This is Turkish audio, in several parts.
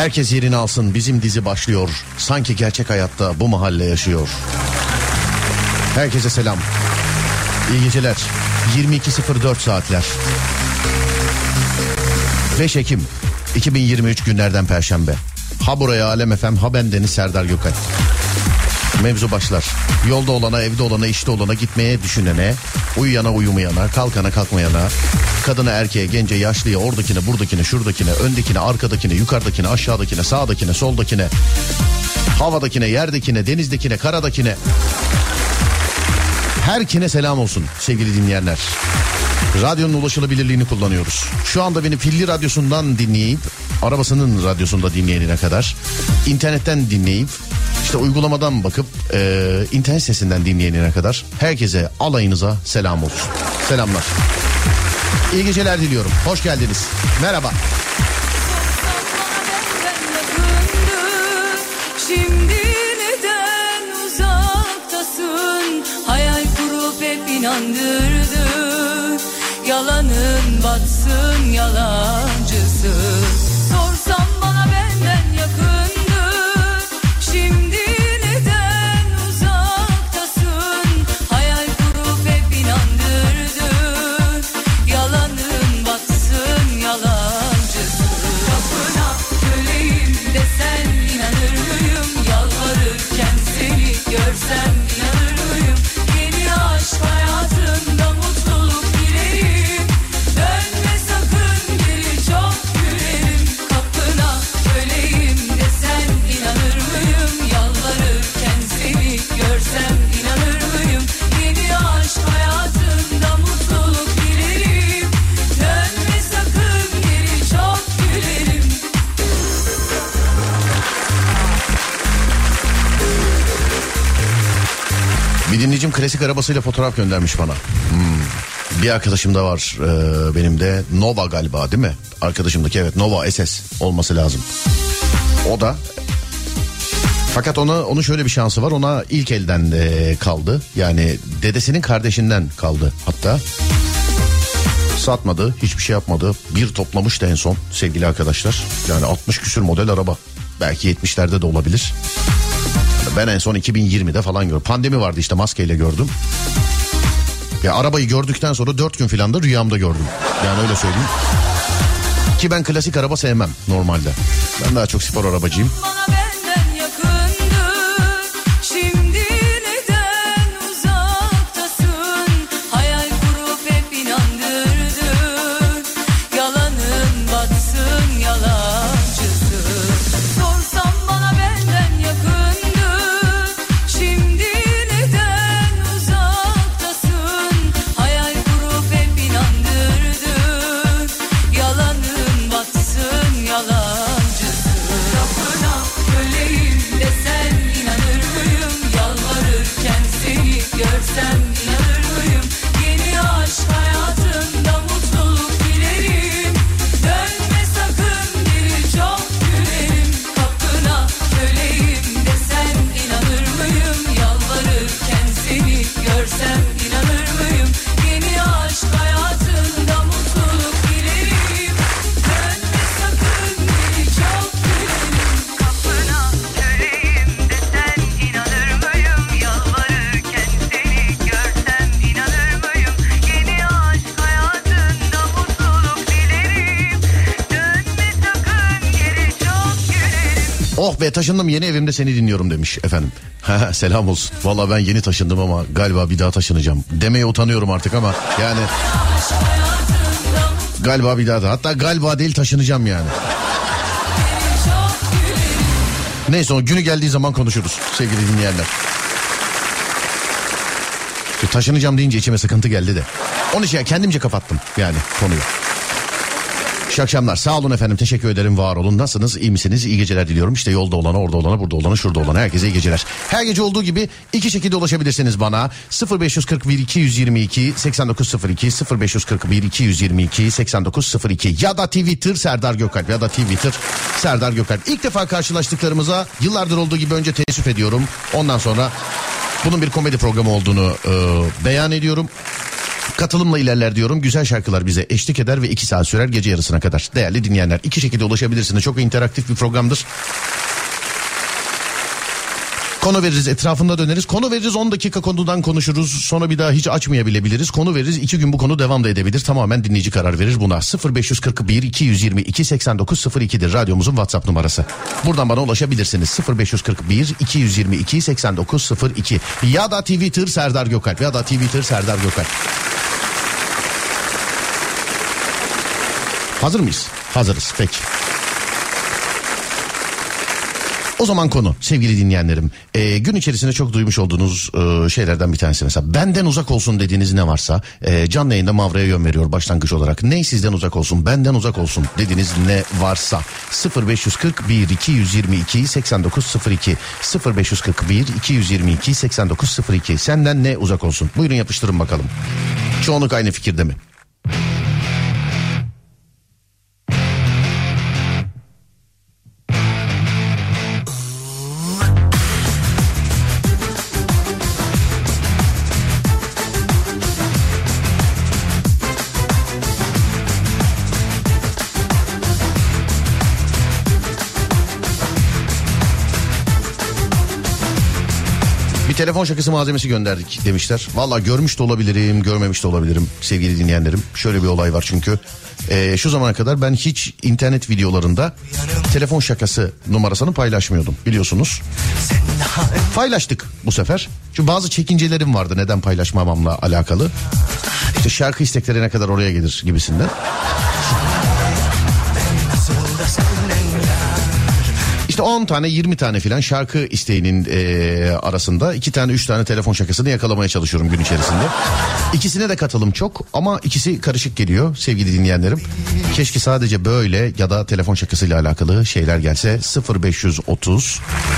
Herkes yerini alsın, bizim dizi başlıyor. Sanki gerçek hayatta bu mahalle yaşıyor. Herkese selam. İyi geceler. 22.04 saatler. 5 Ekim 2023 günlerden Perşembe. Ha buraya Alem FM, ha bendeniz Serdar Gökalp. Mevzu başlar. Yolda olana, evde olana, işte olana, gitmeye düşünene, uyuyana, uyumayana, kalkana, kalkmayana, kadına, erkeğe, gence, yaşlıya, oradakine, buradakine, şuradakine, öndekine, arkadakine, yukarıdakine, aşağıdakine, sağdakine, soldakine, havadakine, yerdekine, denizdekine, karadakine, herkine selam olsun sevgili dinleyenler. Radyonun ulaşılabilirliğini kullanıyoruz. Şu anda beni pilli radyosundan dinleyip, arabasının radyosunda dinleyenine kadar, internetten dinleyip, işte uygulamadan bakıp internet sesinden dinleyenine kadar herkese, alayınıza selam olsun. Selamlar. İyi geceler diliyorum. Hoş geldiniz. Merhaba. Şimdi neden uzaktasın? Hayal kurup hep inandırdın. Yalanın batsın, yalancısın. Sorsam bana benden yakındı. Şimdi neden uzaktasın? Hayal kurup hep inandırdın. Yalanın batsın, yalancısın. Kapına köleyim desen inanır mıyım? Yalvarırken seni görsem inanır mıyım? Yeni aşk hayatında mutluluk dilerim. Dönme sakın geri, çok gülerim. Kapına köleyim desen inanır mıyım? Yalvarırken seni görsem inanır mıyım? Yeni aşk hayatında mutluluk dilerim. Dönme sakın geri, çok gülerim. Bir dinleyicim klasik arabasıyla fotoğraf göndermiş bana. Bir arkadaşım da var benim de, Nova galiba değil mi? Arkadaşımdaki, evet, Nova SS olması lazım. O da, fakat onun şöyle bir şansı var, ona ilk elden kaldı. Yani dedesinin kardeşinden kaldı hatta. Satmadı, hiçbir şey yapmadı. Bir toplamıştı en son sevgili arkadaşlar. Yani 60 küsür model araba. Belki 70'lerde de olabilir. Ben en son 2020'de falan gördüm. Pandemi vardı işte, maskeyle gördüm. Ya arabayı gördükten sonra 4 gün falan da rüyamda gördüm. Yani öyle söyleyeyim. Ki ben klasik araba sevmem normalde. Ben daha çok spor arabacıyım. Bana benden yakındı. Şimdi neden uzaktasın? Hayal kurup hep inandırdın. Yalanın batsın, yalancısın. Sorsam bana benden yakındı. Şimdi neden uzaktasın? Hayal kurup hep inandırdın. Yalanın batsın, yalancısın. Kapına köleyim desen inanır mıyım? Yalvarırken seni görsem inanır mıyım? Yeni aşk hayatında mutluluk dilerim. Dönme sakın geri, çok gülerim. Kapına köleyim desen inanır mıyım? Yalvarırken seni görsem inanır mıyım? Yeni aşk hayatında mutluluk dilerim. Dönme sakın geri, çok gülerim. Kapına köleyim desen inanır mıyım? Yalvarırken seni görsem inanır mıyım? Yeni aşk hayatında mutluluk dilerim. Dönme sakın geri, çok gülerim. Oh be, taşındım, yeni evimde seni dinliyorum demiş efendim. Selam olsun. Valla ben yeni taşındım ama galiba bir daha taşınacağım. Demeye utanıyorum artık ama yani galiba bir daha da, hatta galiba değil, taşınacağım yani. Neyse, o günü geldiği zaman konuşuruz sevgili dinleyenler. Taşınacağım deyince içime sıkıntı geldi de. Onun için kendimce kapattım yani konuyu. İyi akşamlar. Sağ olun efendim. Teşekkür ederim. Var olun. Nasılsınız? İyi misiniz? İyi geceler diliyorum. İşte yolda olana, orada olana, burada olana, şurada olana herkese iyi geceler. Her gece olduğu gibi iki şekilde ulaşabilirsiniz bana. 0541 222 8902 0541 222 8902 ya da Twitter Serdar Gökalp, ya da Twitter Serdar Gökalp. İlk defa karşılaştıklarımıza yıllardır olduğu gibi önce teessüf ediyorum. Ondan sonra bunun bir komedi programı olduğunu beyan ediyorum. Katılımla ilerler diyorum. Güzel şarkılar bize eşlik eder ve 2 saat sürer gece yarısına kadar. Değerli dinleyenler, 2 şekilde ulaşabilirsiniz. Çok interaktif bir programdır. Konu veririz, etrafında döneriz. Konu veririz, 10 dakika konudan konuşuruz. Sonra bir daha hiç açmayabilebiliriz. Konu veririz, 2 gün bu konu devam da edebilir. Tamamen dinleyici karar verir buna. 0541 222 8902'dir radyomuzun WhatsApp numarası. Buradan bana ulaşabilirsiniz. 0541 222 8902 ya da Twitter Serdar Gökalp Hazır mıyız? Hazırız. Peki. O zaman konu sevgili dinleyenlerim, gün içerisinde çok duymuş olduğunuz şeylerden bir tanesi mesela benden uzak olsun dediğiniz ne varsa canlı yayında Mavra'ya yön veriyor başlangıç olarak. Ne sizden uzak olsun, benden uzak olsun dediğiniz ne varsa 0541 222 8902 0541 222 8902 senden ne uzak olsun? Buyurun yapıştırın bakalım. Çoğunluk aynı fikirde mi? Telefon şakası malzemesi gönderdik demişler. Vallahi görmüş de olabilirim, görmemiş de olabilirim sevgili dinleyenlerim. Şöyle bir olay var çünkü. Şu zamana kadar ben hiç internet videolarında telefon şakası numarasını paylaşmıyordum biliyorsunuz. Paylaştık bu sefer. Çünkü bazı çekincelerim vardı neden paylaşmamamla alakalı. İşte şarkı istekleri ne kadar oraya gelir gibisinden. İşte 10 tane 20 tane filan şarkı isteğinin arasında 2 tane 3 tane telefon şakasını yakalamaya çalışıyorum gün içerisinde. İkisine de katılım çok ama ikisi karışık geliyor sevgili dinleyenlerim. Keşke sadece böyle ya da telefon şakasıyla alakalı şeyler gelse. 0530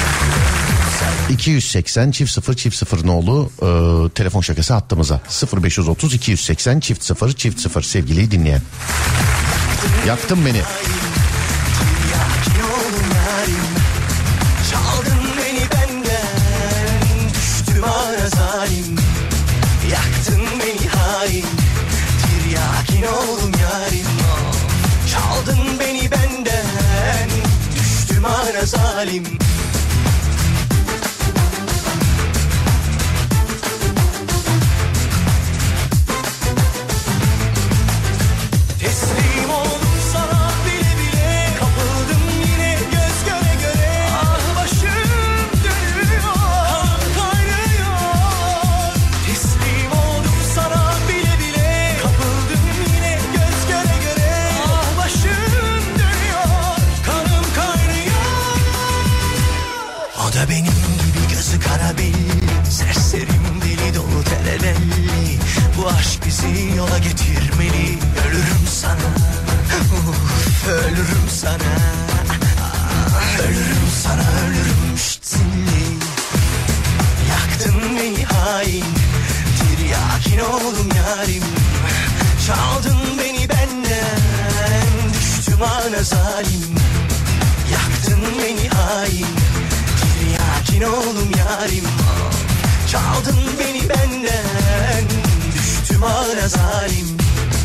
280 çift 0 nolu telefon şakası hattımıza 0530 280 çift 0 sevgili dinleyen. Yaktın beni. Yaktın beni hain, tiryakin oldum yarim. Çaldın beni benden, düştüm ana zalim. Teslim oldum sana bile bile, kapıldım yine göz göre göre. Ah başım dönüyor, kan kaynıyor. Teslim oldum sana bile bile, kapıldım yine göz göre göre. Ah başım dönüyor, kanım kaynıyor. O da benim gibi gözü kara belli, serserim deli dolu terelelli. Bu aşk bizi yola getirmeli. Ölürüm sana, ölürüm sana. Ölürüm sana, ölürüm şitsinli. Yaktın beni hain, tiryakin oldum yarim. Çaldın beni benden, düştüm ana zalim. Yaktın beni hain, tiryakin oldum yarim. Çaldın beni benden, düştüm ana zalim.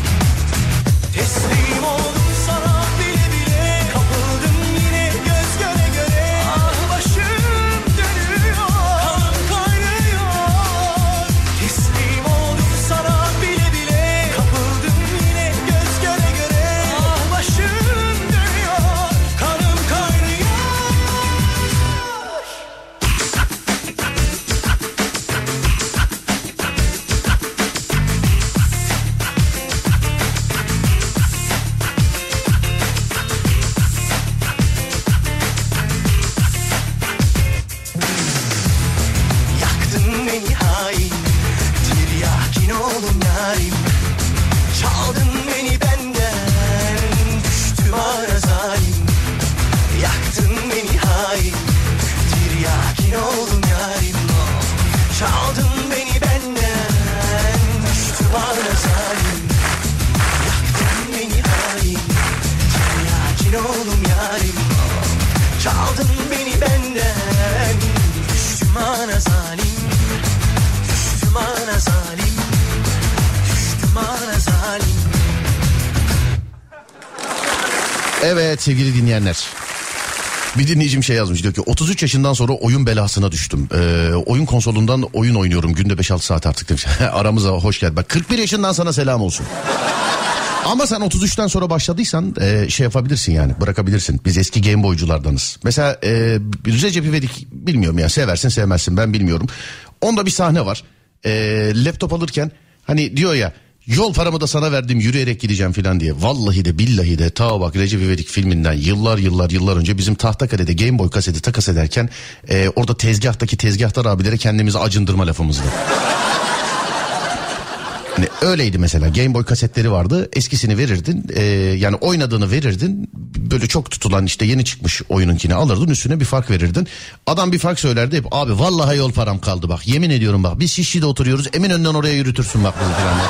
Teslim oldum sana bile bile, kapıldım yine göz göre göre. Ah başım dönüyor, kan kaynıyor. Teslim oldum sana bile bile, kapıldım yine göz göre göre. Ah başım dönüyor, kanım kaynıyor. Yaktın beni hain, tiryakin oldum yarim. Çaldın beni benden, düştüm ana zalim. Yaktın beni hain, tiryakin oldum yarim. Çaldın beni benden, düştüm ana zalim. Yaktın beni hain, tiryakin oldum yarim. Çaldın beni benden, düştüm ana zalim. Düştüm ana zalim. Evet sevgili dinleyenler. Bir dinleyicim şey yazmış, diyor ki 33 yaşından sonra oyun belasına düştüm. Oyun konsolundan oyun oynuyorum günde 5-6 saat artık demiş. Aramıza hoş geldin. Bak 41 yaşından sana selam olsun. Ama sen 33'ten sonra başladıysan şey yapabilirsin yani, bırakabilirsin. Biz eski Game Boy'culardanız. Mesela Recep İvedik bilmiyorum ya, seversin sevmezsin ben bilmiyorum. Onda bir sahne var. Laptop alırken hani diyor ya, yol paramı da sana verdim yürüyerek gideceğim falan diye. Vallahi de billahi de ta bak Recep İvedik filminden yıllar önce bizim Tahtakale'de Game Boy kaseti takas ederken orada tezgahtaki tezgahtar abilere kendimizi acındırma lafımızdı. Hani öyleydi mesela, Game Boy kasetleri vardı, eskisini verirdin yani oynadığını verirdin, böyle çok tutulan işte yeni çıkmış oyununkini alırdın, üstüne bir fark verirdin, adam bir fark söylerdi, hep abi vallahi yol param kaldı bak yemin ediyorum bak biz Şişli'de oturuyoruz Eminönü'nden oraya yürütürsün bak bizi falan.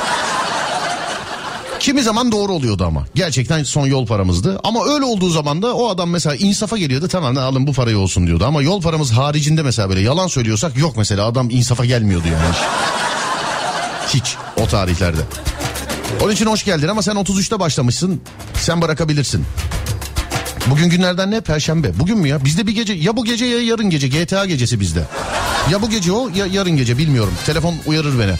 Kimi zaman doğru oluyordu ama gerçekten son yol paramızdı, ama öyle olduğu zaman da o adam mesela insafa geliyordu, tamam ne alın bu parayı olsun diyordu, ama yol paramız haricinde mesela böyle yalan söylüyorsak yok mesela, adam insafa gelmiyordu yani. Hiç o tarihlerde. Onun için hoş geldin, ama sen 33'te başlamışsın. Sen bırakabilirsin. Bugün günlerden ne? Perşembe. Bugün mü ya? Bizde bir gece, ya bu gece ya yarın gece. GTA gecesi bizde. Ya bu gece o ya yarın gece, bilmiyorum. Telefon uyarır beni.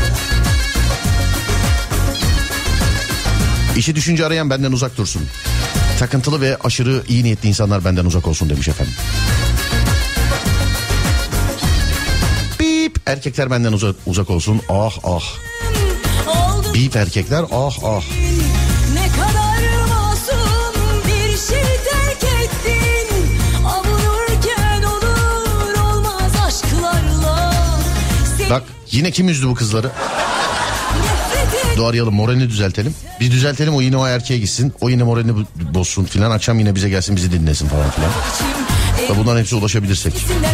İşi düşünce arayan benden uzak dursun. Takıntılı ve aşırı iyi niyetli insanlar benden uzak olsun demiş efendim. Erkekler benden uzak olsun. Ah ah. Bip erkekler ah ah. Ne kadar masum bir şey terk ettin. Avunurken olur olmaz aşklarla. Bak yine kim üzdü bu kızları? Dur arayalım, moralini düzeltelim. Bir düzeltelim, o yine o erkeğe gitsin. O yine moralini bozsun filan. Akşam yine bize gelsin, bizi dinlesin falan filan. Bunların hepsi ulaşabilirsek.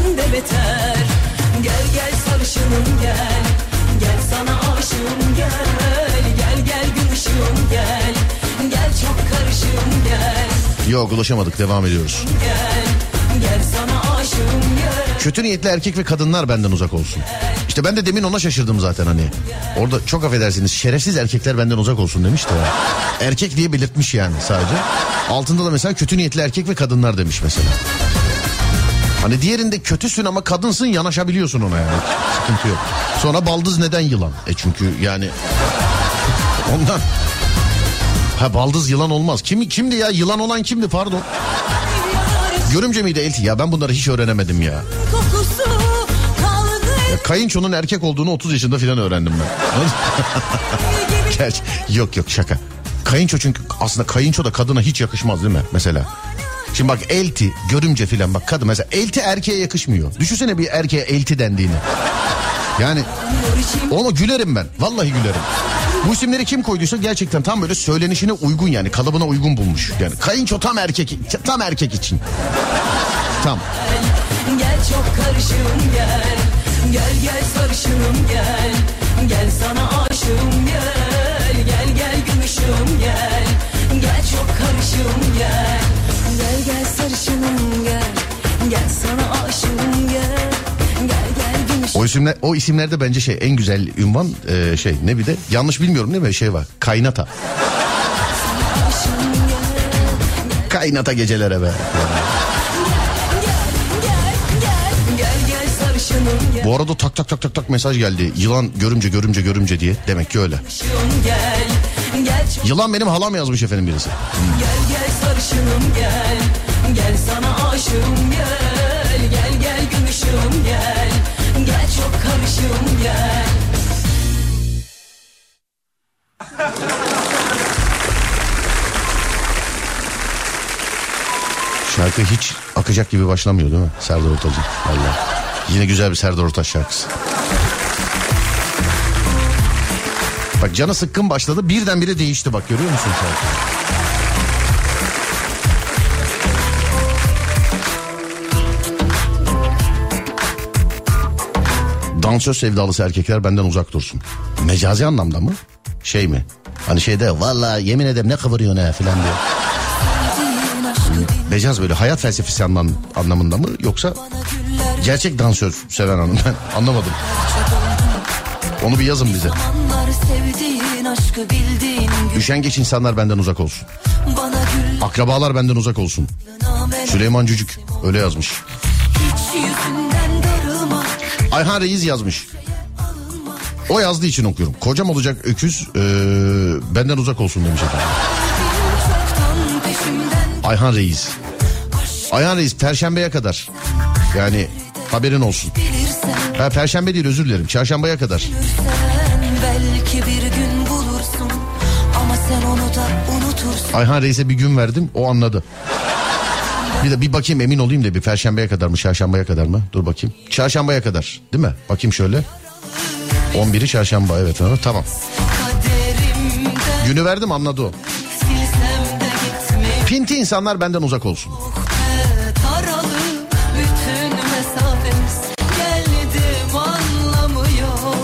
Gel gel sarışınım gel. Gel sana aşığım gel. Gel gel gün ışığım gel. Gel çok karışığım gel. Yok ulaşamadık, devam ediyoruz. Gel. Gel sana aşığım gel. Kötü niyetli erkek ve kadınlar benden uzak olsun. İşte ben de demin ona şaşırdım zaten hani. Orada çok affedersiniz şerefsiz erkekler benden uzak olsun demiş de. Erkek diye belirtmiş yani sadece. Altında da mesela kötü niyetli erkek ve kadınlar demiş mesela. Hani diğerinde kötüsün ama kadınsın, yanaşabiliyorsun ona yani. Sıkıntı yok. Sonra baldız neden yılan? Çünkü yani ondan. Ha baldız yılan olmaz. Kimdi ya? Yılan olan kimdi? Pardon. Görümce miydi elti? Ya ben bunları hiç öğrenemedim ya. Ya kayınçonun erkek olduğunu 30 yaşında falan öğrendim ben. Gerçi yok şaka. Kayınço, çünkü aslında kayınço da kadına hiç yakışmaz değil mi mesela? Şimdi bak elti, görümce filan, bak kadın mesela elti erkeğe yakışmıyor. Düşünsene bir erkeğe elti dendiğini. Yani ona gülerim ben. Vallahi gülerim. Bu isimleri kim koyduysa gerçekten tam böyle söylenişine uygun, yani kalıbına uygun bulmuş. Yani kayınço tam erkek için. Tam. Gel çok karışığım gel. Gel gel sarışınım gel. Gel sana aşığım gel. Gel gel gün ışığım gel. Gel çok karışığım gel. Gel gel sarışınım gel. Gel sana aşığım gel. Gel gel gün ışığım. O isimlerde bence en güzel ünvan ne, bir de yanlış bilmiyorum değil mi, var kaynata. Kaynata gecelere be. Bu arada tak mesaj geldi. Yılan görümce diye. Demek ki öyle. Yılan benim halam yazmış efendim birisi. Gel gel sarışınım gel. Gel sana aşığım gel. Gel gel gün ışığım gel. Gel çok karışığım gel. Şarkı hiç akacak gibi başlamıyor değil mi? Serdar Ortaç'ın. Vallahi. Yine güzel bir Serdar Ortaç şarkısı. Bak canı sıkkın başladı, birdenbire değişti, bak görüyor musun şarkı? Dansöz sevdalısı erkekler benden uzak dursun. Mecazi anlamda mı? Mi? Hani vallahi yemin ederim ne kıvırıyor ne falan diyor. Mecaz böyle hayat felsefesi anlamında mı, yoksa gerçek dansöz seven hanım, ben anlamadım. Onu bir yazın bize. Üşengeç insanlar benden uzak olsun. Akrabalar benden uzak olsun. Süleyman Cücük öyle yazmış. Hiç yüzünden darılma. Ayhan Reis yazmış. O yazdığı için okuyorum. Kocam olacak öküz benden uzak olsun demiş efendim. Çoktan peşimden Ayhan Reis. Ayhan Reis Perşembeye kadar. Yani haberin olsun. bilirsen, Ha, Perşembe değil, özür dilerim. Çarşambaya kadar. sen belki bir gün bulursun. Ama sen onu da unutursun. Ayhan Reis'e bir gün verdim, o anladı. Bir bakayım, emin olayım da bir Perşembeye kadar mı, Çarşambaya kadar mı? Dur bakayım. Çarşambaya kadar değil mi? Bakayım şöyle. 11'i Çarşamba, evet tamam. Kaderimden Günü verdim, anladı o. silsem de gitmiyor. Pinti insanlar benden uzak olsun. Taralı bütün mesafemiz, geldim anlamıyor.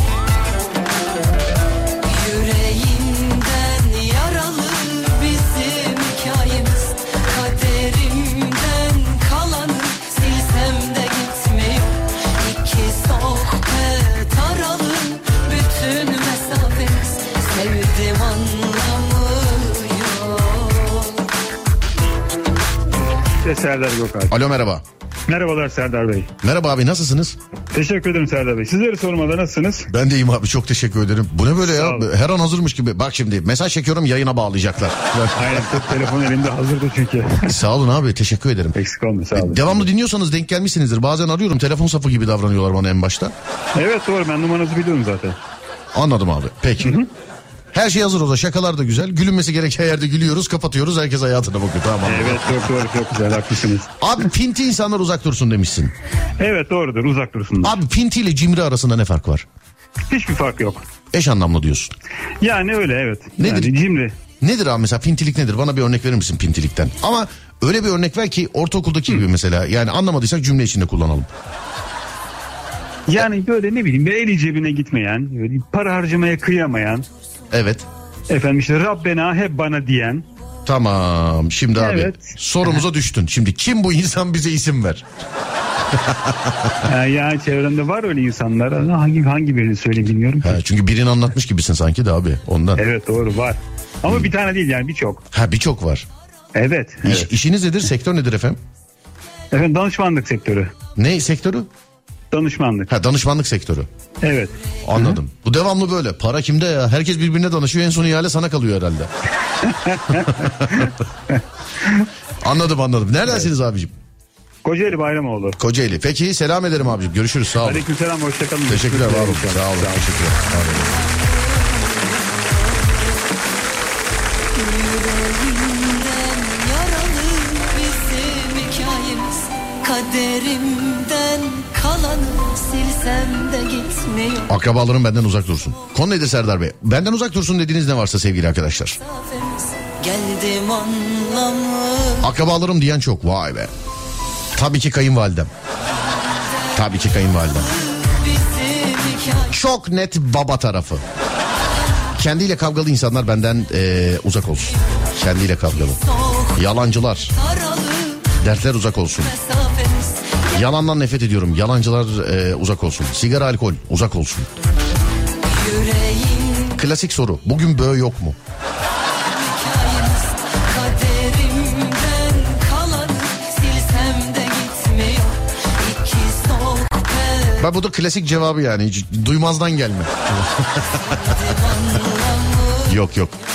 Yüreğinden yaralı bizim hikayemiz. Kaderimden kalanı silsem de gitmiyor. İki sohbet aralı bütün mesafemiz, sevdim anlamıyor. Serdar Gökalp. Alo, merhaba. Merhabalar Serdar Bey. Merhaba abi, nasılsınız? Teşekkür ederim Serdar Bey. Sizleri sormadan nasılsınız? Ben de iyiyim abi, çok teşekkür ederim. Bu ne böyle Sağ ya? olun. Her an hazırmış gibi. Bak şimdi mesaj çekiyorum, yayına bağlayacaklar. Aynen, telefon elimde hazırdı çünkü. Sağ olun abi, teşekkür ederim. Eksik olma, sağ olun. Devamlı dinliyorsanız denk gelmişsinizdir. Bazen arıyorum, telefon safı gibi davranıyorlar bana en başta. Evet doğru, ben numaranızı biliyorum zaten. Anladım abi, peki. Her şey hazır, o da şakalar da güzel. Gülünmesi gereken yerde gülüyoruz, kapatıyoruz, herkes hayatına bakıyor, tamam mı? Evet çok doğru, çok güzel, haklısınız. Abi pinti insanlar uzak dursun demişsin. Evet doğrudur, uzak dursunlar. Abi pinti ile cimri arasında ne fark var? Hiçbir fark yok. Eş anlamlı diyorsun. Yani öyle, evet. Nedir? Yani cimri. Nedir abi mesela, pintilik nedir? Bana bir örnek verir misin pintilikten? Ama öyle bir örnek ver ki ortaokuldaki gibi mesela. Yani anlamadıysak cümle içinde kullanalım. Yani böyle ne bileyim, bir eli cebine gitmeyen, böyle para harcamaya kıyamayan, Evet. efendim işte Rabbena hep bana diyen. Tamam, şimdi abi Evet. sorumuza düştün. Şimdi kim bu insan, bize isim ver. Yani çevremde var öyle insanlar. Hangi birini söyleyeyim bilmiyorum ki. Ha, çünkü birini anlatmış gibisin sanki de abi, ondan. Evet doğru, var. Ama bir tane değil, yani birçok. Ha, birçok var. Evet. İşiniz nedir, sektör nedir efendim? Efendim danışmanlık sektörü. Ne sektörü? Danışmanlık. Ha, danışmanlık sektörü. Evet. Anladım. Bu devamlı böyle. Para kimde ya? Herkes birbirine danışıyor. En son ihale sana kalıyor herhalde. Anladım. Neredensiniz abicim? Kocaeli Bayramoğlu. Kocaeli. Peki, selam ederim abicim. Görüşürüz. Sağ olun. Aleykümselam, hoşçakalın. Teşekkürler. Var olun. Sağ olun. Teşekkürler. Sağ olun. Yüreğimden yaralı bizim hikayemiz. Kaderimden kalanı silsem de gitmiyor. Akrabalarım benden uzak dursun. Konu nedir Serdar Bey? Benden uzak dursun dediğiniz ne varsa sevgili arkadaşlar. Mesafemiz, geldim anlamı. Akrabalarım diyen çok. Vay be. Tabii ki kayınvalidem. Bizim hikaye. Çok net baba tarafı. Kendiyle kavgalı insanlar benden uzak olsun. Kendiyle kavgalı. Yalancılar. Taralı Dertler uzak olsun. mesafemiz, Yalandan nefret ediyorum. Yalancılar uzak olsun. Sigara, alkol uzak olsun. yüreğin Klasik soru. Bugün böğ yok mu? hikayemiz. Kaderimden kalanı silsem de gitmiyor. İki sohbet Ben bu da klasik cevabı yani. Hiç duymazdan gelme. Yok.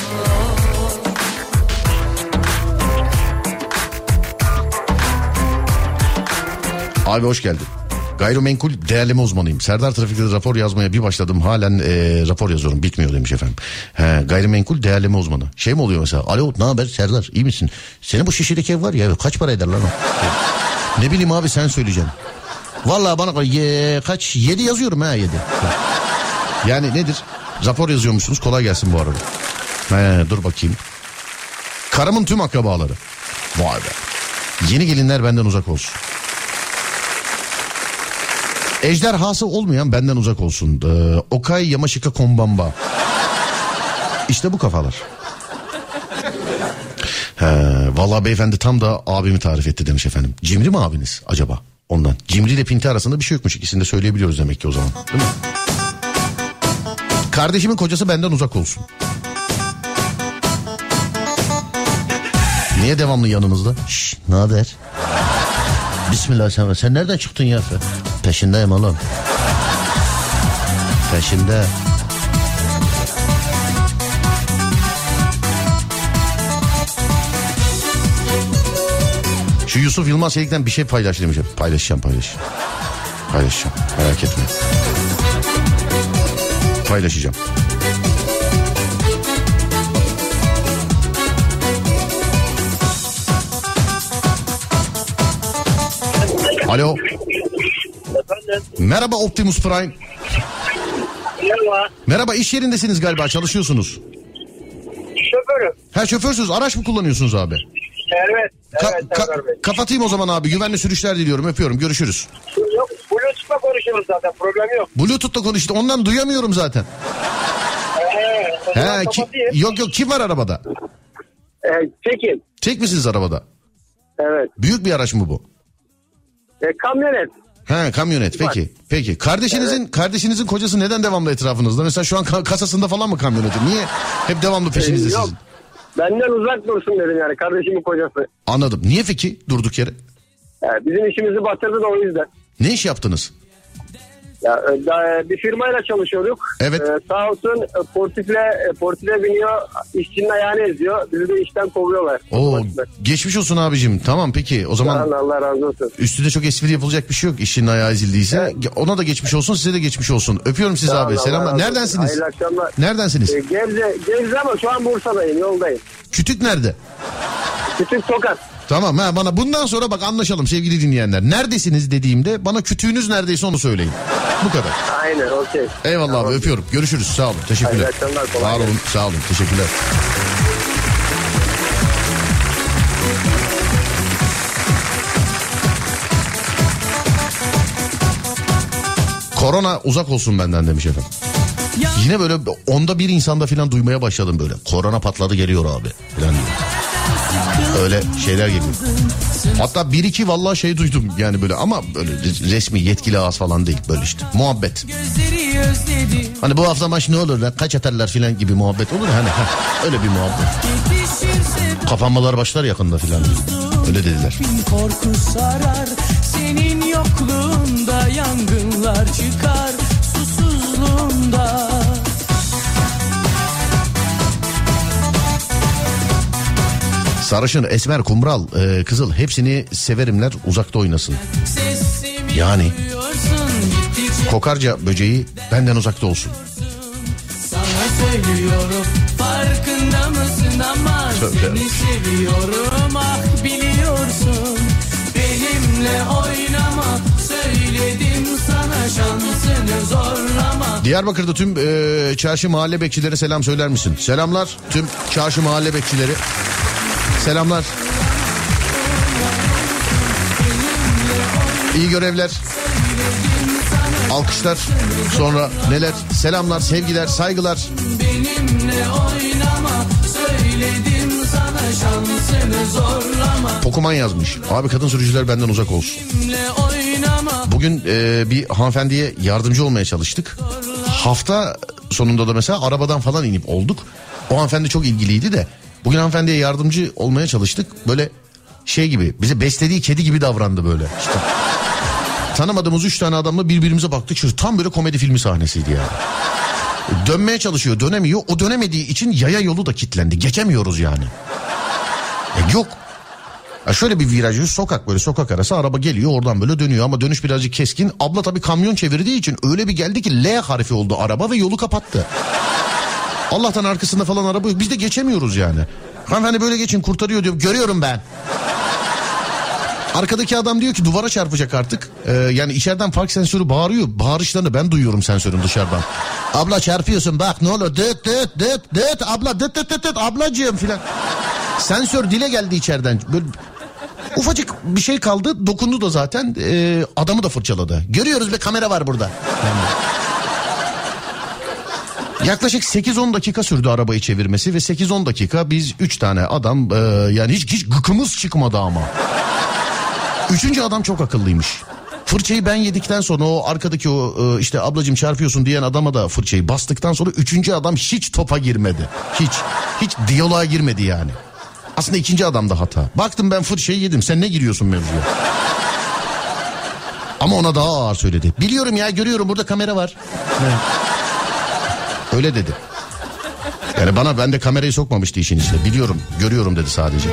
Abi hoş geldin. Gayrimenkul değerleme uzmanıyım. Serdar Trafik'te rapor yazmaya bir başladım. Halen rapor yazıyorum. Bitmiyor demiş efendim. Gayrimenkul değerleme uzmanı. Şey mi oluyor mesela? Alo, ne haber Serdar? İyi misin? Senin bu şişedeki ev var ya, kaç para eder lan o? Ne bileyim abi, sen söyleyeceksin. Vallahi bana kaç? 7 yazıyorum ha, 7. Yani nedir? Rapor yazıyormuşsunuz. Kolay gelsin bu arada. Dur bakayım. Karımın tüm akrabaları. Vay be. Yeni gelinler benden uzak olsun. Ejderhası olmayan benden uzak olsun. Okay Yamashika Konbanba. İşte bu kafalar. Vallahi beyefendi tam da abimi tarif etti demiş efendim. Cimri mi abiniz acaba? Ondan. Cimri ile pinti arasında bir şey yokmuş. İkisini de söyleyebiliyoruz demek ki o zaman. Değil mi? Kardeşimin kocası benden uzak olsun. Niye devamlı yanınızda? Şşş, ne haber? Bismillah sen nereden çıktın ya? Peşindeyim oğlum. Peşinde. Şu Yusuf Yılmaz Çelik'ten bir şey paylaş demiş. Paylaşacağım. Merak etme. Paylaşacağım. Alo. Efendim? Merhaba Optimus Prime. Merhaba. Merhaba, iş yerindesiniz galiba, çalışıyorsunuz. Şoförüm. Ha, şoförsünüz, araç mı kullanıyorsunuz abi? Evet. Serdar Bey. Kapatayım o zaman abi, güvenli sürüşler diliyorum, öpüyorum, görüşürüz. Yok, Bluetooth'la konuşuyoruz zaten, problem yok. Bluetooth'la konuştu, ondan duyamıyorum zaten. Yok kim var arabada? Tekim. Tek misiniz arabada? Evet. Büyük bir araç mı bu? Kamyonet. He, kamyonet, peki. Kardeşinizin kocası neden devamlı etrafınızda? Mesela şu an kasasında falan mı kamyoneti? Niye hep devamlı peşinizde Yok. sizin? Benden uzak dursun dedim yani, kardeşimin kocası. Anladım. Niye peki durduk yere? Bizim işimizi batırdı da o yüzden. Ne iş yaptınız? Ya, bir firmayla çalışıyorduk. Evet. Sağ olsun portifle biniyor, işçinin ayağını eziyor. Bizi de işten kovuyorlar. Oo, geçmiş olsun abicim. Tamam peki, o zaman Allah razı olsun. üstüne çok espri yapılacak bir şey yok. İşçinin ayağı ezildiyse. Evet. Ona da geçmiş olsun, size de geçmiş olsun. Öpüyorum sizi abi. Selamlar. Neredensiniz? Hayırlı akşamlar. Neredensiniz? Gebze ama şu an Bursa'dayım, yoldayım. Kütük nerede? Kütük Tokat. Tamam, bana bundan sonra bak anlaşalım sevgili dinleyenler. Neredesiniz dediğimde bana kütüğünüz neredeyse onu söyleyin. Bu kadar. Aynen, okey. Eyvallah tamam. Abi, öpüyorum. Görüşürüz. Sağ olun. Teşekkürler. Var olun. Sağ olun. Teşekkürler. Korona uzak olsun benden demiş efendim. Yine böyle 1/10 insanda falan duymaya başladım böyle. Korona patladı geliyor abi falan diyor. Öyle şeyler geliyor. Hatta 1-2 vallahi şey duydum yani böyle, ama böyle resmi yetkili ağız falan değil, böyle işte muhabbet. Hani bu hafta maç ne olur lan, kaç atarlar falan gibi muhabbet olur hani, öyle bir muhabbet. Kapanmalar başlar yakında falan, öyle dediler. Korku sarar, senin yokluğunda yangınlar çıkar, susuzluğunda. Sarışın, esmer, kumral, kızıl hepsini severimler, uzakta oynasın. Yani kokarca böceği benden uzakta olsun. Sana söylüyorum, farkında mısın ama seni seviyorum, ah biliyorsun. Benimle oynama, söyledim sana, şansını zorlama. Diyarbakır'da tüm çarşı mahalle bekçilere selam söyler misin? Selamlar tüm çarşı mahalle bekçileri. Selamlar. İyi görevler. Alkışlar. Sonra neler? Selamlar, sevgiler, saygılar. Benimle oynama, söyledim sana, şansını zorlama. Pokuman yazmış. Abi kadın sürücüler benden uzak olsun. Bugün bir hanımefendiye yardımcı olmaya çalıştık. Hafta sonunda da mesela arabadan falan inip olduk. O hanımefendi çok ilgiliydi de. Bugün hanımefendiye yardımcı olmaya çalıştık. Böyle şey gibi, bize beslediği kedi gibi davrandı böyle. İşte tanımadığımız 3 tane adamla birbirimize baktık. Tam böyle komedi filmi sahnesiydi yani. Dönmeye çalışıyor, dönemiyor. O dönemediği için yaya yolu da kilitlendi. Geçemiyoruz yani. Yok. Şöyle bir virajı, sokak, böyle sokak arası araba geliyor, oradan böyle dönüyor ama dönüş birazcık keskin. Abla tabii kamyon çevirdiği için öyle bir geldi ki L harfi oldu araba ve yolu kapattı. Allah'tan arkasında falan araba yok. Biz de geçemiyoruz yani. Hanımefendi böyle geçin, kurtarıyor diyor. Görüyorum ben. Arkadaki adam diyor ki duvara çarpacak artık. Yani içeriden park sensörü bağırıyor. Bağırışlarını ben duyuyorum sensörün dışarıdan. Abla çarpıyorsun bak ne olur. Dıt dıt dıt dıt. Abla dıt dıt dıt dıt. Ablacığım filan. Sensör dile geldi içeriden. Böyle ufacık bir şey kaldı. Dokundu da zaten. Adamı da fırçaladı. Görüyoruz ve kamera var burada. Yani. Yaklaşık 8-10 dakika sürdü arabayı çevirmesi ve 8-10 dakika biz 3 tane adam yani hiç gıkımız çıkmadı ama. 3. adam çok akıllıymış. Fırçayı ben yedikten sonra o arkadaki o işte ablacığım çarpıyorsun diyen adama da fırçayı bastıktan sonra 3. adam hiç topa girmedi. Hiç diyaloğa girmedi yani. Aslında ikinci adamda hata. Baktım ben fırçayı yedim, sen ne giriyorsun mevzuya? Ama ona daha ağır söyledi. Biliyorum ya, görüyorum, burada kamera var. Öyle dedi. Yani ben de kamerayı sokmamıştı işin içine. Biliyorum, görüyorum dedi sadece.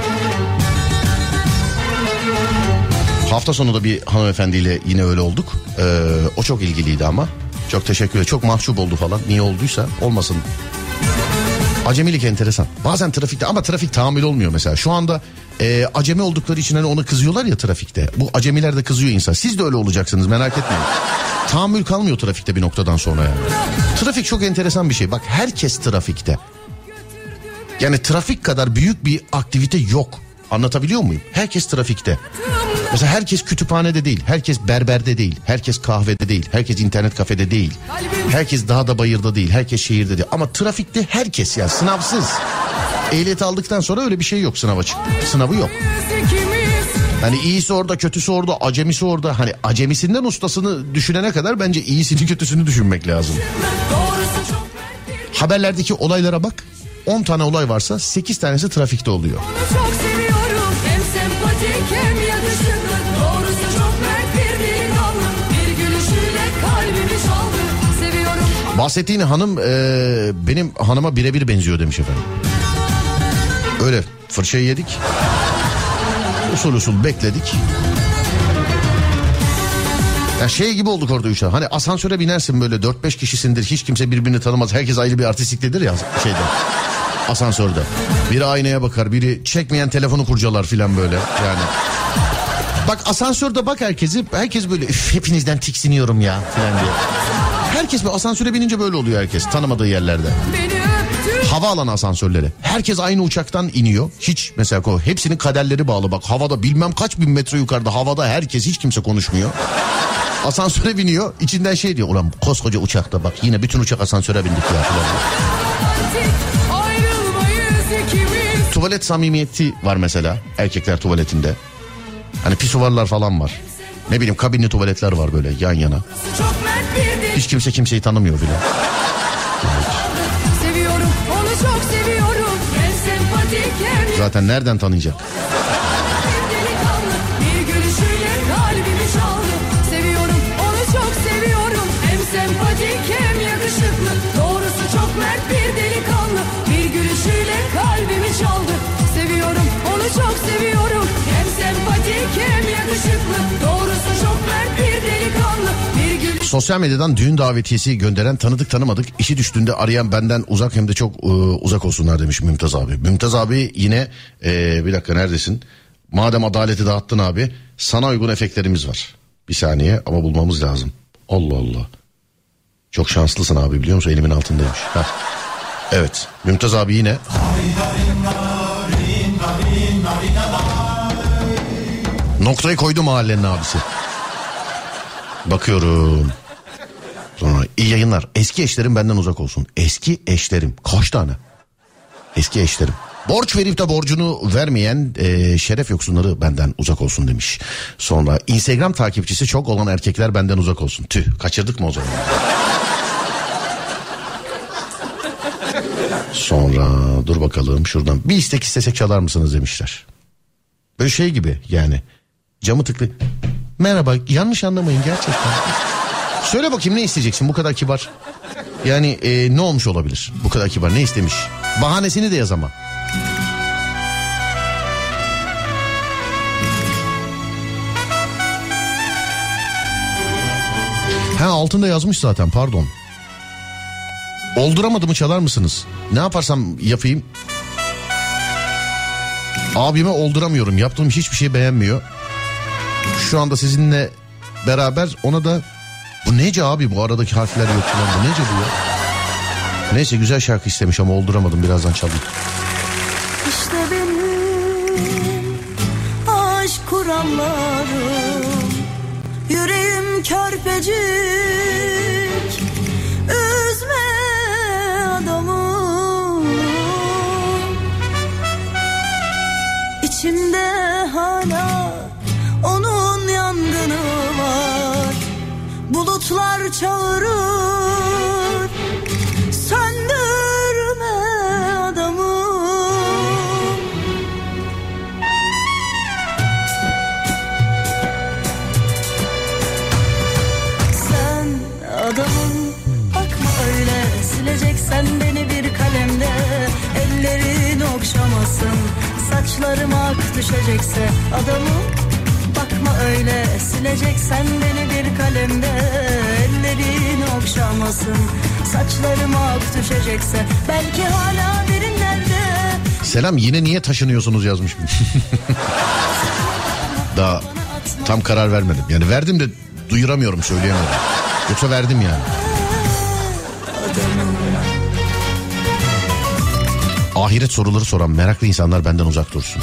Hafta sonu da bir hanımefendiyle yine öyle olduk. O çok ilgiliydi ama. Çok teşekkür ederim. Çok mahcup oldu falan. Niye olduysa olmasın. Acemilik enteresan. Bazen trafikte, ama trafik tahammül olmuyor mesela. Şu anda acemi oldukları için hani ona kızıyorlar ya trafikte. Bu acemiler de kızıyor insan. Siz de öyle olacaksınız, merak etmeyin. Tahammül kalmıyor trafikte bir noktadan sonra yani. Trafik çok enteresan bir şey. Bak, herkes trafikte. Yani trafik kadar büyük bir aktivite yok. Anlatabiliyor muyum? Herkes trafikte. Mesela herkes kütüphanede değil, herkes berberde değil, herkes kahvede değil, herkes internet kafede değil, herkes dağda bayırda değil, herkes şehirde değil. Ama trafikte herkes, ya sınavsız. Ehliyet aldıktan sonra öyle bir şey yok, sınavı yok. Hani iyisi orada, kötüsü orada, acemisi orada. Hani acemisinden ustasını düşünene kadar bence iyisini kötüsünü düşünmek lazım. Haberlerdeki olaylara bak. 10 tane olay varsa 8 tanesi trafikte oluyor. Çok seviyorum, hem sempatik hem yakışıklı. Doğrusu çok mert bir delikanlı. Bir gülüşüyle kalbimi çaldı. Seviyorum. Bahsettiğin hanım benim hanıma birebir benziyor demiş efendim. Öyle fırçayı yedik. Usul usul bekledik. Ya şey gibi olduk orada Üşen. Hani asansöre binersin, böyle 4-5 kişisindir. Hiç kimse birbirini tanımaz. Herkes ayrı bir artistliktedir ya şeyde. Asansörde. Biri aynaya bakar, biri çekmeyen telefonu kurcalar filan böyle yani. Bak asansörde bak herkes böyle hepinizden tiksiniyorum ya filan diye. Herkes böyle asansöre binince böyle oluyor herkes, tanımadığı yerlerde. Havaalanı asansörleri. Herkes aynı uçaktan iniyor. Hiç mesela hepsinin kaderleri bağlı, bak havada bilmem kaç bin metre yukarıda havada herkes, hiç kimse konuşmuyor. Asansöre biniyor, içinden şey diyor, ulan koskoca uçakta bak yine bütün uçak asansöre bindik ya falan. Tuvalet samimiyeti var mesela erkekler tuvaletinde. Hani pisuvarlar falan var. Ne bileyim kabinli tuvaletler var böyle yan yana. Hiç kimse kimseyi tanımıyor bile. Seviyorum, onu çok seviyorum. Hem sempatik hem zaten nereden tanıyacak? bir gülüşüyle kalbimi çaldı. Seviyorum, onu çok seviyorum. Hem sempatik hem yakışıklı. Doğrusu çok mert bir delikanlı. Bir gülüşüyle kalbimi çaldı. Seviyorum, onu çok seviyorum. Hem sempatik hem yakışıklı. Doğrusu çok mert bir delikanlı. Bir gülüşüyle... Sosyal medyadan düğün davetiyesi gönderen, tanıdık tanımadık, işi düştüğünde arayan benden uzak hem de çok uzak olsunlar demiş Mümtaz abi. Mümtaz abi yine bir dakika, neredesin? Madem adaleti dağıttın abi, sana uygun efektlerimiz var. Bir saniye ama bulmamız lazım. Allah Allah. Çok şanslısın abi, biliyor musun? Elimin altındaymış. Heh. Evet, Mümtaz abi yine. Noktayı koydu mahallenin abisi. Bakıyorum. Sonra iyi yayınlar. Eski eşlerim benden uzak olsun. Eski eşlerim. Kaç tane? Eski eşlerim. Borç verip de borcunu vermeyen şeref yoksunları benden uzak olsun demiş. Sonra Instagram takipçisi çok olan erkekler benden uzak olsun. Tüh, kaçırdık mı o zaman? Sonra dur bakalım şuradan. Bir istek istesek çalar mısınız demişler. Böyle şey gibi yani. Camı tıklı. Merhaba, yanlış anlamayın gerçekten. Söyle bakayım, ne isteyeceksin bu kadar kibar? Yani ne olmuş olabilir bu kadar kibar, ne istemiş? Bahanesini de yaz ama. Ha, altında yazmış zaten, pardon. Olduramadımı çalar mısınız? Ne yaparsam yapayım. Abime olduramıyorum. Yaptığım hiçbir şey beğenmiyor. Şu anda sizinle beraber ona da... Bu nece abi, bu aradaki harfler yok falan, bu nece bu ya? Neyse, güzel şarkı istemiş ama olduramadım, birazdan çalayım. İşte benim aşk kuramlarım, yüreğim körpecik, üzme adamı. İçimde hala onun yangını var. Bulutlar çağırır, söndürme adamı. okşamasın. Saçlarım ak düşecekse adamım, bakma öyle, sileceksen beni bir kalemde. Ellerin okşamasın, saçlarım ak düşecekse belki hala derinlerde. Selam, yine niye taşınıyorsunuz yazmış. Daha tam karar vermedim. Yani verdim de duyuramıyorum, söyleyemiyorum. Yoksa verdim yani. Ahiret soruları soran meraklı insanlar benden uzak dursun.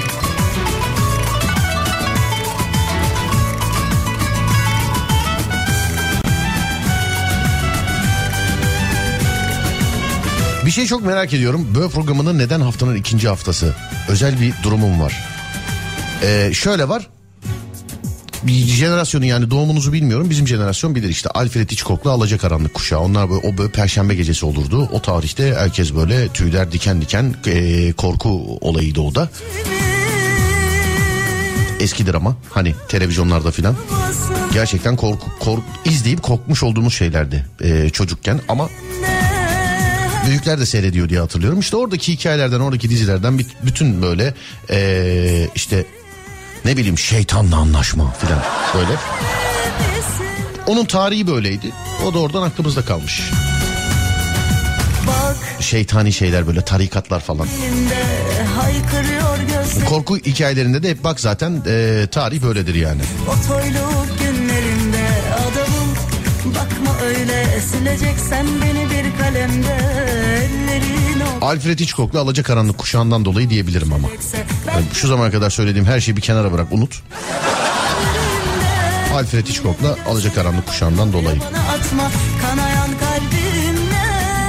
Bir şey çok merak ediyorum. Böyle programının neden haftanın 2. haftası? Özel bir durumum var. Şöyle var. Bir jenerasyonu, yani doğumunuzu bilmiyorum. Bizim jenerasyon bilir işte. Alfred Hitchcock'la Alacakaranlık Kuşağı. Onlar böyle, o böyle Perşembe gecesi olurdu. O tarihte herkes böyle tüyler diken diken, korku olayıydı o da. Eskidir ama hani televizyonlarda filan. Gerçekten izleyip korkmuş olduğumuz şeylerdi çocukken ama büyükler de seyrediyor diye hatırlıyorum. İşte oradaki hikayelerden, oradaki dizilerden bütün böyle işte ne bileyim şeytanla anlaşma filan böyle. Onun tarihi böyleydi. O da oradan aklımızda kalmış. Şeytani şeyler, böyle tarikatlar falan. Korku hikayelerinde de hep bak zaten tarih böyledir yani. O toyluk günlerinde adamım, bakma öyle, sileceksen beni bir kalemde. Alfred Hitchcock'la Alacakaranlık Kuşağı'ndan dolayı diyebilirim ama. Yani şu zamana kadar söylediğim her şeyi bir kenara bırak, unut. Alfred Hitchcock'la Alacakaranlık Kuşağı'ndan dolayı. Atma, kanayan kalbimle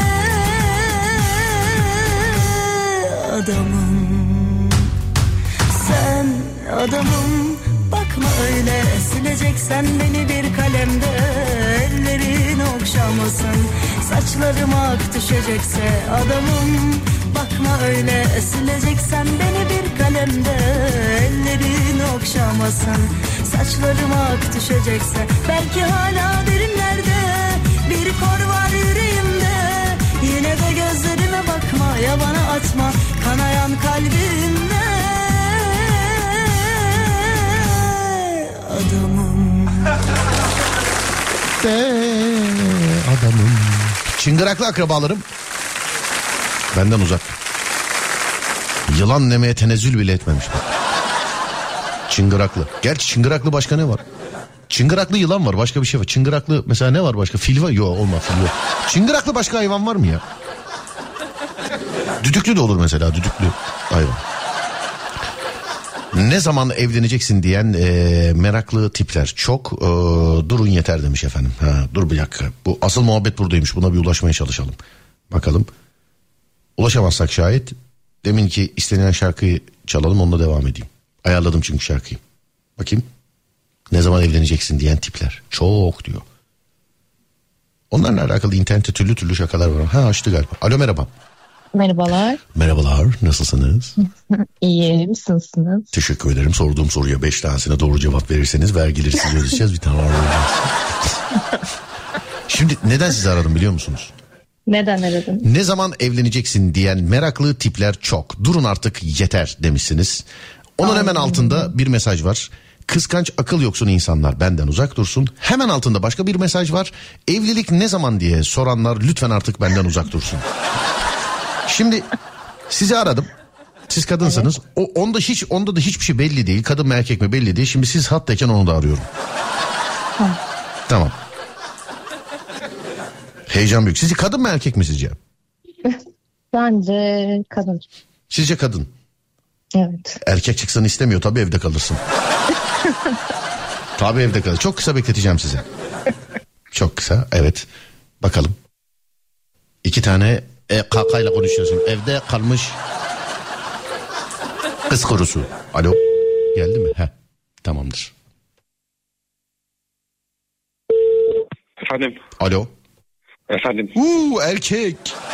adamım, sen adamım, bakma öyle, sileceksen beni bir kalemde. Ellerin okşamasın, saçlarım ak düşecekse adamım, bakma öyle, sileceksen beni bir kalemde. Ellerin okşamasın, saçlarım ak düşecekse belki hala derinlerde bir kor var yüreğimde. Yine de gözlerime bakma, ya bana atma, kanayan kalbimle adamım. Adamım. Çıngıraklı akrabalarım benden uzak. Yılan demeye tenezzül bile etmemiş. Çıngıraklı. Gerçi çıngıraklı başka ne var? Çıngıraklı yılan var, başka bir şey var. Çıngıraklı mesela ne var başka? Fil var? Yok, olmaz, fil yok. Çıngıraklı başka hayvan var mı ya? Düdüklü de olur mesela, düdüklü hayvan. Ne zaman evleneceksin diyen meraklı tipler çok. Durun yeter demiş efendim. Dur bir dakika. Bu asıl muhabbet buradaymış. Buna bir ulaşmaya çalışalım. Bakalım. Ulaşamazsak şayet deminki istenilen şarkıyı çalalım, onunla devam edeyim. Ayarladım çünkü şarkıyı. Bakayım. Ne zaman evleneceksin diyen tipler. Çok diyor. Onlarla alakalı internette türlü şakalar var. Açtı galiba. Alo, merhaba. Merhabalar. Merhabalar, nasılsınız? İyiyim, nasılsınız? Teşekkür ederim. Sorduğum soruya 5 tanesine doğru cevap verirseniz vergileri size ödeyeceğiz. Bir tane var. Şimdi neden sizi aradım biliyor musunuz? Neden aradın? Ne zaman evleneceksin diyen meraklı tipler çok. Durun artık yeter demişsiniz. Onun hemen altında bir mesaj var. Kıskanç, akıl yoksunu insanlar benden uzak dursun. Hemen altında başka bir mesaj var. Evlilik ne zaman diye soranlar lütfen artık benden uzak dursun. Şimdi sizi aradım. Siz kadınsınız. Evet. Onda da hiçbir şey belli değil. Kadın mı erkek mi belli değil. Şimdi siz hattayken onu da arıyorum. Tamam. Heyecan büyük. Sizce kadın mı erkek mi sizce? Bence kadın. Sizce kadın? Evet. Erkek çıksın istemiyor. Tabii evde kalırsın. Tabii evde kalır. Çok kısa bekleteceğim size. Çok kısa. Evet. Bakalım. 2 tane kakayla konuşuyorsun. Evde kalmış kız kurusu. Alo. Geldi mi? Tamamdır. Efendim. Alo. Efendim. Erkek.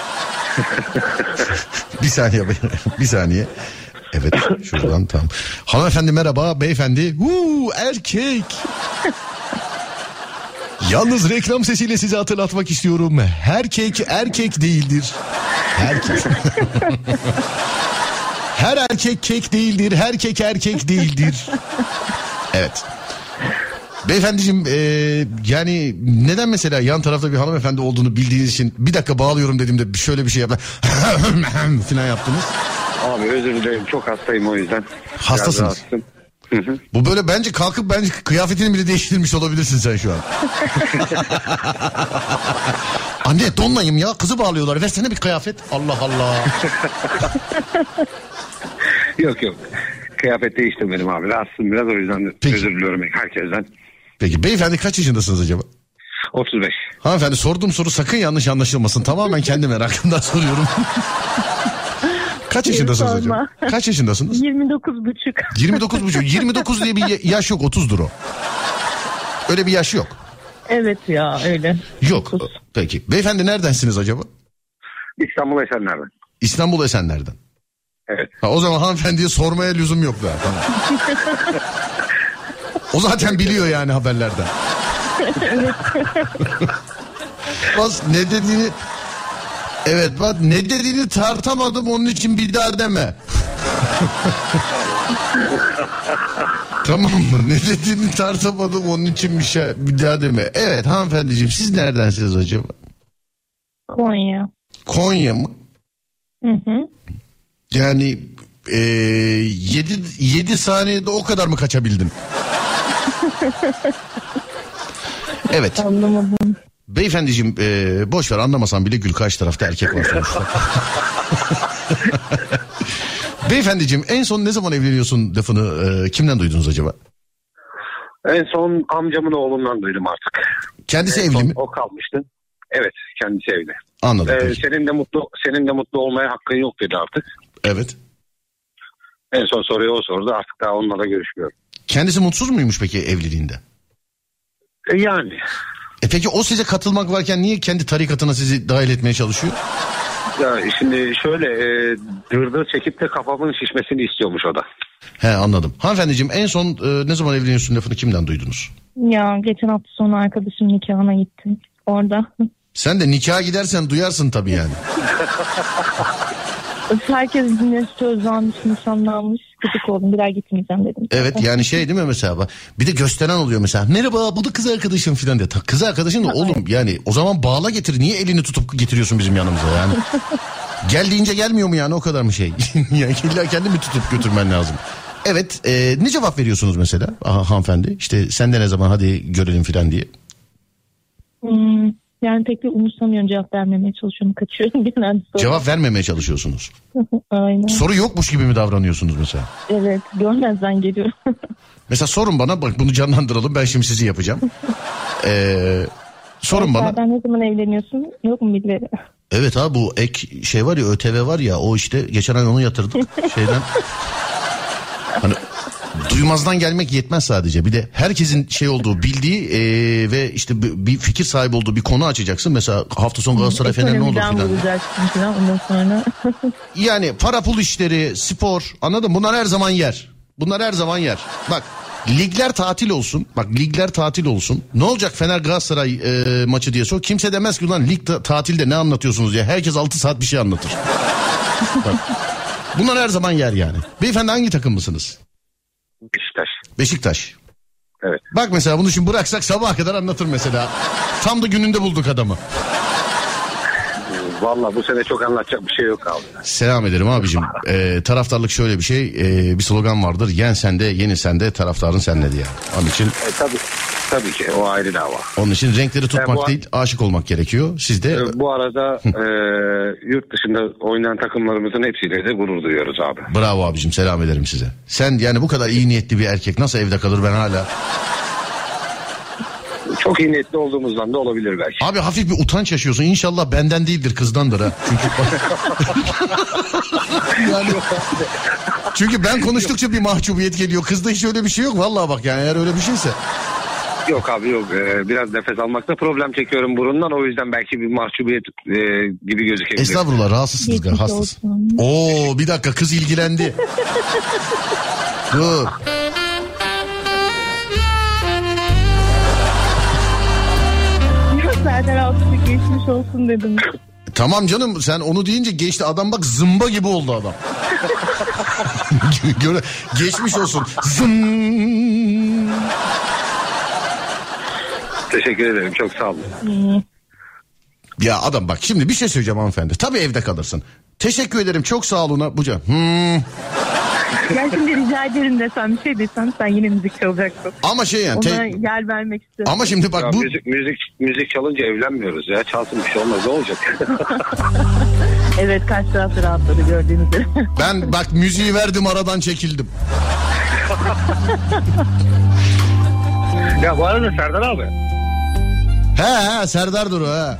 Bir saniye. Evet, şuradan tamam. Hanımefendi merhaba, beyefendi. Erkek. Yalnız reklam sesiyle size hatırlatmak istiyorum. Erkek değildir. Erkek. Her erkek kek değildir, her kek erkek değildir. Evet. Beyefendiciğim yani neden mesela yan tarafta bir hanımefendi olduğunu bildiğiniz için bir dakika bağlıyorum dediğimde şöyle bir şey yaptı falan yaptınız? Abi özür dilerim, çok hastayım o yüzden. Hastasınız. Bu böyle bence kalkıp kıyafetini bile değiştirmiş olabilirsin sen şu an. Anne donlayım ya, kızı bağlıyorlar, versene bir kıyafet. Allah Allah. Yok. Kıyafet değiştirmedim abi. Rahatsızım biraz, o yüzden Peki. özür diliyorum herkesten. Peki beyefendi kaç yaşındasınız acaba? 35. Hanımefendi sorduğum soru sakın yanlış anlaşılmasın. Tamamen kendi merakımdan soruyorum. Kaç yaşındasınız acaba? Kaç yaşındasınız? 29,5. 29,5. 29 diye bir yaş yok, 30'dur o. Öyle bir yaş yok. Evet ya öyle. Yok. Peki. Beyefendi neredensiniz acaba? İstanbul Esenler'den. İstanbul Esenler'den. Evet. Ha, o zaman hanımefendiye sormaya lüzum yok daha. Tamam. O zaten biliyor yani haberlerden. Bas ne dediğini... Evet bak ne dediğini tartamadım, onun için bir daha deme. Tamam mı? Ne dediğini tartamadım, onun için bir daha deme. Evet hanımefendiciğim, siz neredensiniz acaba? Konya. Konya mı? Hı hı. Yani 7 saniyede o kadar mı kaçabildin? Evet. Anlamadım. Beyefendiciğim boş ver, anlamasan bile gül, karşı tarafta erkek var sonuçta. Beyefendiciğim en son ne zaman evleniyorsun lafını kimden duydunuz acaba? En son amcamın oğlundan duydum artık. Kendisi En evli son mi? o kalmıştı. Evet, kendisi evli. Anladım. Peki. Senin de mutlu olmaya hakkın yok dedi artık. Evet. En son soruyu o sordu, artık daha onunla da görüşmüyorum. Kendisi mutsuz muymuş peki evliliğinde? Yani. Peki o size katılmak varken niye kendi tarikatına sizi dahil etmeye çalışıyor? Ya şimdi şöyle dırdır çekip de kafamın şişmesini istiyormuş o da. He, anladım. Hanımefendiciğim en son ne zaman evleniyorsun lafını kimden duydunuz? Ya geçen hafta sonu arkadaşım nikahına gittim. Orada. Sen de nikaha gidersen duyarsın tabii yani. Herkes yine sözlenmiş, nişanlanmış. Gıcık oldum, bir daha gitmeyeceğim dedim. Evet yani şey değil mi mesela, bir de gösteren oluyor mesela. Merhaba, bu da kız arkadaşım falan diye. Kız arkadaşın da oğlum yani o zaman bağla getir. Niye elini tutup getiriyorsun bizim yanımıza yani? Gel deyince gelmiyor mu yani, o kadar mı şey? Yani illa kendi mi tutup götürmen lazım? Evet ne cevap veriyorsunuz mesela hanımefendi? İşte sen de ne zaman hadi görelim falan diye. Yani pek bir umursamıyorum, cevap vermemeye çalışıyorum, kaçıyorum genelde. Cevap vermemeye çalışıyorsunuz. Aynen. Soru yokmuş gibi mi davranıyorsunuz mesela? Evet, görmezden geliyorum. Mesela sorun bana, bak bunu canlandıralım, ben şimdi sizi yapacağım. Sorun bana. Sen ne zaman evleniyorsun? Yok mu birileri? Evet abi, bu ek şey var ya, ÖTV var ya, o işte geçen ay onu yatırdık şeyden. Hani duymazdan gelmek yetmez sadece, bir de herkesin şey olduğu bildiği ve işte bir fikir sahibi olduğu bir konu açacaksın. Mesela hafta sonu Galatasaray Fener ne olur filan. Ondan sonra. Yani para pul işleri, spor, anladın mı? Bunlar her zaman yer. Bunlar her zaman yer. Bak ligler tatil olsun. Bak ligler tatil olsun. Ne olacak Fener Galatasaray maçı diye sor. Kimse demez ki ulan lig tatilde ne anlatıyorsunuz ya. Herkes 6 saat bir şey anlatır. Bak, bunlar her zaman yer yani. Beyefendi hangi takım mısınız? Beşiktaş. Beşiktaş. Evet. Bak mesela bunu şimdi bıraksak sabaha kadar anlatır mesela. Tam da gününde bulduk adamı. Vallahi bu sene çok anlatacak bir şey yok abi. Selam ederim abicim. Taraftarlık şöyle bir şey. Bir slogan vardır. Yen sende, yenilsen de taraftarın senle diye. Onun için. Tabii ki o ayrı dava. Onun için renkleri tutmak değil, aşık olmak gerekiyor. Siz de. Bu arada yurt dışında oynayan takımlarımızın hepsiyle de gurur duyuyoruz abi. Bravo abicim, selam ederim size. Sen yani bu kadar iyi niyetli bir erkek nasıl evde kalır, ben hala. Çok iyi niyetli olduğumuzdan da olabilir belki. Abi hafif bir utanç yaşıyorsun. İnşallah benden değildir, kızdandır ha. Çünkü ben konuştukça bir mahcubiyet geliyor. Kızda hiç öyle bir şey yok. Vallahi bak yani, eğer öyle bir şeyse. Yok abi yok. Biraz nefes almakta problem çekiyorum burundan. O yüzden belki bir mahcubiyet gibi gözükebilir. Estağfurullah, rahatsızsınız galiba, hastasın. Oo bir dakika, kız ilgilendi. Dur. Serdar Altın'ı geçmiş olsun dedim. Tamam canım, sen onu deyince geçti, adam bak zımba gibi oldu adam. Geçmiş olsun. Zın. Teşekkür ederim. Çok sağ olun. Ya adam bak şimdi bir şey söyleyeceğim hanımefendi. Tabii evde kalırsın. Teşekkür ederim çok sağ olun. Buca. Ben şimdi rica ederim desem bir şey desem sen yine müzik çalacaksın. Ama şey yani. Ona yer vermek istiyorum. Ama şimdi bak Ya bu. Müzik çalınca evlenmiyoruz ya. Çalsın bir şey olmaz, ne olacak? Evet, kaç tarafı rahatladı gördüğünüz üzere. Ben bak müziği verdim aradan çekildim. Ya bu arada Serdar abi. He Serdar Duru he.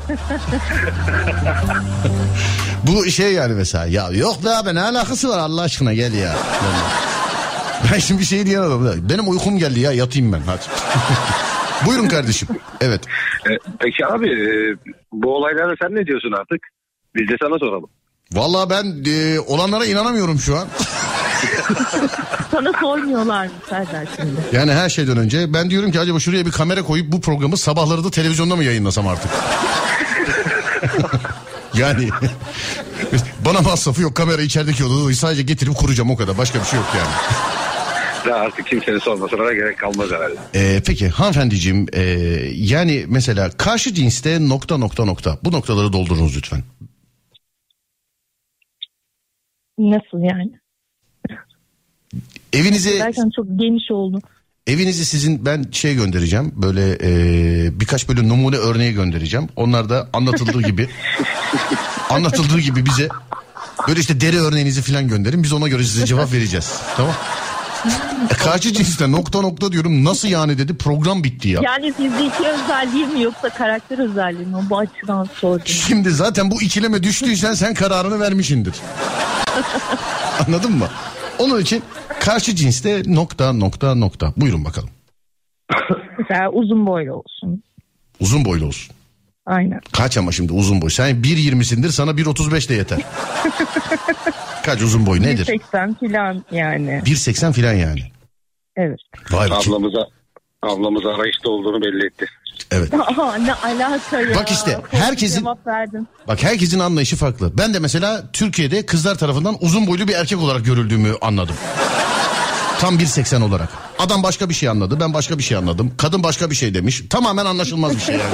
Bu şey yani mesela ya yok be abi ne alakası var Allah aşkına gel ya. Ben şimdi bir şey diyen adamım. Benim uykum geldi ya yatayım ben hadi. Buyurun kardeşim. Evet. Peki abi bu olaylara sen ne diyorsun artık? Biz de sana soralım. Vallahi ben olanlara inanamıyorum şu an. Sana sormuyorlar mı Serdar şimdi? Yani her şeyden önce ben diyorum ki acaba şuraya bir kamera koyup bu programı sabahları da televizyonda mı yayınlasam artık? Yani bana masrafı yok, kamera içerideki odada sadece getirip kuracağım o kadar, başka bir şey yok yani. Daha artık kimsenin sormasına da gerek kalmaz herhalde. Peki hanımefendiciğim yani mesela karşı cinste ... bu noktaları doldurunuz lütfen. Nasıl yani? Evinize Zaten çok geniş oldu. Evinizi sizin ben şey göndereceğim böyle birkaç böyle numune örneği göndereceğim. Onlar da anlatıldığı gibi bize böyle işte deri örneğinizi falan gönderin. Biz ona göre size cevap vereceğiz. Tamam. Karşı cinste ... diyorum, nasıl yani dedi, program bitti ya. Yani fizdeki özelliği mi yoksa karakter özelliği mi? Bu açıdan sordum. Şimdi zaten bu ikileme düştüysen sen kararını vermişindir. Anladın mı? Onun için karşı cinste ... Buyurun bakalım. Mesela uzun boylu olsun. Uzun boylu olsun. Aynen. Kaç ama şimdi uzun boy? Sen 1.20'sindir, sana 1.35 de yeter. Kaç uzun boy nedir? 1.80 filan yani. 1.80 filan yani. Evet. Vay be. Ablamıza arayışta olduğunu belli etti. Evet. Aha, ne alaka ya. Bak işte herkesin anlayışı farklı. Ben de mesela Türkiye'de kızlar tarafından uzun boylu bir erkek olarak görüldüğümü anladım. Tam 1.80 olarak. Adam başka bir şey anladı, ben başka bir şey anladım. Kadın başka bir şey demiş. Tamamen anlaşılmaz bir şey yani.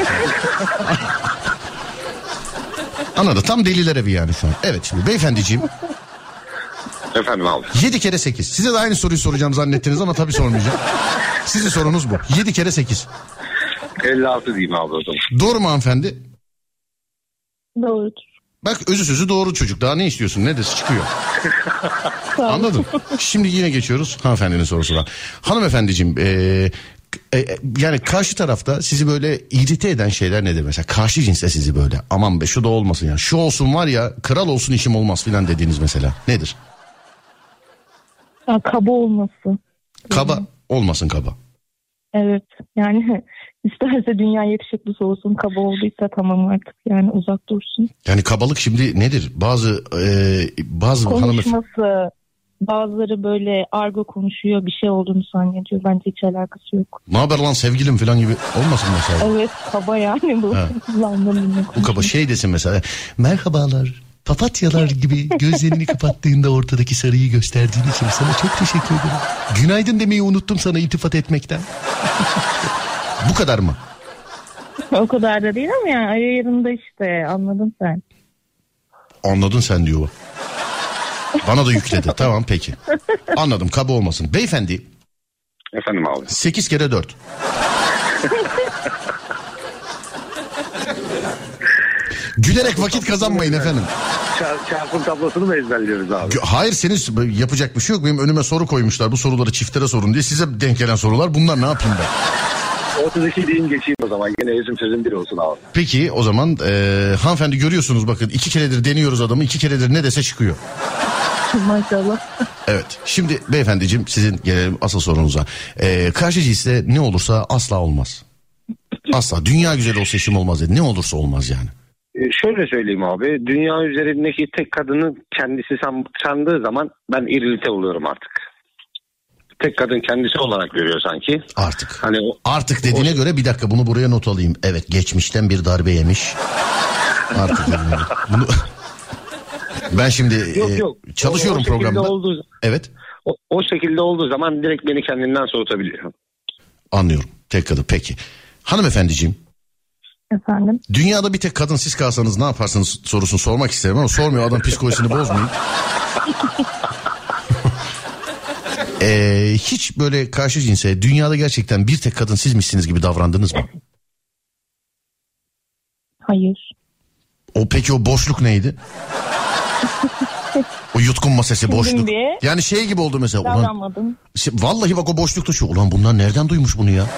Anladı, tam deliler evi yani şu an. Evet şimdi beyefendiciğim. Efendim abi. 7 kere 8. Size de aynı soruyu soracağım zannettiniz ama tabii sormayacağım. Sizin sorunuz bu. 7 kere 8. 56 diyeyim abi o zaman. Doğru mu hanımefendi? Doğrudur. Bak özü sözü doğru çocuk. Daha ne istiyorsun? Ne desi çıkıyor. Anladım. Şimdi yine geçiyoruz hanımefendinin sorusuna. Hanımefendiciğim yani karşı tarafta sizi böyle irite eden şeyler nedir mesela? Karşı cinste sizi böyle aman be şu da olmasın ya. Şu olsun var ya, kral olsun işim olmaz filan dediğiniz mesela nedir? Ya, kaba olması. Kaba olmasın kaba. Evet yani isterse dünya yakışıklısı olsun, kaba olduysa tamam artık yani uzak dursun. Yani kabalık şimdi nedir? Bazı konuşması, bazıları böyle argo konuşuyor, bir şey olduğunu zannediyor. Bence hiç alakası yok. Ne haber lan sevgilim falan gibi olmasın mesela. Evet, kaba yani bu. Bu kaba şey desin mesela. Merhabalar. Papatyalar gibi gözlerini kapattığında ortadaki sarıyı gösterdiğin için sana çok teşekkür ederim. Günaydın demeyi unuttum sana iltifat etmekten. Bu kadar mı? O kadar da değil ama yani ayarında işte, anladın sen. Anladın sen diyor. Bana da yükledi. Tamam peki. Anladım, kaba olmasın. Beyefendi. Efendim abi. 8 kere 4. Gülerek vakit kazanmayın efendim. Çarpım tablosunu mu ezberliyoruz abi? Hayır, senin yapacak bir şey yok. Benim önüme soru koymuşlar. Bu soruları çiftlere sorun diye. Size denk gelen sorular bunlar, ne yapayım ben? 32 diyeyim geçeyim o zaman. Yine özüm sözüm bir olsun abi. Peki o zaman hanımefendi görüyorsunuz bakın 2 keredir deniyoruz adamı. 2 keredir ne dese çıkıyor. Maşallah. Evet, şimdi beyefendiciğim sizin gelelim asıl sorunuza. Karşı cinste ne olursa asla olmaz. Asla. Dünya güzeli olsa işim olmaz dedi. Ne olursa olmaz yani. Şöyle söyleyeyim abi. Dünya üzerindeki tek kadını kendisi sandığı zaman ben irrite oluyorum artık. Tek kadın kendisi olarak görüyor sanki. Artık. Hani artık dediğine göre bir dakika bunu buraya not alayım. Evet, geçmişten bir darbe yemiş. Artık bunu Ben şimdi Yok. çalışıyorum O şekilde programda. Evet. O şekilde olduğu zaman direkt beni kendimden soğutabiliyor. Anlıyorum. Tek kadın. Peki. Hanımefendiciğim. Efendim? Dünyada bir tek kadın siz kalsanız ne yaparsınız sorusunu sormak isterim ama sormuyor, adam psikolojisini bozmayın. Hiç böyle karşı cinse dünyada gerçekten bir tek kadın sizmişsiniz gibi davrandınız mı? Hayır. Peki o boşluk neydi? O yutkunma sesi, boşluk. diye Yani şey gibi oldu mesela. davranmadım. Vallahi bak o boşlukta şu. Ulan bunlar nereden duymuş bunu ya?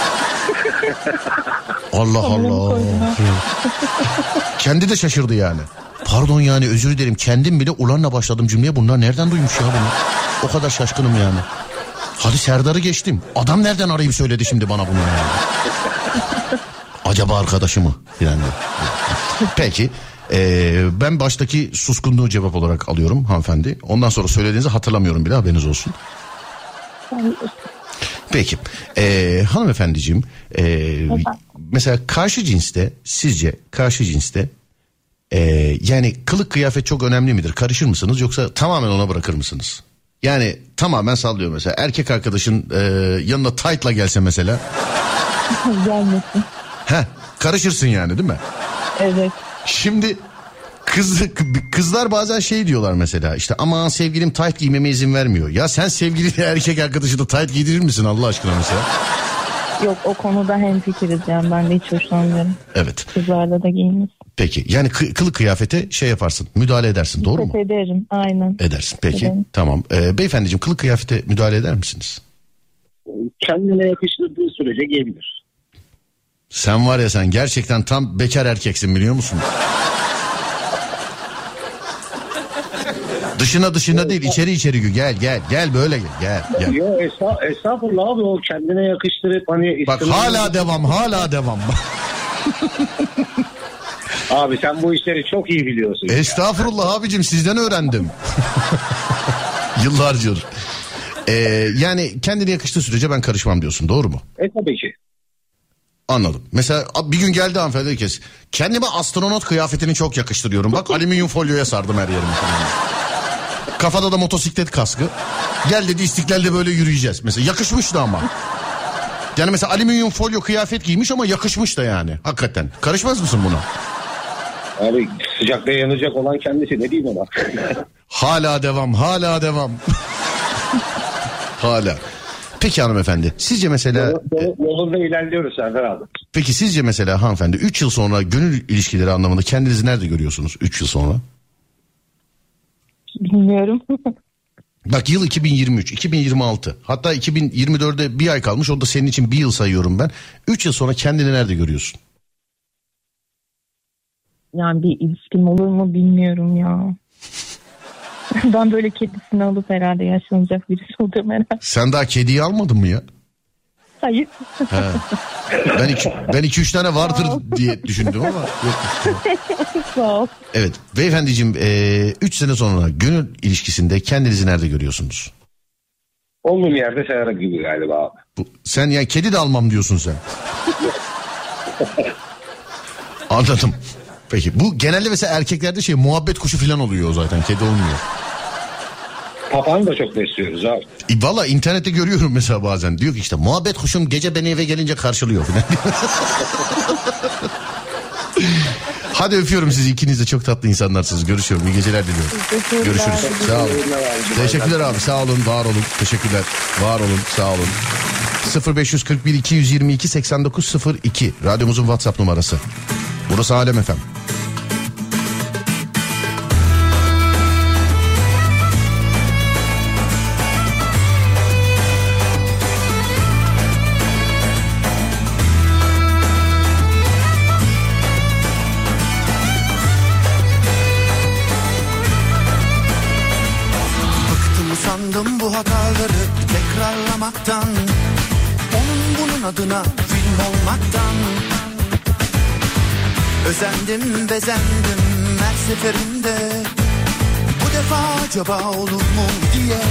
Allah Allah. Kendi de şaşırdı yani. Pardon yani, özür dilerim. Kendim bile ulanla başladım cümleye. Bunlar nereden duymuş ya bunu? O kadar şaşkınım yani. Hadi Serdar'ı geçtim. Adam nereden arayıp söyledi şimdi bana bunu yani? Acaba arkadaşı mı? Yani. Peki. Ben baştaki suskunluğu cevap olarak alıyorum hanımefendi. Ondan sonra söylediğinizi hatırlamıyorum bile, haberiniz olsun. Peki. Hanımefendiciğim. Mesela karşı cinste, sizce karşı cinste yani kılık kıyafet çok önemli midir? Karışır mısınız yoksa tamamen ona bırakır mısınız? Yani tamamen sallıyor mesela. Erkek arkadaşın yanına tight'la gelse mesela. Gelmesin. Karışırsın yani, değil mi? Evet. Şimdi kızlar bazen şey diyorlar mesela, işte aman sevgilim tight giymeme izin vermiyor. Ya sen sevgili erkek arkadaşına tight giydirir misin Allah aşkına mesela? Yok, o konuda hemfikiriz yani, ben de hiç hoşlanmıyorum. Evet. Kızlarla da giyiniz. Peki yani kılık kıyafete şey yaparsın, müdahale edersin, doğru mu? Ederim, aynen. Edersin, peki Ederim. Tamam. Beyefendiciğim, kılık kıyafete müdahale eder misiniz? Kendine yakıştırdığı sürece giyebilir. Sen var ya, sen gerçekten tam bekar erkeksin, biliyor musun? Dışına değil, içeri gel böyle gel. Yok estağfurullah abi, o kendine yakıştırıp hani... Bak hala devam. Abi sen bu işleri çok iyi biliyorsun. Estağfurullah abicim, sizden öğrendim. Yıllardır. Yani kendine yakıştığı sürece ben karışmam diyorsun, doğru mu? Tabii ki. Anladım. Mesela bir gün geldi hanımefendi, dedi ki kendime astronot kıyafetini çok yakıştırıyorum. Bak alüminyum folyoya sardım her yerimi. Kafada da motosiklet kaskı. Gel dedi, İstiklal'de böyle yürüyeceğiz. Mesela yakışmıştı ama. Yani mesela alüminyum folyo kıyafet giymiş ama yakışmış da yani. Hakikaten. Karışmaz mısın buna? Abi sıcakta yanacak olan kendisi, ne diyeyim ona? Hala devam. Hala. Peki hanımefendi, sizce mesela... Yolunda ilerliyoruz Serdar abi. Peki sizce mesela hanımefendi 3 yıl sonra gönül ilişkileri anlamında kendinizi nerede görüyorsunuz 3 yıl sonra? Bilmiyorum. Bak yıl 2023, 2026, hatta 2024'de bir ay kalmış, onu da senin için bir yıl sayıyorum ben. 3 yıl sonra kendini nerede görüyorsun? Yani bir ilişkim olur mu bilmiyorum ya. Ben böyle kedisini alıp herhalde yaşlanacak birisi olacağım herhalde. Sen daha kediyi almadın mı ya? Hayır. Ben 2-3 tane vardır diye düşündüm ama yok. Sağ ol. Evet beyefendiciğim, 3 sene sonra gönül ilişkisinde kendinizi nerede görüyorsunuz? Olduğum yerde sayarak gibi galiba abi. Sen yani kedi de almam diyorsun sen. Anladım. Peki bu genelde mesela erkeklerde muhabbet kuşu falan oluyor zaten, kedi olmuyor. Papağanı da çok besliyoruz abi. Valla internette görüyorum mesela bazen. Diyor ki işte muhabbet kuşum gece beni eve gelince karşılıyor falan. Hadi öpüyorum sizi, ikiniz de çok tatlı insanlarsınız. Görüşüyorum, iyi geceler diliyorum. Görüşürüz. Sağ olun. Teşekkürler abi, sağ olun, var olun. Teşekkürler, var olun, sağ olun. 0541 222 8902 radyomuzun WhatsApp numarası. Burası Alem FM. Sandım bu hataları tekrarlamaktan, onun bunun adına film olmaktan. Özendim bezendim her seferinde, bu defa acaba olur mu diye.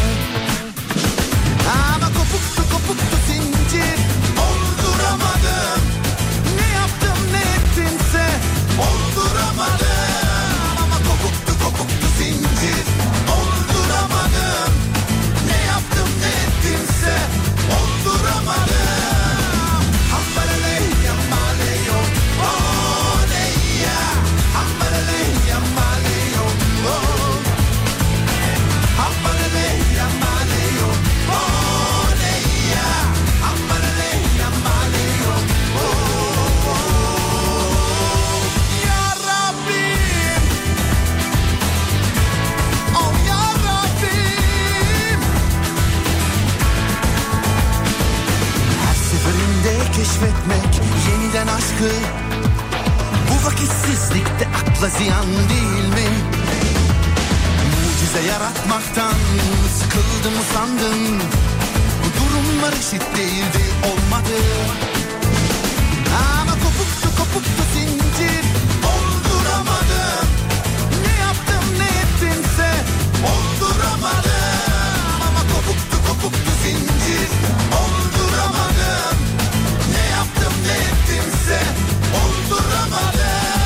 Ama kopuktu zincir, olduramadım. Ne yaptım ne ettimse olduramadım. Ama kopuktu zincir. keşfetmek yeniden aşkı. Bu vakitsizlikte akla ziyan değil mi? Mucize yaratmaktan sıkıldım mı sandın? Bu durumlar eşit değildi, olmadı. Ama kopuktu zincir, olduramadım. Ne yaptım ne ettimse olduramadım. Ama kopuktu zincir, olduramadım. Ne yaptım ne ettimse olduramadım.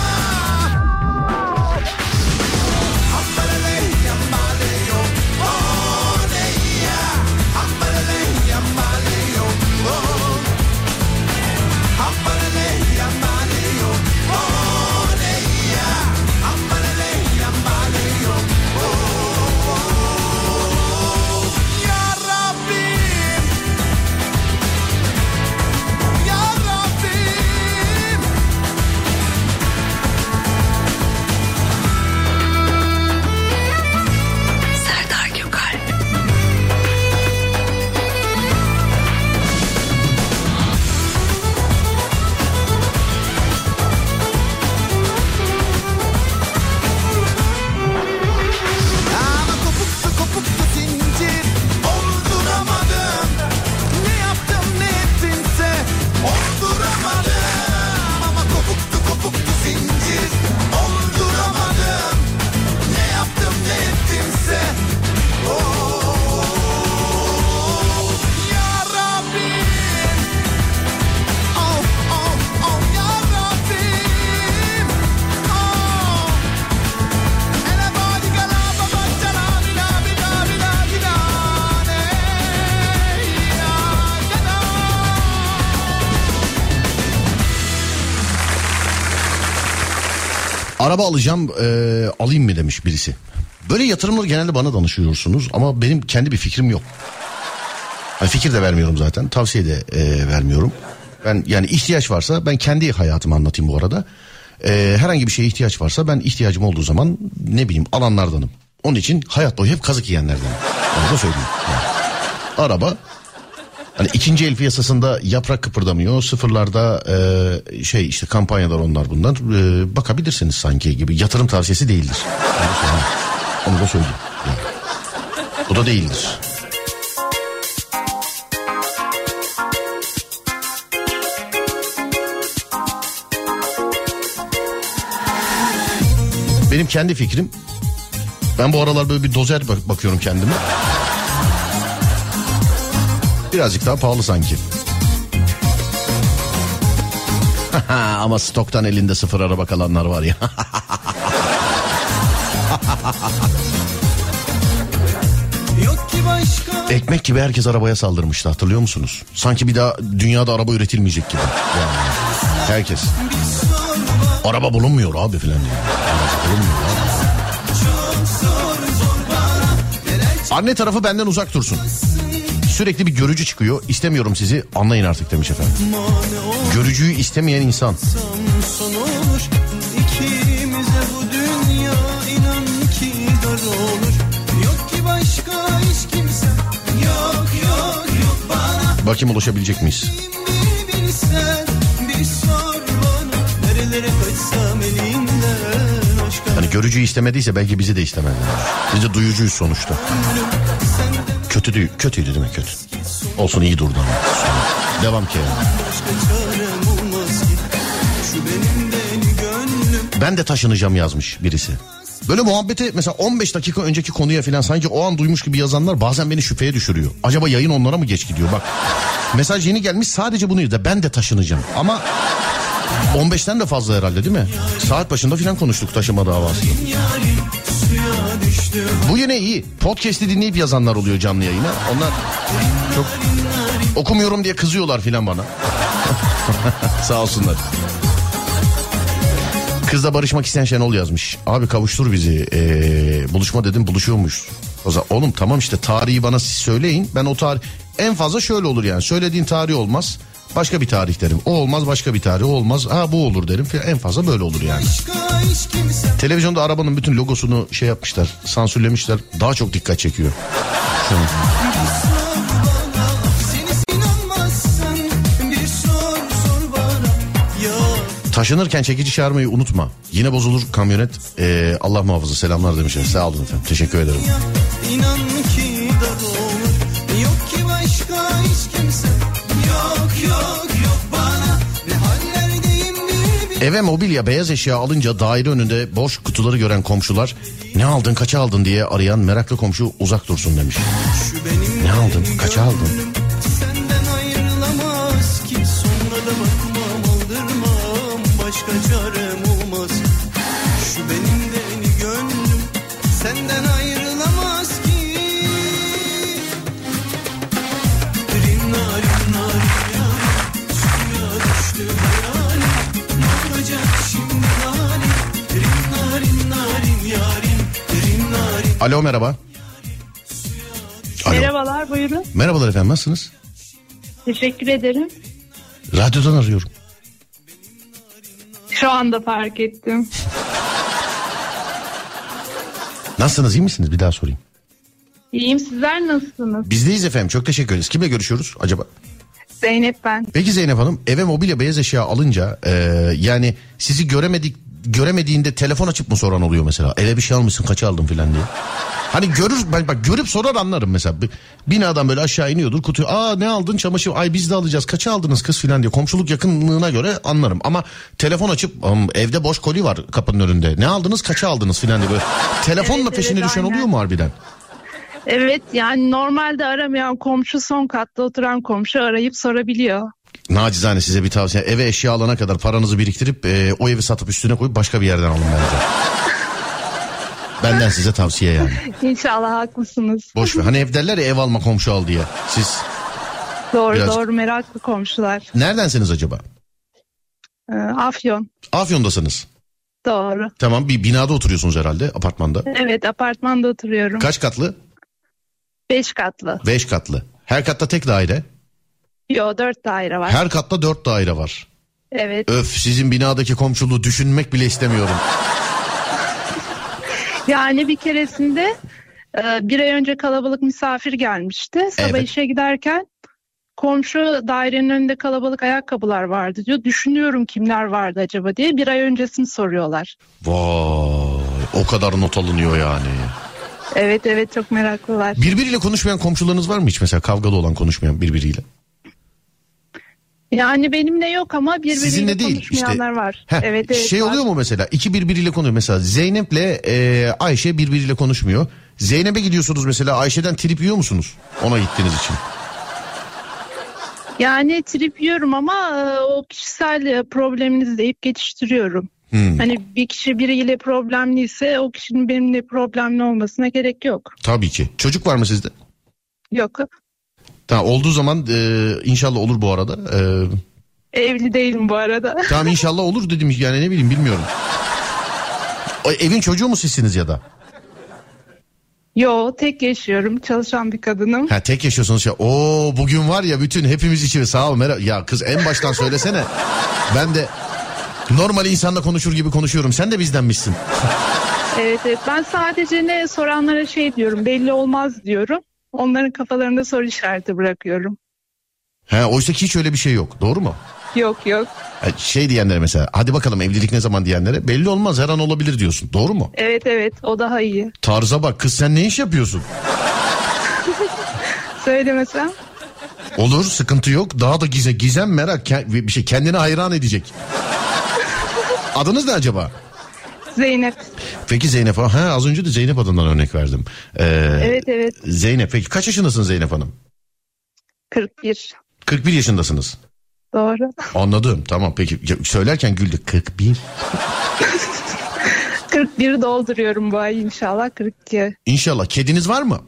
Araba alacağım, alayım mı demiş birisi. Böyle yatırımları genelde bana danışıyorsunuz ama benim kendi bir fikrim yok. Yani fikir de vermiyorum zaten, tavsiye de vermiyorum. Ben yani ihtiyaç varsa, ben kendi hayatımı anlatayım bu arada. Herhangi bir şeye ihtiyaç varsa ben ihtiyacım olduğu zaman ne bileyim alanlardanım. Onun için hayat boyu hep kazık yiyenlerdenim. Onu da söyleyeyim. Yani. Araba hani ikinci el piyasasında yaprak kıpırdamıyor. Sıfırlarda işte kampanyalar onlar bunlar. Bakabilirsiniz sanki gibi. Yatırım tavsiyesi değildir. Onu da söyleyeyim. Yani. Bu da değildir. Benim kendi fikrim. Ben bu aralar böyle bir dozer bakıyorum kendime. Birazcık daha pahalı sanki. Ama stoktan elinde sıfır araba kalanlar var ya. Ekmek gibi herkes arabaya saldırmıştı, hatırlıyor musunuz? Sanki bir daha dünyada araba üretilmeyecek gibi. Yani herkes. Araba bulunmuyor abi filan diyor. Bulunmuyor abi. Anne tarafı benden uzak dursun. Sürekli bir görücü çıkıyor. İstemiyorum sizi, anlayın artık demiş efendim. Görücüyü istemeyen insan. Bakayım ulaşabilecek miyiz? Hani görücüyü istemediyse belki bizi de istemez. Biz de duyucuyuz sonuçta. Kötüydü değil mi? Kötü. Olsun, iyi durdu ama. Devam ki. Ben de taşınacağım yazmış birisi. Böyle muhabbeti mesela 15 dakika önceki konuya falan sanki o an duymuş gibi yazanlar bazen beni şüpheye düşürüyor. Acaba yayın onlara mı geç gidiyor? Bak mesaj yeni gelmiş, sadece bunu da ben de taşınacağım. Ama 15'ten de fazla herhalde değil mi? Saat başında falan konuştuk taşıma davasını. Bu yine iyi. Podcast'i dinleyip yazanlar oluyor canlı yayına. Onlar çok okumuyorum diye kızıyorlar filan bana. Sağ olsunlar. Kızla barışmak isteyen Şenol yazmış. Abi kavuştur bizi. Buluşma dedim, buluşuyormuş. O zaman oğlum tamam işte, tarihi bana siz söyleyin. Ben o tarih, en fazla şöyle olur yani. Söylediğin tarih olmaz, başka bir tarih derim. O olmaz, başka bir tarih. O olmaz, ha bu olur derim. En fazla böyle olur yani. Televizyonda arabanın bütün logosunu şey yapmışlar, sansürlemişler. Daha çok dikkat çekiyor. Şunu. Taşınırken çekici çağırmayı unutma. Yine bozulur kamyonet. Allah muhafaza, selamlar demişler. Sağ olun efendim. Teşekkür ederim. İnan ki da olur. Yok ki başka hiç kimse. Yok bana. Ne hallerdeyim bir. Eve mobilya, beyaz eşya alınca daire önünde boş kutuları gören komşular ne aldın, kaça aldın diye arayan meraklı komşu uzak dursun demiş. Ne aldın, kaça aldın? Senden ayrılamaz ki, sonra da bakmam, aldırmam, başka çarem olmaz. Şu benim deli gönlüm senden ayrılamaz ki. Rinna rinna rinna, suya düştü hayalim. Ne olacak şimdi halim? Rinna rinna rin yarim, rinna rin. Alo, merhaba. Alo. Merhabalar, buyurun. Merhabalar efendim, nasılsınız? Teşekkür ederim. Radyodan arıyorum. Şu anda fark ettim. Nasılsınız, iyi misiniz? Bir daha sorayım. İyiyim, sizler nasılsınız? Bizdeyiz efendim, çok teşekkür ederiz. Kimle görüşüyoruz acaba? Zeynep ben. Peki Zeynep Hanım, eve mobilya, beyaz eşya alınca yani sizi göremediğinde telefon açıp mı soran oluyor mesela? Eve bir şey almışsın, kaça aldın filan diye. Hani bak görüp sorar anlarım mesela. Binadan böyle aşağı iniyordur kutuyu. Aa ne aldın, çamaşır, ay biz de alacağız, kaça aldınız kız filan diye. Komşuluk yakınlığına göre anlarım. Ama telefon açıp evde boş koli var kapının önünde. Ne aldınız, kaça aldınız filan diye böyle. Telefonla Evet, peşine düşen aynen. oluyor mu harbiden? Evet, yani normalde aramayan komşu son katta oturan komşu arayıp sorabiliyor. Nacizane size bir tavsiye. Eve eşya alana kadar paranızı biriktirip o evi satıp üstüne koyup başka bir yerden alın bence. Benden size tavsiye yani. İnşallah haklısınız. Boş ver. Hani hep derler ya ev alma komşu al diye. Siz Doğru Biraz- doğru, meraklı komşular. neredensiniz acaba? Afyon. Afyon'dasınız. Doğru. Tamam, bir binada oturuyorsunuz herhalde, apartmanda. Evet, apartmanda oturuyorum. Kaç katlı? 5 katlı. 5 katlı. Her katta tek daire. Yo, 4 daire var. Her katta 4 daire var. Evet. Öf, sizin binadaki komşuluğu düşünmek bile istemiyorum. Yani bir keresinde bir ay önce kalabalık misafir gelmişti. Sabah Evet. işe giderken komşu dairenin önünde kalabalık ayakkabılar vardı diyor. Düşünüyorum kimler vardı acaba diye, bir ay öncesini soruyorlar. Vay, o kadar not alınıyor yani. Evet evet, çok meraklılar. Birbiriyle konuşmayan komşularınız var mı hiç mesela, kavgalı olan, konuşmayan birbiriyle? Yani benimle yok ama birbiriyle Sizinle değil konuşmayanlar işte. var. Heh, Evet, evet, şey var. oluyor mu mesela, iki birbiriyle konuşuyor mesela, Zeynep'le Ayşe birbiriyle konuşmuyor. Zeynep'e gidiyorsunuz mesela, Ayşe'den trip yiyor musunuz ona gittiğiniz için? Yani trip yiyorum ama o kişisel probleminizi deyip geçiştiriyorum. Hani bir kişi biriyle problemliyse o kişinin benimle problemli olmasına gerek yok. Tabii ki. Çocuk var mı sizde? Yok. Tamam, olduğu zaman inşallah olur bu arada. Evli değilim bu arada. Tamam, inşallah olur dedim yani, ne bileyim, bilmiyorum. Evin çocuğu mu sizsiniz ya da? Yo, tek yaşıyorum. Çalışan bir kadınım. Ha, tek yaşıyorsunuz ya. Oo, bugün var ya bütün hepimiz için sağ ol. Ya kız, en baştan söylesene. Ben de normal insanla konuşur gibi konuşuyorum. Sen de bizdenmişsin. Evet evet, ben sadece ne soranlara şey diyorum, belli olmaz diyorum. Onların kafalarında soru işareti bırakıyorum. Ha, oysa ki hiç öyle bir şey yok. Doğru mu? Yok. Şey diyenlere mesela, hadi bakalım evlilik ne zaman diyenlere, belli olmaz, her an olabilir diyorsun. Doğru mu? Evet, o daha iyi. Tarza bak kız, sen ne iş yapıyorsun? Söylemesem. Olur, sıkıntı yok. Daha da gizem merak, bir şey, kendine hayran edecek. Adınız ne acaba? Zeynep. Peki Zeynep, az önce de Zeynep adından örnek verdim. Evet. Zeynep, peki kaç yaşındasın Zeynep Hanım? 41. 41 yaşındasınız. Doğru. Anladım, tamam, peki söylerken güldük. 41. 41 dolduruyorum bu ay, inşallah 42. İnşallah. Kediniz var mı?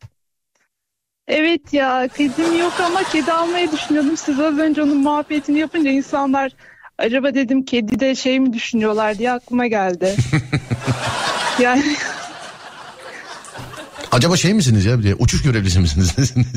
Evet ya, kedim yok ama kedi almayı düşünüyordum. Siz az önce onun muhabbetini yapınca insanlar acaba dedim kedi de şey mi düşünüyorlar diye aklıma geldi. Yani Acaba şey misiniz ya, bir de uçuş görevlisi misiniz?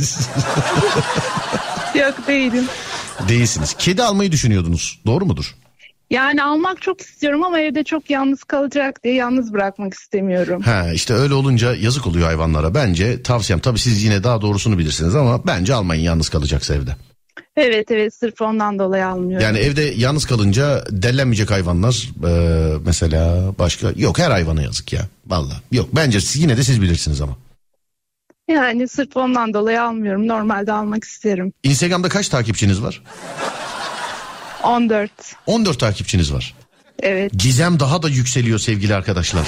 yok, değilim. Değilsiniz. Kedi almayı düşünüyordunuz. Doğru mudur? Yani almak çok istiyorum ama evde çok yalnız kalacak diye yalnız bırakmak istemiyorum. İşte öyle olunca yazık oluyor hayvanlara. Bence tavsiyem, tabii siz yine daha doğrusunu bilirsiniz ama bence almayın, yalnız kalacaksa evde. Evet sırf ondan dolayı almıyorum. Yani evde yalnız kalınca dellenmeyecek hayvanlar mesela başka yok, her hayvana yazık ya. Vallahi yok, bence yine de siz bilirsiniz ama. Yani sırf ondan dolayı almıyorum. Normalde almak isterim. Instagram'da kaç takipçiniz var? 14. 14 takipçiniz var. Evet. Gizem daha da yükseliyor sevgili arkadaşlar.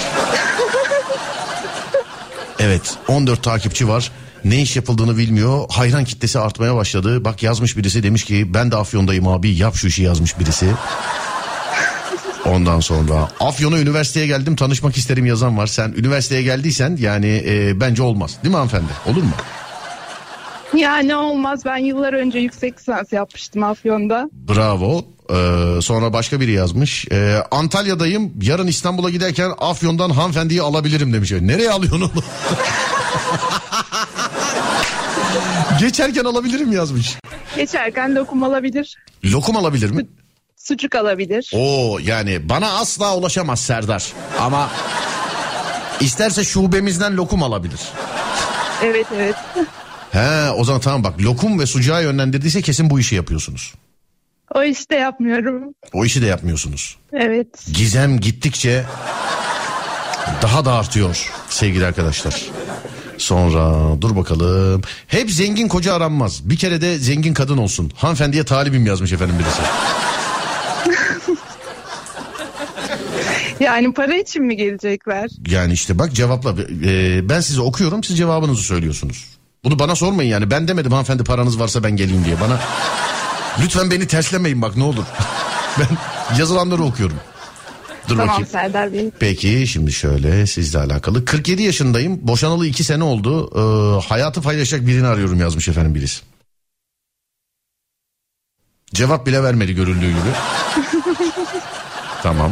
Evet, 14 takipçi var. Ne iş yapıldığını bilmiyor. Hayran kitlesi artmaya başladı. Bak yazmış birisi, demiş ki ben de Afyon'dayım abi, yap şu işi yazmış birisi. Ondan sonra Afyon'a üniversiteye geldim, tanışmak isterim yazan var. Sen üniversiteye geldiysen yani bence olmaz. Değil mi hanımefendi? Olur mu? Yani olmaz. Ben yıllar önce yüksek lisans yapmıştım Afyon'da. Bravo. Sonra başka biri yazmış. Antalya'dayım. Yarın İstanbul'a giderken Afyon'dan hanımefendiyi alabilirim demiş. Nereye alıyorsun onu? Geçerken alabilirim yazmış. Geçerken lokum alabilir. Lokum alabilir mi? Sucuk alabilir. Oo, yani bana asla ulaşamaz Serdar. Ama isterse şubemizden lokum alabilir. Evet. He, o zaman tamam, bak lokum ve sucuğa yönlendirdiyse kesin bu işi yapıyorsunuz. O işi de yapmıyorum. O işi de yapmıyorsunuz. Evet. Gizem gittikçe daha da artıyor sevgili arkadaşlar. Sonra dur bakalım. Hep zengin koca aranmaz. Bir kere de zengin kadın olsun. Hanımefendiye talibim yazmış efendim birisi. Yani para için mi gelecekler? Yani işte bak cevapla. Ben size okuyorum, siz cevabınızı söylüyorsunuz. Bunu bana sormayın yani. Ben demedim hanımefendi paranız varsa ben geleyim diye. Bana lütfen beni terslemeyin bak, ne olur. Ben yazılanları okuyorum. Dur tamam bakayım. Serdar Bey. Peki şimdi şöyle, sizle alakalı. 47 yaşındayım. Boşanalı 2 sene oldu. Hayatı paylaşacak birini arıyorum yazmış efendim birisi. Cevap bile vermedi görüldüğü gibi. Tamam.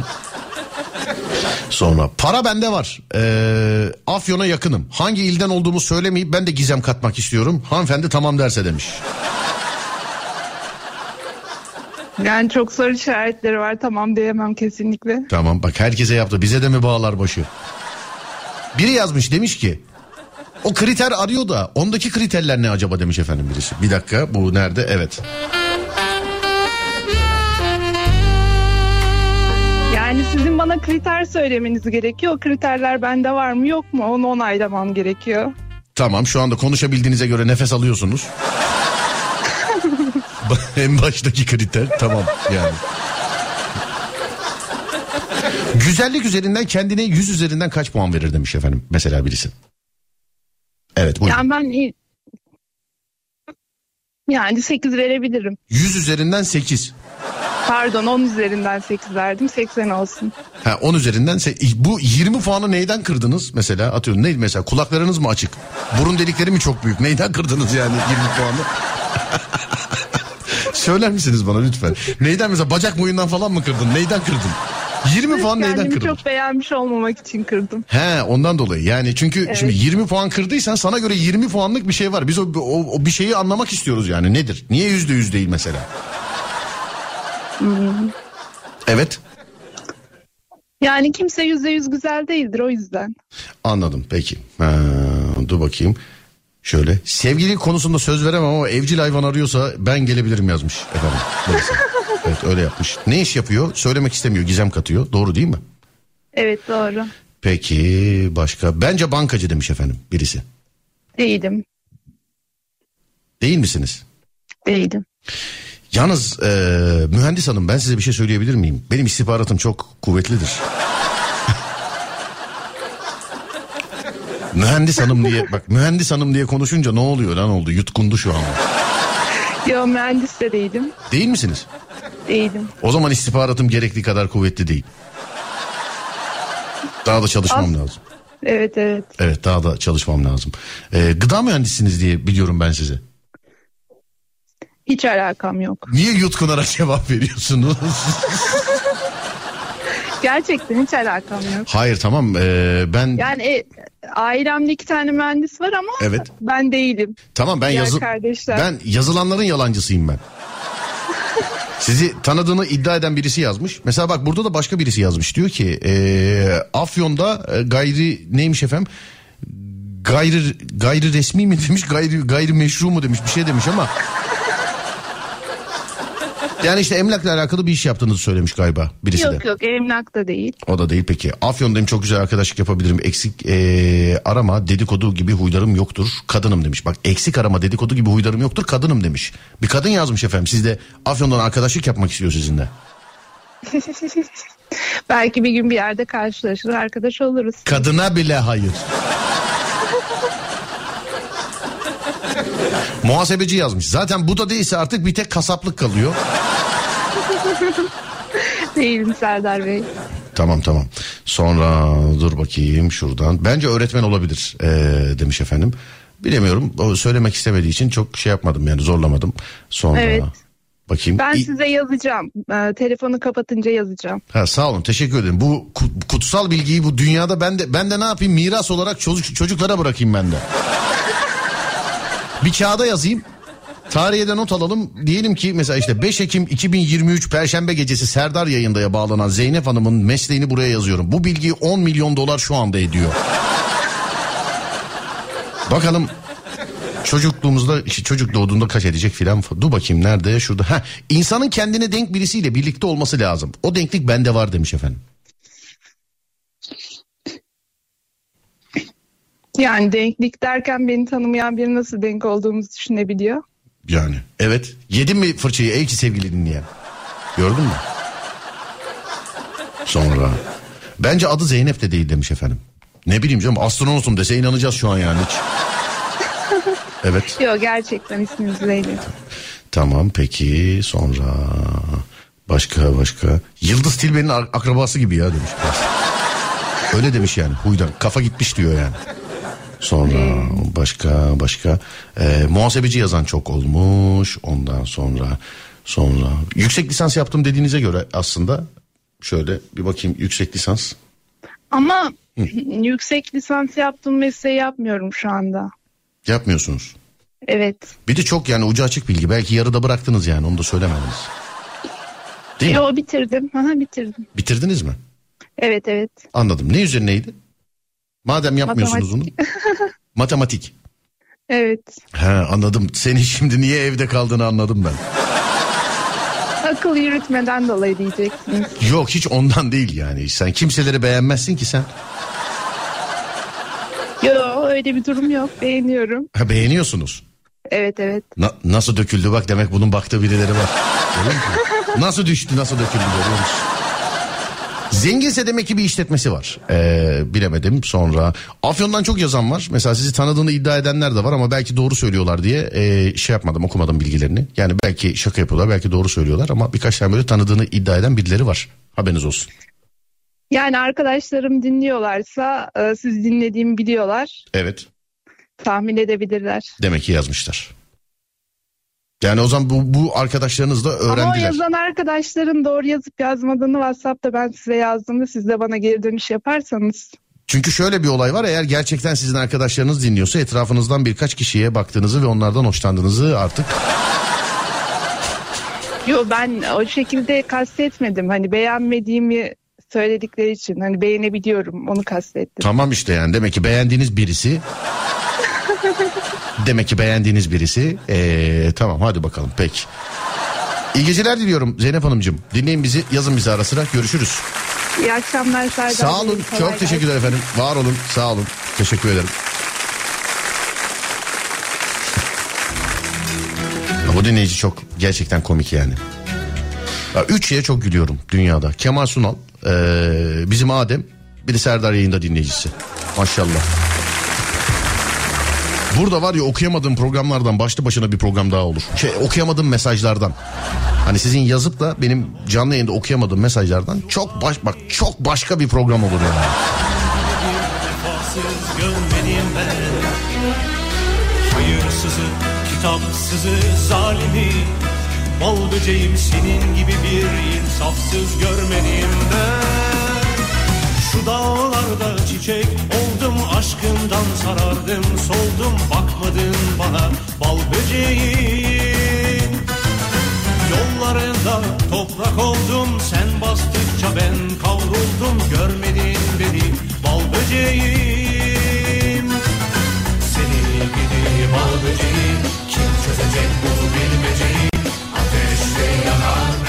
Sonra para bende var. Afyon'a yakınım. Hangi ilden olduğumu söylemeyip ben de gizem katmak istiyorum. Hanımefendi tamam derse demiş. Yani çok soru işaretleri var, tamam diyemem kesinlikle. Tamam bak, herkese yaptı, bize de mi bağlar başı? Biri yazmış, demiş ki o kriter arıyor da ondaki kriterler ne acaba demiş efendim birisi. Bir dakika, bu nerede? Evet. Yani sizin bana kriter söylemeniz gerekiyor. O kriterler bende var mı yok mu, onu onaylamam gerekiyor. Tamam, şu anda konuşabildiğinize göre nefes alıyorsunuz. En baştaki kriter tamam yani. Güzellik üzerinden kendine 100 üzerinden kaç puan verir demiş efendim mesela birisi. Evet buyurun. Yani ben yani 8 verebilirim. 100 üzerinden 8. Pardon, 10 üzerinden 8 verdim, 80 olsun. 10 üzerinden bu 20 puanı neyden kırdınız mesela, atıyorum ne mesela, kulaklarınız mı açık? Burun delikleri mi çok büyük? Neyden kırdınız yani 20 puanı? Söyler misiniz bana lütfen? Neyden mesela, bacak boyundan falan mı kırdın? Neyden kırdın? 20 puan neyden kırdın? Kendimi çok beğenmiş olmamak için kırdım. Ondan dolayı yani, çünkü evet. Şimdi 20 puan kırdıysan sana göre 20 puanlık bir şey var. Biz o bir şeyi anlamak istiyoruz yani, nedir? Niye %100 değil mesela? Evet. Yani kimse %100 güzel değildir, o yüzden. Anladım peki. Dur bakayım. Şöyle, sevgili konusunda söz veremem ama evcil hayvan arıyorsa ben gelebilirim yazmış efendim. Evet öyle yapmış. Ne iş yapıyor? Söylemek istemiyor, gizem katıyor. Doğru değil mi? Evet doğru. Peki başka? Bence bankacı demiş efendim birisi. Değilim. Değil misiniz? Değilim. Yalnız mühendis hanım, ben size bir şey söyleyebilir miyim? Benim istihbaratım çok kuvvetlidir. Mühendis hanım diye konuşunca ne oluyor lan, oldu yutkundu şu an. Yok, mühendis de değilim. Değil misiniz? Değilim. O zaman istihbaratım gerektiği kadar kuvvetli değil. Daha da çalışmam lazım. Evet. Evet, daha da çalışmam lazım. Gıda mühendisiniz diye biliyorum ben sizi. Hiç alakam yok. Niye yutkunarak cevap veriyorsunuz? Gerçekten hiç alakam yok. Hayır tamam, ben... Yani ailemde 2 tane mühendis var ama evet. Ben değilim. Tamam, ben yazılanların yalancısıyım ben. Sizi tanıdığını iddia eden birisi yazmış. Mesela bak, burada da başka birisi yazmış. Diyor ki Afyon'da neymiş efendim? Gayri resmi mi demiş, gayri meşru mu demiş, bir şey demiş ama Yani işte emlakla alakalı bir iş yaptığınızı söylemiş galiba birisi de. Yok emlakta değil. O da değil peki. Afyon'dayım, çok güzel arkadaşlık yapabilirim. Eksik arama dedikodu gibi huylarım yoktur. Kadınım demiş. Bak, eksik arama dedikodu gibi huylarım yoktur. Kadınım demiş. Bir kadın yazmış efendim. Siz de Afyon'dan arkadaşlık yapmak istiyor sizinle. Belki bir gün bir yerde karşılaşır, arkadaş oluruz. Kadına bile hayır. Muhasebeci yazmış. Zaten bu da değilse artık bir tek kasaplık kalıyor. Değilim Serdar Bey. Tamam. Sonra dur bakayım şuradan. Bence öğretmen olabilir demiş efendim. Bilemiyorum. O söylemek istemediği için çok şey yapmadım, yani zorlamadım. Sonra evet. Bakayım. Ben size yazacağım. Telefonu kapatınca yazacağım. Ha, sağ olun, teşekkür ederim. Bu kutsal bilgiyi bu dünyada ben de ne yapayım, miras olarak çocuklara bırakayım ben de. Bir kağıda yazayım. Tarihe de not alalım. Diyelim ki mesela işte 5 Ekim 2023 Perşembe gecesi Serdar Yayında'ya bağlanan Zeynep Hanım'ın mesleğini buraya yazıyorum. Bu bilgi 10 milyon dolar şu anda ediyor. Bakalım çocukluğumuzda, çocuk doğduğunda kaç edecek filan. Dur bakayım nerede, şurada. Ha, insanın kendine denk birisiyle birlikte olması lazım. O denklik bende var demiş efendim. Yani denklik derken beni tanımayan biri nasıl denk olduğumuzu düşünebiliyor? Yani evet. Yedin mi fırçayı ey ki sevgili dinleyen? Gördün mü? Sonra bence adı Zeynep de değil demiş efendim. Ne bileyim canım, astronotum dese inanacağız şu an yani hiç. Evet. Yok, gerçekten isminiz Zeynep. Tamam peki, sonra başka. Yıldız Tilbe'nin akrabası gibi ya demiş. Öyle demiş yani, huydan kafa gitmiş diyor yani. Sonra başka muhasebeci yazan çok olmuş. Ondan sonra yüksek lisans yaptım dediğinize göre aslında şöyle bir bakayım, yüksek lisans. Ama yüksek lisans yaptığım mesleği yapmıyorum şu anda. Yapmıyorsunuz. Evet. Bir de çok yani ucu açık bilgi. Belki yarıda bıraktınız yani, onu da söylemediniz. Değil mi? Yo, bitirdim. Bitirdim. Bitirdiniz mi? Evet. Anladım. Ne üzerineydi? Madem yapmıyorsunuz onu. Matematik. Evet. He, anladım. Senin şimdi niye evde kaldığını anladım ben. Akıl yürütmeden dolayı diyeceksiniz. Yok, hiç ondan değil yani. Sen kimseleri beğenmezsin ki sen. Yo, öyle bir durum yok. Beğeniyorum. Ha, beğeniyorsunuz. Evet. Nasıl döküldü bak, demek bunun baktığı birileri var. Nasıl düştü, nasıl döküldü görüyor musun? Zenginse demek ki bir işletmesi var. Bilemedim. Sonra Afyon'dan çok yazan var. Mesela sizi tanıdığını iddia edenler de var ama belki doğru söylüyorlar diye şey yapmadım, okumadım bilgilerini. Yani belki şaka yapıyorlar, belki doğru söylüyorlar ama birkaç tane böyle tanıdığını iddia eden birileri var. Haberiniz olsun. Yani arkadaşlarım dinliyorlarsa siz dinlediğimi biliyorlar. Evet. Tahmin edebilirler. Demek ki yazmışlar. Yani o zaman bu arkadaşlarınız da öğrendiler. Ama o yazan arkadaşların doğru yazıp yazmadığını WhatsApp'ta ben size yazdığımda siz de bana geri dönüş yaparsanız. Çünkü şöyle bir olay var, eğer gerçekten sizin arkadaşlarınız dinliyorsa etrafınızdan birkaç kişiye baktığınızı ve onlardan hoşlandığınızı artık... Yo, ben o şekilde kastetmedim. Hani beğenmediğimi söyledikleri için, hani beğenebiliyorum, onu kastettim. Tamam işte, yani demek ki beğendiğiniz birisi... Tamam hadi bakalım peki. İyi geceler diliyorum Zeynep Hanımcığım. Dinleyin bizi, yazın bizi ara sıra, görüşürüz. İyi akşamlar Serdar. Sağ olun, çok teşekkürler efendim. Var olun, sağ olun. Teşekkür ederim. Bu dinleyici çok gerçekten komik yani. 3 şeye çok gülüyorum dünyada. Kemal Sunal, bizim Adem, bir de Serdar Yayında dinleyicisi. Maşallah. Burada var ya, okuyamadığım programlardan başlı başına bir program daha olur. Okuyamadığım mesajlardan. Hani sizin yazıp da benim canlı yayında okuyamadığım mesajlardan çok başka bir program olur yani. Hayırsızı, kitapsızı, zalimi, bal böceğim senin gibi bir insafsız görmedim ben. Şu dağlarda çiçek oldum, aşkından sarardım, soldum, bakmadın bana bal böceğim. Yollarında toprak oldum, sen bastıkça ben kavruldum, görmedin beni bal böceğim. Seni gidi bal böceğim, kim çözecek bu bilmeceyi? Ateşte yanan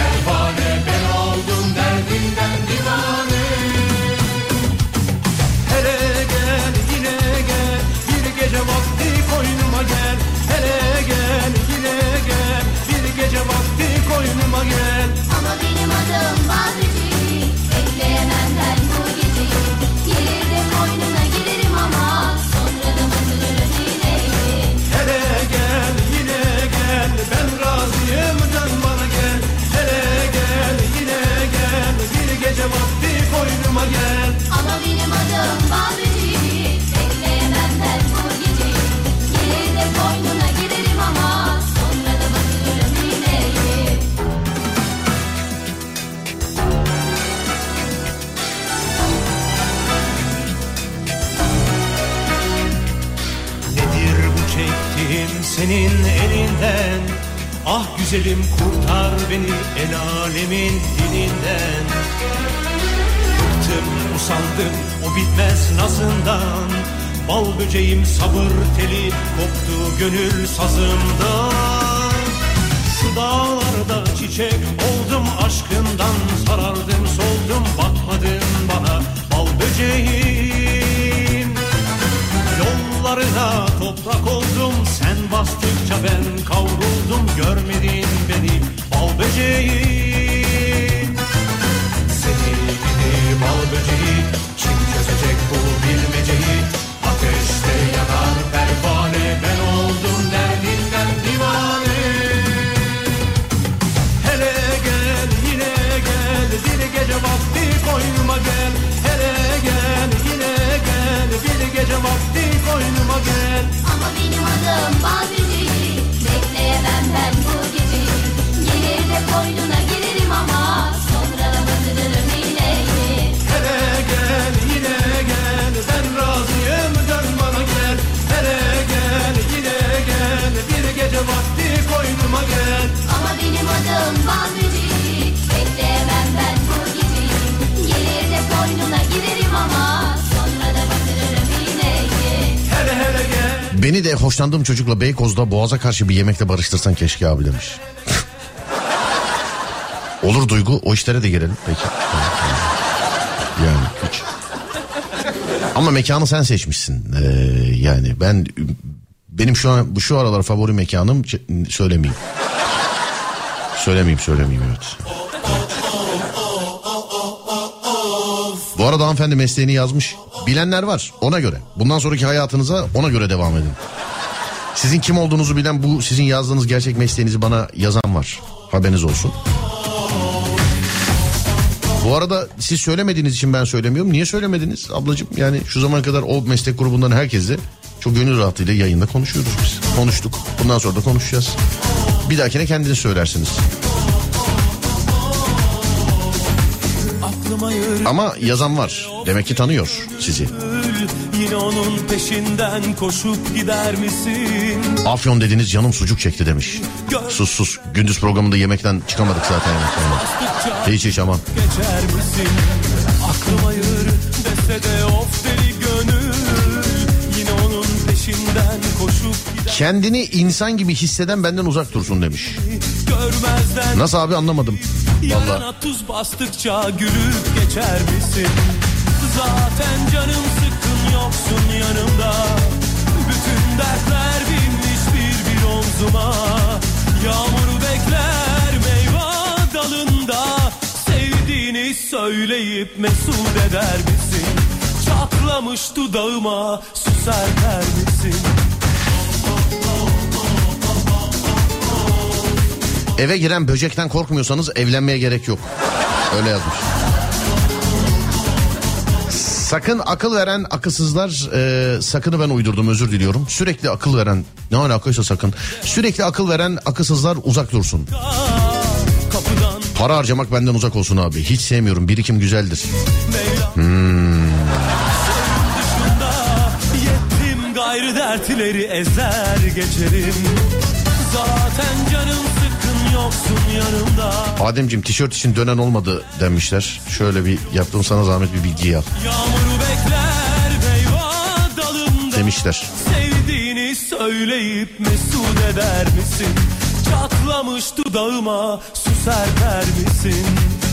senin elinden. Ah güzelim kurtar beni el alemin dilinden. Bıktım usandım o bitmez nazından. Bal böceğim sabır teli koptu gönül sazımdan. Şu dağlarda çiçek oldum aşkından, sarardım soldum bakmadın bana bal böceğim. Yollarına toprak oldum sen bastıkça ben kavruldum, görmedin beni bal böceğim. Seni gidi bal böceği kim çözecek bu bilmeceyi? Ateşte yanar pervane ben oldum derdinden divane. Hele gel yine gel bir gece vakti koynuma gel. Hele gel yine gel bir gece vakti koynuma gel. Ama benim adım bal böceği, bekleyemem ben bu geceyi. Gelir de koynuna girerim ama sonra da batırırım iğneyi. Hele gel yine gel ben razıyım dön bana gel. Hele gel yine gel bir gece vakti koynuma gel. Ama benim adım bal böceği, bekleyemem ben bu geceyi. Gelir de koynuna girerim ama sonra da batırırım iğneyi. Hele hele gel. Beni de hoşlandığım çocukla Beykoz'da Boğaz'a karşı bir yemekle barıştırsan keşke abi demiş. Olur Duygu, o işlere de girelim peki. Yani hiç. Ama mekanı sen seçmişsin. Yani benim şu aralar favori mekanım söylemeyeyim. Söylemeyeyim evet. Bu arada hanımefendi mesleğini yazmış. Bilenler var ona göre. Bundan sonraki hayatınıza ona göre devam edin. Sizin kim olduğunuzu bilen, bu sizin yazdığınız gerçek mesleğinizi bana yazan var. Haberiniz olsun. Bu arada siz söylemediğiniz için ben söylemiyorum. Niye söylemediniz ablacığım? Yani şu zamana kadar o meslek grubundan herkesle çok gönül rahatlığıyla yayında konuşuyoruz biz. Konuştuk. Bundan sonra da konuşacağız. Bir dahakine kendiniz söylersiniz. Ama yazan var. Demek ki tanıyor sizi. Yine onun peşinden koşup gider misin? Afyon dediniz canım sucuk çekti demiş. Sus. Gündüz programında yemekten çıkamadık zaten. Hiç aman. Geçer misin? Aklıma yürü dese de of deli gönül. Yine onun peşinden koşup gider. Kendini insan gibi hisseden benden uzak dursun demiş. Görmezden. Nasıl abi anlamadım. Vallahi. Yarana tuz bastıkça gülüp geçer misin? Zaten canım sıkkın yoksun yanımda. Bütün dertler binmiş bir omzuma. Yağmuru bekler meyve dalında. Sevdiğini söyleyip mesut eder misin? Çatlamış dudağıma su serper misin? Eve giren böcekten korkmuyorsanız evlenmeye gerek yok. Öyle yazmış. Sakın akıl veren akılsızlar, sakını ben uydurdum, özür diliyorum. Sürekli akıl veren, ne alakaysa sakın. Sürekli akıl veren akılsızlar uzak dursun. Para harcamak benden uzak olsun abi. Hiç sevmiyorum, birikim güzeldir. Yettim gayrı dertleri ezer geçerim. Zaten canım sıkkın yoksun yanımda. Ademciğim tişört için dönen olmadı demişler. Şöyle bir yaptım, sana zahmet bir bilgi yap. Yağmuru bekler meyve dalında. Demişler. Sevdiğini söyleyip mesut eder misin? Çatlamış dudağıma su serper misin?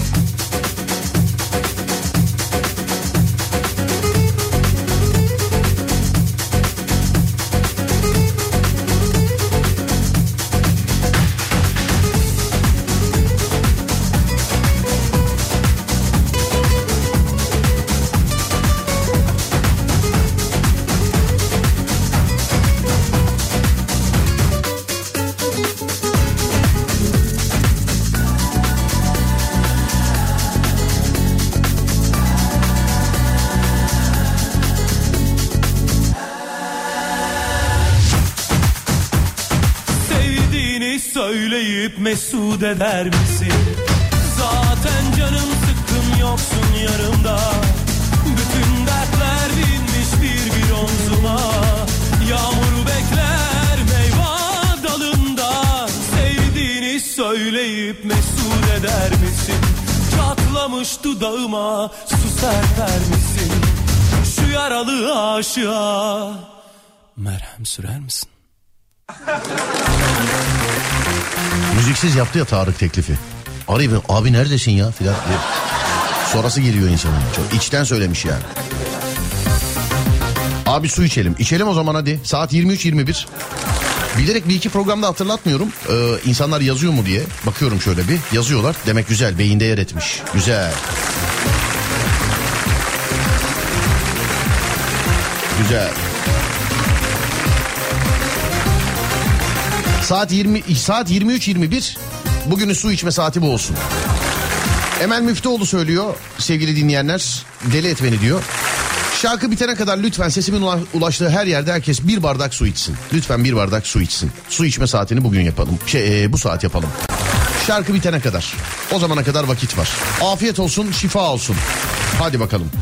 Söyleyip mesut eder misin? Zaten canım sıkkın yoksun yanımda. Bütün dertler binmiş bir omzuma. Yağmuru bekler meyve sevip mesut eder misin? Çatlamış dudağıma su serper misin? Şu yaralı aşığa merhem sürer misin? Müziksiz yaptı ya Tarık teklifi. Arayıp abi neredesin ya filan diye. Sonrası geliyor insanın. Çok içten söylemiş yani. Abi su içelim. İçelim o zaman hadi. Saat 23:21. Bilerek bir iki programda hatırlatmıyorum. İnsanlar yazıyor mu diye. Bakıyorum şöyle bir. Yazıyorlar. Demek güzel. Beyinde yer etmiş. Güzel. Güzel. Saat 23:21. Bugünün su içme saati bu olsun. Emel Müftüoğlu söylüyor sevgili dinleyenler. Deli et beni diyor. Şarkı bitene kadar lütfen sesimin ulaştığı her yerde herkes bir bardak su içsin. Lütfen bir bardak su içsin. Su içme saatini bugün yapalım. Bu saat yapalım. Şarkı bitene kadar. O zamana kadar vakit var. Afiyet olsun, şifa olsun. Hadi bakalım.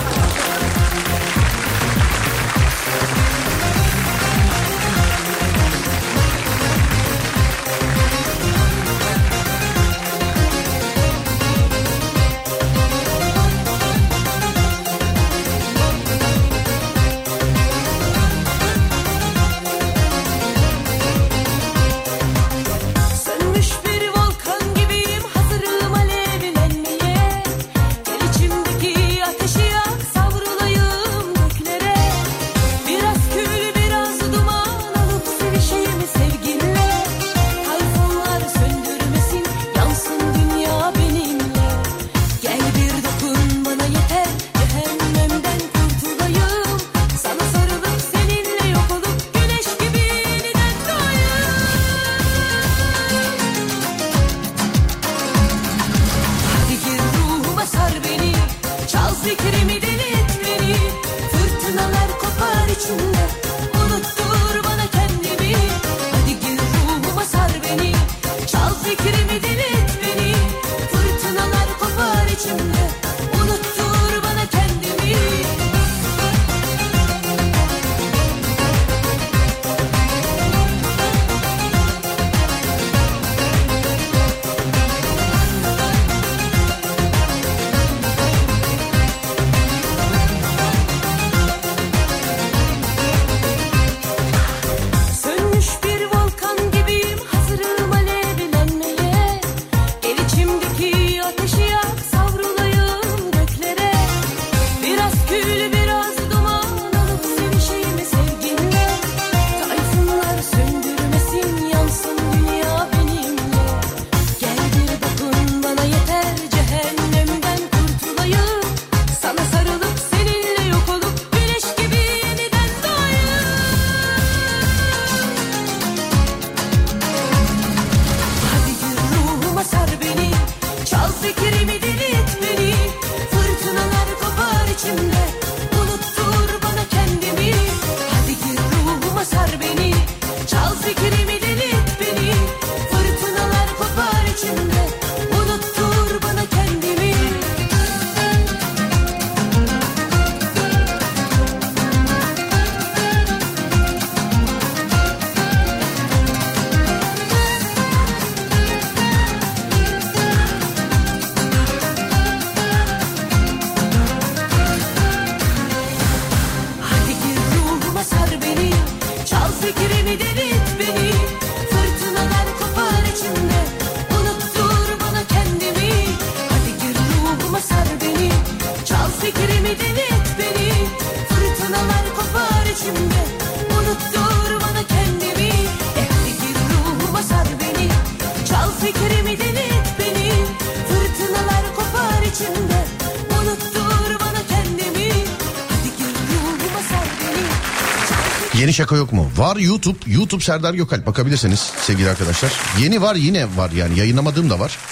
Yeni şaka yok mu? Var YouTube Serdar Gökalp, bakabilirsiniz sevgili arkadaşlar. Yeni var, yine var yani, yayınlamadığım da var.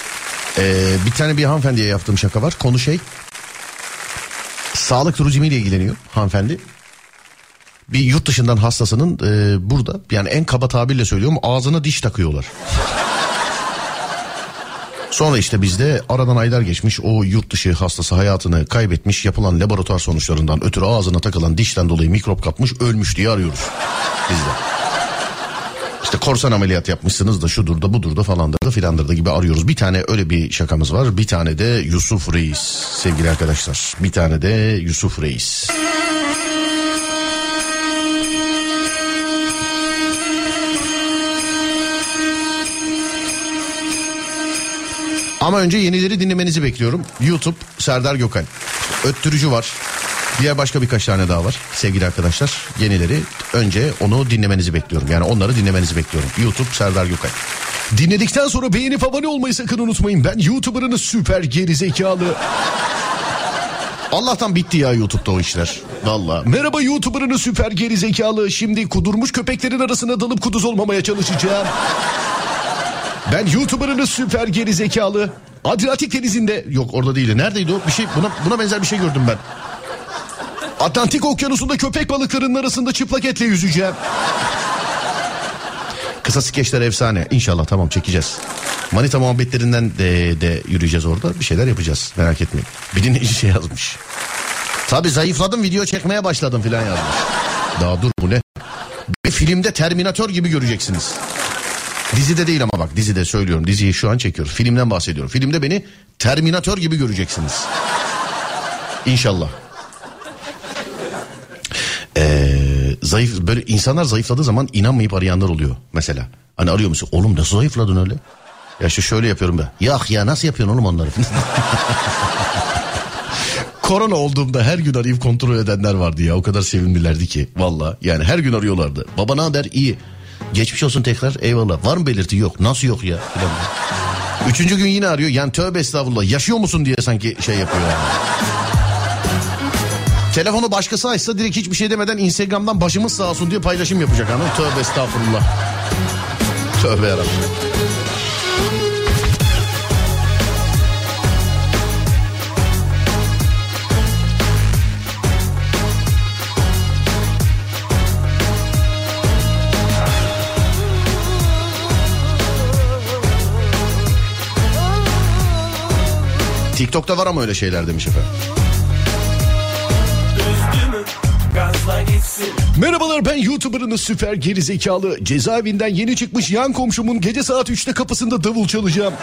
Bir tane bir hanımefendiye yaptığım şaka var. Konu sağlık turizmiyle ilgileniyor hanımefendi. Bir yurt dışından hastasının burada, yani en kaba tabirle söylüyorum, ağzına diş takıyorlar. Sonra işte bizde aradan aylar geçmiş, o yurt dışı hastası hayatını kaybetmiş, yapılan laboratuvar sonuçlarından ötürü ağzına takılan dişten dolayı mikrop kapmış, ölmüş diye arıyoruz bizde. İşte korsan ameliyat yapmışsınız da şudur da budur da falandır da filandır da gibi arıyoruz. Bir tane öyle bir şakamız var. Bir tane de Yusuf Reis sevgili arkadaşlar. Bir tane de Yusuf Reis. Ama önce yenileri dinlemenizi bekliyorum. YouTube Serdar Gökal. Öttürücü var. Diğer başka birkaç tane daha var sevgili arkadaşlar. Yenileri önce onu dinlemenizi bekliyorum. Yani onları dinlemenizi bekliyorum. YouTube Serdar Gökal. Dinledikten sonra beğenip abone olmayı sakın unutmayın. Ben YouTuber'ınız süper gerizekalı. Allah'tan bitti ya YouTube'da o işler. Valla. Merhaba YouTuber'ınız süper gerizekalı. Şimdi kudurmuş köpeklerin arasına dalıp kuduz olmamaya çalışacağım. Ben YouTuber'ınız süper gerizekalı. Adriyatik Denizi'nde... Yok orada değildi. Neredeydi o? Bir şey buna benzer bir şey gördüm ben. Atlantik Okyanusu'nda köpek balıklarının arasında çıplak etle yüzeceğim. Kısa skeçler efsane. İnşallah tamam çekeceğiz. Manita muhabbetlerinden de yürüyeceğiz orada. Bir şeyler yapacağız. Merak etmeyin. Bir dinleyici şey yazmış. Tabii zayıfladım video çekmeye başladım filan yazmış. Daha dur bu ne? Bir filmde Terminator gibi göreceksiniz. Dizide değil ama bak dizide söylüyorum. Diziyi şu an çekiyoruz. Filmden bahsediyorum. Filmde beni Terminator gibi göreceksiniz. İnşallah. Zayıf böyle insanlar zayıfladığı zaman inanmayıp arayanlar oluyor mesela. Hani arıyor musun? Oğlum nasıl zayıfladın öyle? Ya işte şöyle yapıyorum ben. Ya nasıl yapıyorsun oğlum onları? Korona olduğumda her gün arayıp kontrol edenler vardı ya. O kadar sevindilerdi ki. Valla yani her gün arıyorlardı. Baba ne haber? İyi. Geçmiş olsun tekrar. Eyvallah. Var mı belirti? Yok. Nasıl yok ya? Üçüncü gün yine arıyor. Yani tövbe estağfurullah. Yaşıyor musun diye sanki şey yapıyor yani. Telefonu başkası açsa direkt hiçbir şey demeden Instagram'dan başımız sağ olsun diye paylaşım yapacak hanım. Tövbe estağfurullah. Tövbe yarabbim. TikTok'ta var ama öyle şeyler demiş efendim. Merhabalar ben YouTuber'ınız süper gerizekalı. Cezaevinden yeni çıkmış yan komşumun gece saat 3'te kapısında davul çalacağım.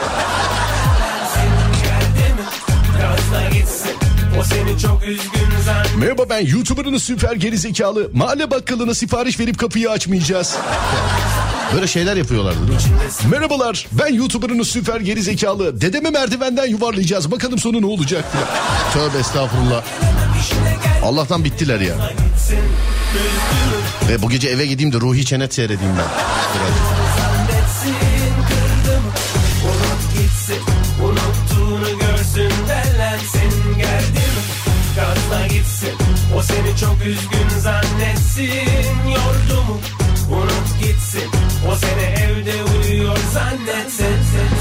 Merhaba ben YouTuber'ınız süper gerizekalı. Mahalle bakkalına sipariş verip kapıyı açmayacağız. Böyle şeyler yapıyorlardı değil mi? Merhabalar ben YouTuber'ınız süper gerizekalı. Dedemi merdivenden yuvarlayacağız. Bakalım sonu ne olacak? Tövbe estağfurullah. Allah'tan bittiler ya. Ve bu gece eve gideyim de Ruhi Çenet seyredeyim ben. Unuttuğunu görsün derlensin geldi mi? Gazla gitsin o seni çok üzgün zannetsin. Yordu mu? Unut gitsin o seni evde uyuyor zannetsin.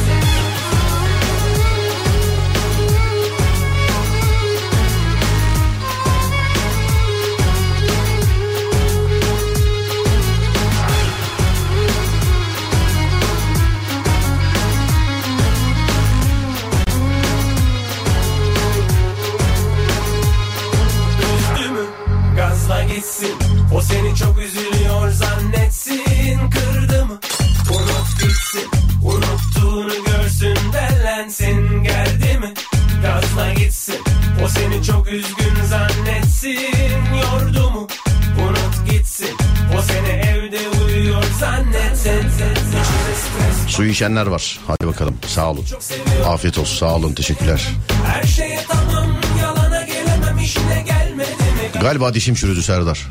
Gitsin, o seni çok üzülüyor zannetsin. Kırdı mı? Unut gitsin. Unuttuğunu görsün derlensin. Geldi mi? Gazla gitsin. O seni çok üzgün zannetsin. Yordu mu? Unut gitsin. O seni evde uyuyor zannetsin. Suyu içenler var. Hadi bakalım. Sağ olun. Afiyet olsun. Sağ olun. Teşekkürler. Her şeye tamam. Yalana gelemem işine gelmedi mi? Galiba dişim çürüdü Serdar.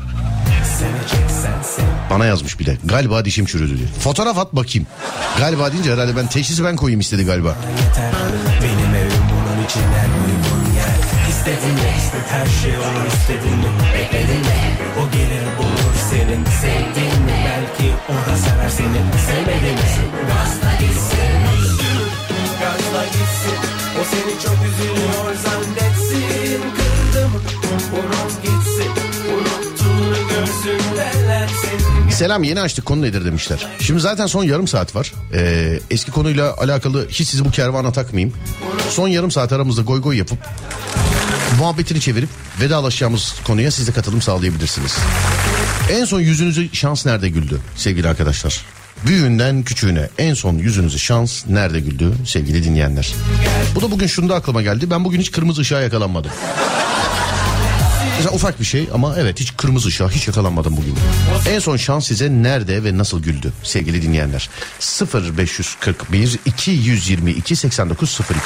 Bana yazmış bir de. Galiba dişim çürüdü diye. Fotoğraf at bakayım. Galiba deyince herhalde teşhisi ben koyayım istedi galiba. Benim evim bunun içinden uygun yer. İstedin mi? Her şey olur istedin mi? Bekledin mi? O gelir bulur senin. Sevdin mi? Belki o da sever seni. Sevmedin mi? Gazla gitsin. Gazla gitsin. O seni çok üzülüyor zannetsin. Kırdı mı? Unut gitsin. Unuttuğunu görsün derlensin. Selam yeni açtık konu nedir demişler. Şimdi zaten son yarım saat var. Eski konuyla alakalı hiç sizi bu kervana takmayayım. Son yarım saat aramızda goy goy yapıp muhabbetini çevirip vedalaşacağımız konuya siz de katılım sağlayabilirsiniz. En son yüzünüzü şans nerede güldü sevgili arkadaşlar? Büyüğünden küçüğüne en son yüzünüzü şans nerede güldü sevgili dinleyenler. Bu da bugün şunda aklıma geldi. Ben bugün hiç kırmızı ışığa yakalanmadım. Mesela ufak bir şey ama evet hiç kırmızı ışığa hiç yakalanmadım bugün. En son şans size nerede ve nasıl güldü sevgili dinleyenler. 0541 222 8902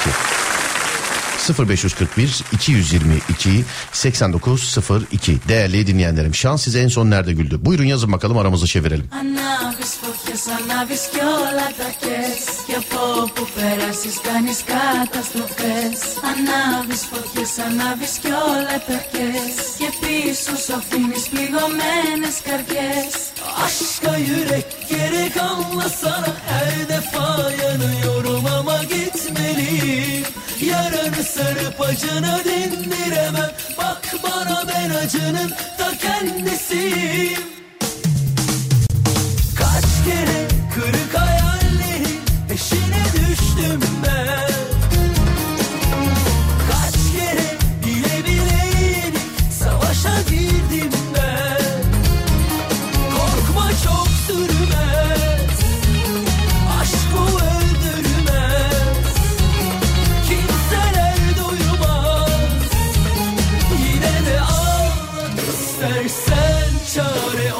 0541 222 8902 Değerli dinleyenlerim, şans size en son nerede güldü? Buyurun yazın bakalım, aramızı çevirelim. Ανάβεις φωτιές, ανάβεις κι όλα τα κες. Και από όπου περάσεις κάνεις καταστροφές. Ανάβεις φωτιές, ανάβεις κι όλα τα kez. Και πίσω σου αφήνεις πληγωμένες καρδιές. Aşka yürek gerek anlasana, her defa yanıyorum ama gitmeliyim. Yaranı sarıp acını dindiremem. Bak bana, ben acının ta kendisiyim. Kaç kere kırık hayallerin peşine düştüm ben. Kaç kere bile bile yenik savaşa girdim ben. Korkma çok sürmez, aşk bu öldürmez. Kimseler duymaz, yine de anlat istersen çare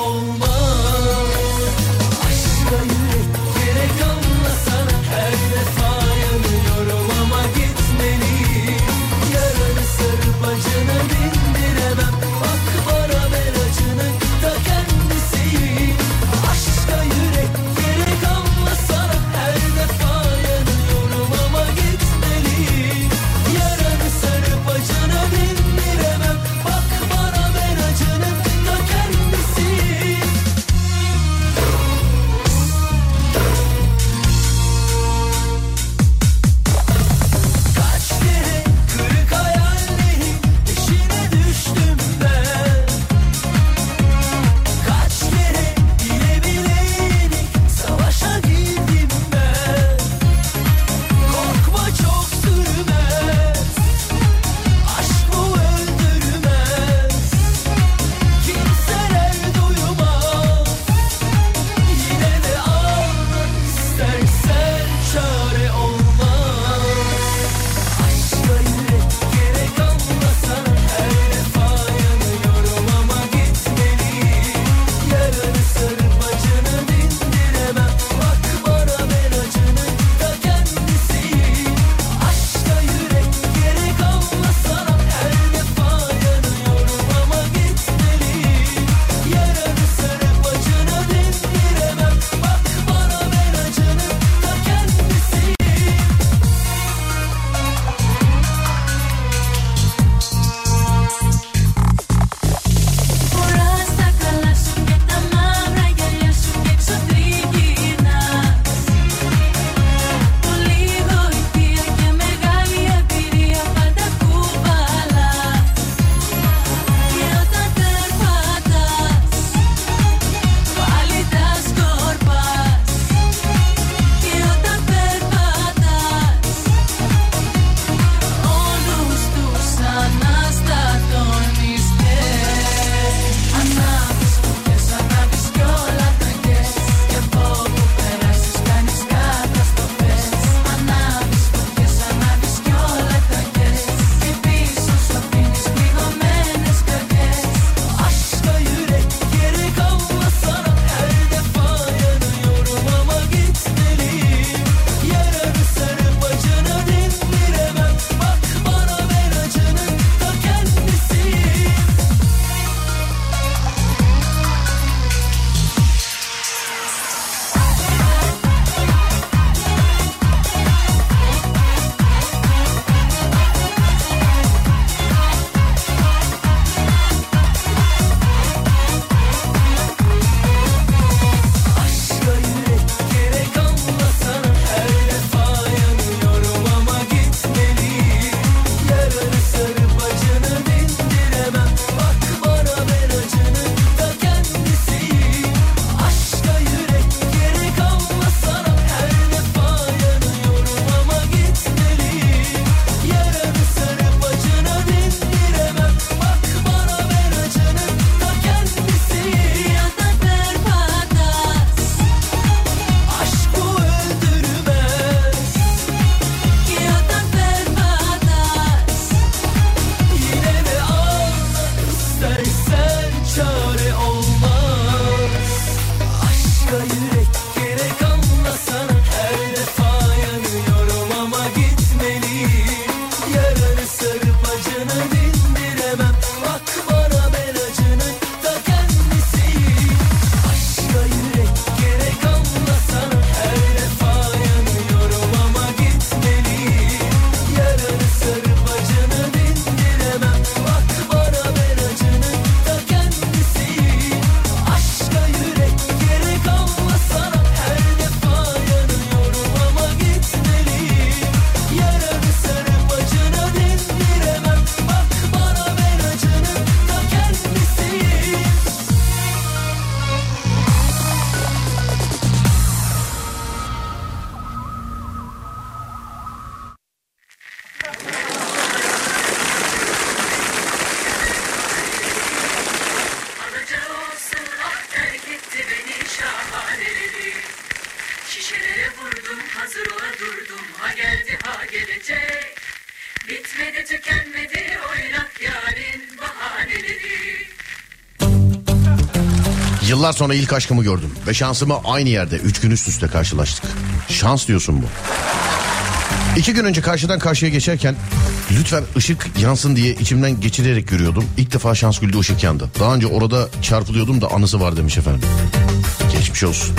Yıllar sonra ilk aşkımı gördüm ve şansımı aynı yerde 3 gün üst üste karşılaştık. Şans diyorsun bu. 2 gün önce karşıdan karşıya geçerken lütfen ışık yansın diye içimden geçirerek yürüyordum. İlk defa şans güldü, ışık yandı. Daha önce orada çarpılıyordum da anısı var demiş efendim. Geçmiş olsun.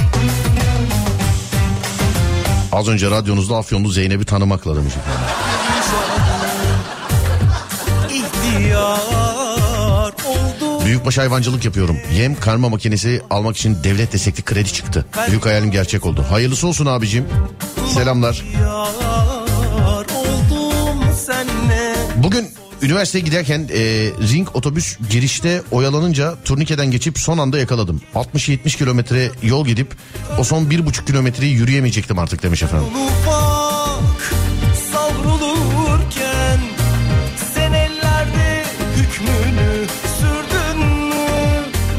Az önce radyonuzda Afyonlu Zeynep'i tanımakla demiş efendim. Büyükbaş hayvancılık yapıyorum. Yem karma makinesi almak için devlet destekli kredi çıktı. Büyük hayalim gerçek oldu. Hayırlısı olsun abicim. Selamlar. Bugün üniversiteye giderken Ring otobüs girişte oyalanınca turnikeden geçip son anda yakaladım. 60-70 kilometre yol gidip o son 1,5 kilometreyi yürüyemeyecektim artık demiş efendim. Savrulurken sen ellerde hükmünü sürdün mü?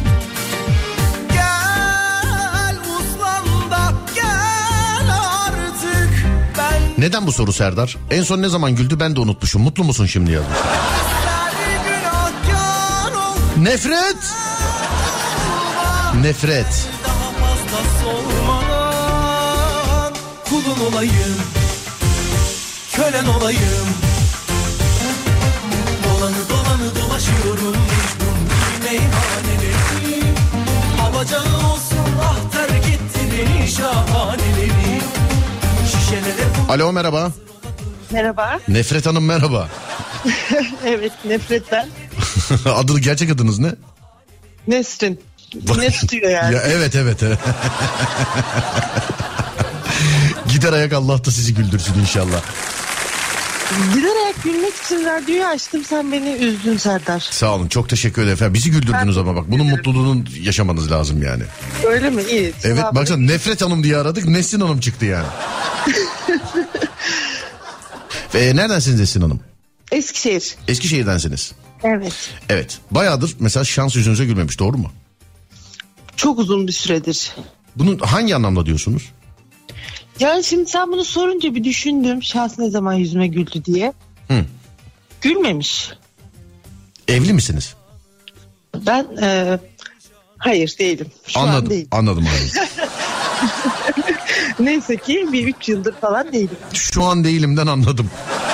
Gel uslan da gel artık. Neden bu soru Serdar? En son ne zaman güldü ben de unutmuşum. Mutlu musun şimdi yazmış. Nefret. Nefret. Daha fazla sorman, kulun olayım, kölen olayım. Dolanı dolanı dolaşıyorum mecbur meyhaneleri. Alacağı olsun ah terk etti beni şahaneleri. Şişelere... Alo merhaba. Merhaba. Nefret Hanım merhaba. Evet, Nefret'ten. Adını, gerçek adınız ne? Nesrin. Ne tutuyor yani? Ya evet. Gider ayak Allah da sizi güldürsün inşallah. Giderek gülmek için radyoyu açtım, sen beni üzdün Serdar. Sağ olun, çok teşekkür ederim efendim. Bizi güldürdünüz ama bak bunun mutluluğunu yaşamanız lazım yani. Öyle mi? İyi. Evet baksana Nefret Hanım diye aradık, Nesrin Hanım çıktı yani. Neredensiniz Nesrin Hanım? Eskişehir. Eskişehir'densiniz. Evet. Evet. Bayağıdır mesela şans yüzünüze gülmemiş, doğru mu? Çok uzun bir süredir. Bunu hangi anlamda diyorsunuz? Yani şimdi sen bunu sorunca bir düşündüm. Şans ne zaman yüzüme güldü diye. Hı. Gülmemiş. Evli misiniz? Ben hayır değilim. Şu an değilim. Anladım abi. Neyse ki bir 3 yıldır falan değilim. Şu an değilimden anladım.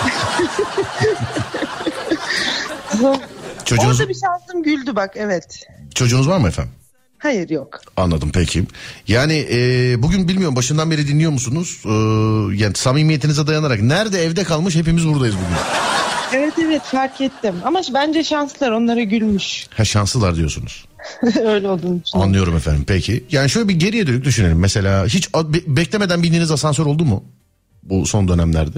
Çocuğunuz... Orada bir şansım güldü bak, evet. Çocuğunuz var mı efendim? Hayır, yok. Anladım peki. Yani bugün bilmiyorum başından beri dinliyor musunuz? Yani samimiyetinize dayanarak nerede evde kalmış hepimiz buradayız bugün. Evet fark ettim. Ama bence şanslılar, onlara gülmüş. Ha, şanslılar diyorsunuz. Öyle olduğunu düşünüyorum. Anlıyorum efendim peki. Yani şöyle bir geriye dönüp düşünelim. Mesela hiç beklemeden bindiğiniz asansör oldu mu? Bu son dönemlerde.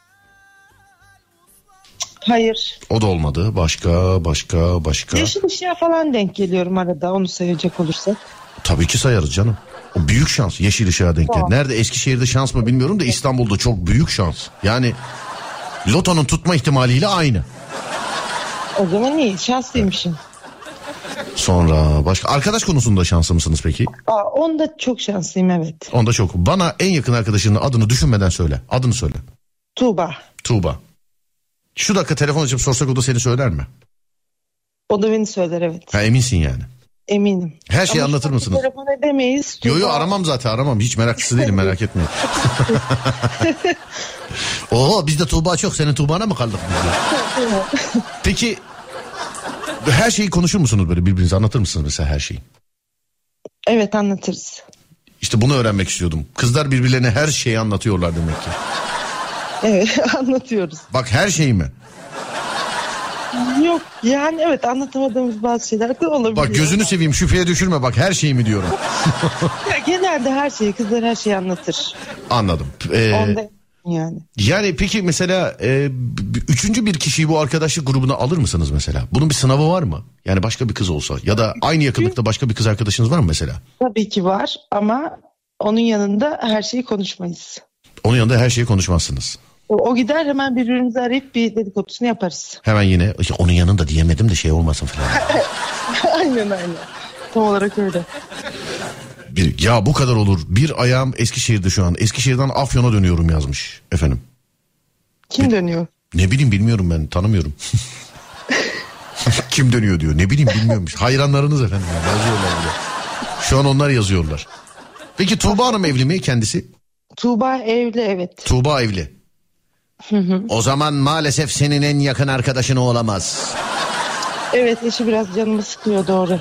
Hayır. O da olmadı. Başka. Yeşil ışığa falan denk geliyorum arada, onu sayacak olursak. Tabii ki sayarız canım. O büyük şans, yeşil ışığa denk geldi. Nerede, Eskişehir'de şans mı bilmiyorum da İstanbul'da çok büyük şans. Yani lotonun tutma ihtimaliyle aynı. O zaman iyi, şanslıymışım. Sonra başka arkadaş konusunda şanslı mısınız peki? Onda çok şanslıyım, evet. Onda çok. Bana en yakın arkadaşının adını düşünmeden söyle. Adını söyle. Tuğba. Şu dakika telefon açıp sorsak o da seni söyler mi? O da beni söyler, evet. Ha, eminsin yani. Eminim. Her şeyi anlatır mısınız? Telefon edemeyiz. Yo aramam zaten. Hiç meraklısı değilim, merak etmeyin. Oo, bizde Tuğba çok. Senin Tuğba'na mı kaldık biz de? Peki her şeyi konuşur musunuz, böyle birbirinize anlatır mısınız mesela her şeyi? Evet, anlatırız. İşte bunu öğrenmek istiyordum. Kızlar birbirlerine her şeyi anlatıyorlar demek ki. Evet, anlatıyoruz. Bak her şeyi mi? Yok yani, evet, anlatamadığımız bazı şeyler de olabiliyor. Bak gözünü seveyim, şüpheye düşürme, bak her şeyi mi diyorum. Genelde her şeyi, kızlar her şeyi anlatır. Anladım. Onda yani. Yani peki mesela üçüncü bir kişiyi bu arkadaşlık grubuna alır mısınız mesela? Bunun bir sınavı var mı? Yani başka bir kız olsa ya da aynı yakınlıkta başka bir kız arkadaşınız var mı mesela? Tabii ki var ama onun yanında her şeyi konuşmayız. Onun yanında her şeyi konuşmazsınız. O gider, hemen birbirimizi arayıp bir dedikodusunu yaparız. Hemen yine onun yanında diyemedim de şey olmasın falan. Aynen. Tam olarak öyle. Ya bu kadar olur. Bir ayağım Eskişehir'de şu an. Eskişehir'den Afyon'a dönüyorum yazmış efendim. Kim dönüyor? Ne bileyim, bilmiyorum, ben tanımıyorum. Kim dönüyor diyor. Ne bileyim, bilmiyormuş. Hayranlarınız efendim. Yazıyorlar bile. Şu an onlar yazıyorlar. Peki Tuğba Hanım evli mi kendisi? Tuğba evli, evet. Tuğba evli. O zaman maalesef senin en yakın arkadaşın olamaz. Evet, eşi biraz canımı sıkıyor, doğru.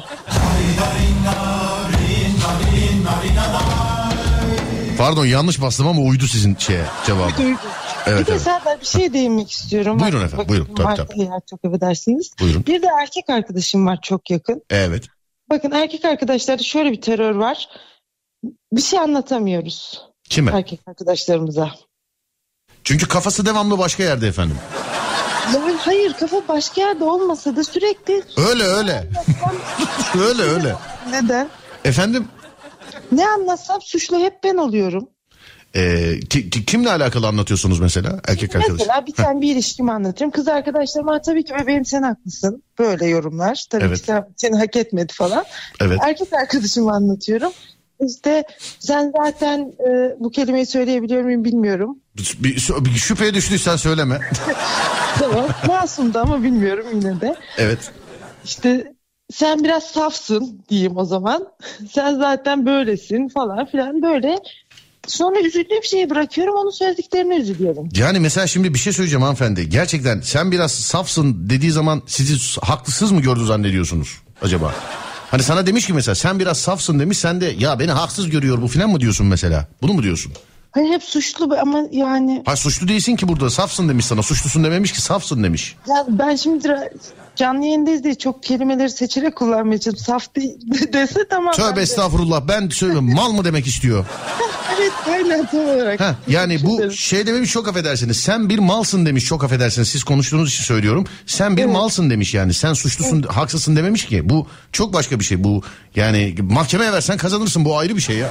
Pardon, yanlış bastım ama uydu sizin cevabı. Evet, bir de Serdar, bir şey değinmek istiyorum. Buyurun efendim, buyurun. Tabii. Eğer çok affedersiniz. Buyurun. Bir de erkek arkadaşım var çok yakın. Evet. Bakın, erkek arkadaşlarda şöyle bir terör var. Bir şey anlatamıyoruz. Kime? Erkek arkadaşlarımıza. Çünkü kafası devamlı başka yerde efendim. Yani hayır, kafa başka yerde olmasa da sürekli... Öyle. öyle. Neden? Efendim? Ne anlatsam suçlu hep ben oluyorum. Kimle alakalı anlatıyorsunuz mesela? Erkek arkadaş. Mesela bir ilişkimi anlatırım. Kız arkadaşlarıma tabii ki bebeğim sen haklısın. Böyle yorumlar. Tabii ki seni hak etmedi falan. Evet. Erkek arkadaşımı anlatıyorum. İşte sen zaten bu kelimeyi söyleyebiliyor muyum bilmiyorum. Bir şüpheye düştüysen söyleme. Tamam. Masumdu ama bilmiyorum yine de. Evet. İşte sen biraz safsın diyeyim o zaman. Sen zaten böylesin falan filan böyle. Sonra üzüldüğüm şeyi bırakıyorum, onun söylediklerine üzülüyorum. Yani mesela şimdi bir şey söyleyeceğim hanımefendi. Gerçekten sen biraz safsın dediği zaman sizi haksız mı gördü zannediyorsunuz acaba? Hani sana demiş ki mesela sen biraz safsın demiş, sen de ya beni haksız görüyor bu falan mı diyorsun mesela? Bunu mu diyorsun? Hayır, hep suçlu ama yani... Hayır, suçlu değilsin ki burada, safsın demiş sana, suçlusun dememiş ki, safsın demiş. Ya ben şimdi canlı yayındayız diye çok kelimeleri seçerek kullanmaya çalışıyorum. Saf dese tamam. Tövbe estağfurullah, ben söylüyorum mal mı demek istiyor? Evet, aynen tam olarak. Yani bu şey dememiş, çok affedersiniz. Sen bir malsın demiş, çok affedersiniz. Siz konuştuğunuz için söylüyorum. Sen bir malsın demiş yani. Sen suçlusun, haksızsın dememiş ki. Bu çok başka bir şey. Bu yani mahkemeye versen kazanırsın, bu ayrı bir şey ya.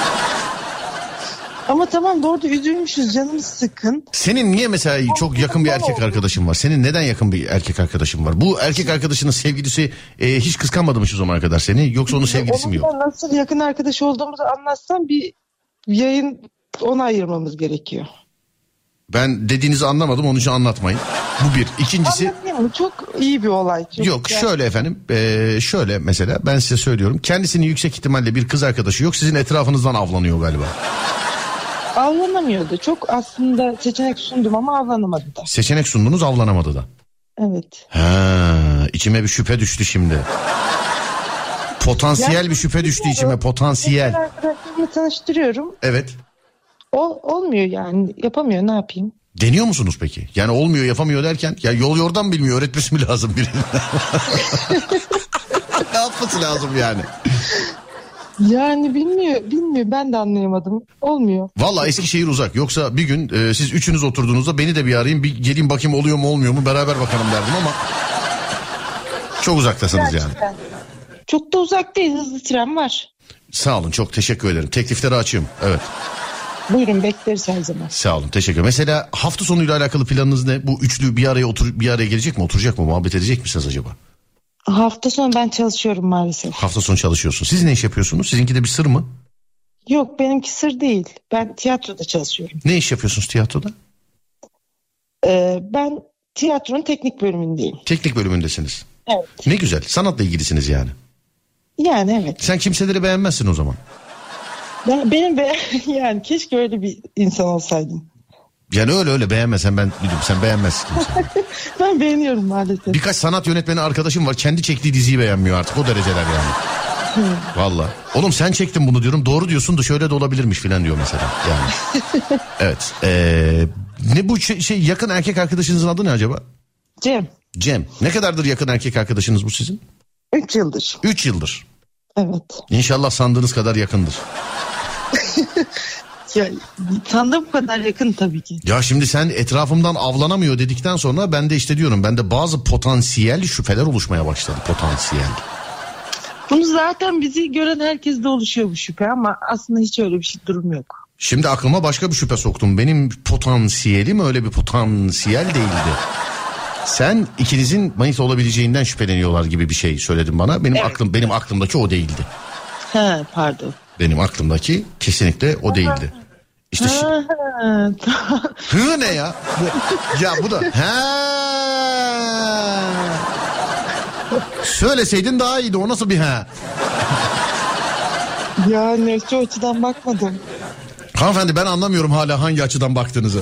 Ama tamam, doğru da üzülmüşüz, canımız sıkın. Senin niye mesela çok yakın bir erkek arkadaşın var? Senin neden yakın bir erkek arkadaşın var? Bu erkek arkadaşının sevgilisi hiç kıskanmadı mı şu zamana kadar seni? Yoksa onun sevgilisi mi yok? Nasıl yakın arkadaş olduğumuzu anlatsam bir yayın ona ayırmamız gerekiyor. Ben dediğinizi anlamadım, onun için anlatmayın. Bu bir. İkincisi... Anlatayım mı? Çok iyi bir olay. Yok şöyle efendim, şöyle mesela ben size söylüyorum. Kendisinin yüksek ihtimalle bir kız arkadaşı yok, sizin etrafınızdan avlanıyor galiba. Avlanamıyordu. Çok aslında seçenek sundum ama avlanamadı da. Seçenek sundunuz, avlanamadı da. Evet. İçime bir şüphe düştü şimdi. Potansiyel bir şüphe düştü içime, potansiyel. Arkadaşlarımla tanıştırıyorum. Evet. Olmuyor yani, yapamıyor, ne yapayım? Deniyor musunuz peki? Yani olmuyor, yapamıyor derken ya yol yordan bilmiyor, öğretmesi mi lazım birinin? Ne yapması lazım yani? Yani bilmiyor, ben de anlayamadım. Olmuyor. Vallahi Eskişehir uzak. Yoksa bir gün siz üçünüz oturduğunuzda beni de bir arayın, bir geleyim bakayım oluyor mu olmuyor mu, beraber bakalım derdim ama çok uzaktasınız gerçekten. Yani. Çok da uzak değil, hızlı tren var. Sağ olun, çok teşekkür ederim. Teklifleri açığım. Evet. Buyurun, bekleriz her zaman. Sağ olun, teşekkür ederim. Mesela hafta sonuyla alakalı planınız ne? Bu üçlü bir araya gelecek mi? Oturacak mı? Muhabbet edecek misiniz acaba? Hafta sonu ben çalışıyorum maalesef. Hafta sonu çalışıyorsun. Siz ne iş yapıyorsunuz? Sizinki de bir sır mı? Yok, benimki sır değil. Ben tiyatroda çalışıyorum. Ne iş yapıyorsunuz tiyatroda? Ben tiyatronun teknik bölümündeyim. Teknik bölümündesiniz. Evet. Ne güzel. Sanatla ilgilisiniz yani. Yani evet. Sen kimseleri beğenmezsin o zaman. Yani keşke öyle bir insan olsaydım. Yani öyle beğenmezsen ben biliyorum, sen beğenmezsin kimseyi. Ben beğeniyorum maalesef. Birkaç sanat yönetmeni arkadaşım var, kendi çektiği diziyi beğenmiyor artık, o dereceler yani. Vallahi. Oğlum sen çektin bunu diyorum, doğru diyorsun da şöyle de olabilirmiş filan diyor mesela yani. Evet. Ne bu yakın erkek arkadaşınızın adı ne acaba? Cem. Ne kadardır yakın erkek arkadaşınız bu sizin? 3 yıldır. 3 yıldır. Evet. İnşallah sandığınız kadar yakındır. Ya, sandığım kadar yakın tabii ki. Ya şimdi sen etrafımdan avlanamıyor dedikten sonra ben de işte diyorum, bende bazı potansiyel şüpheler oluşmaya başladı, potansiyel. Bunu zaten bizi gören herkeste oluşuyor bu şüphe ama aslında hiç öyle bir şey, durum yok. Şimdi aklıma başka bir şüphe soktum. Benim potansiyelim öyle bir potansiyel değildi. Sen ikinizin manita olabileceğinden şüpheleniyorlar gibi bir şey söyledin bana. Benim aklımdaki o değildi. Pardon. Benim aklımdaki kesinlikle o değildi. İşte hı ne ya? Ya bu da söyleseydin daha iyiydi. O nasıl bir Yani hiç o açıdan bakmadım. Hanımefendi ben anlamıyorum hala hangi açıdan baktığınızı.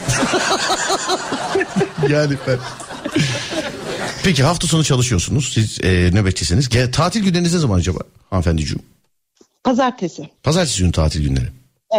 Yani ben... Peki hafta sonu çalışıyorsunuz. Siz nöbetçisiniz. Tatil günleriniz ne zaman acaba hanımefendiciğim? Pazartesi. Pazartesi günü tatil günleri.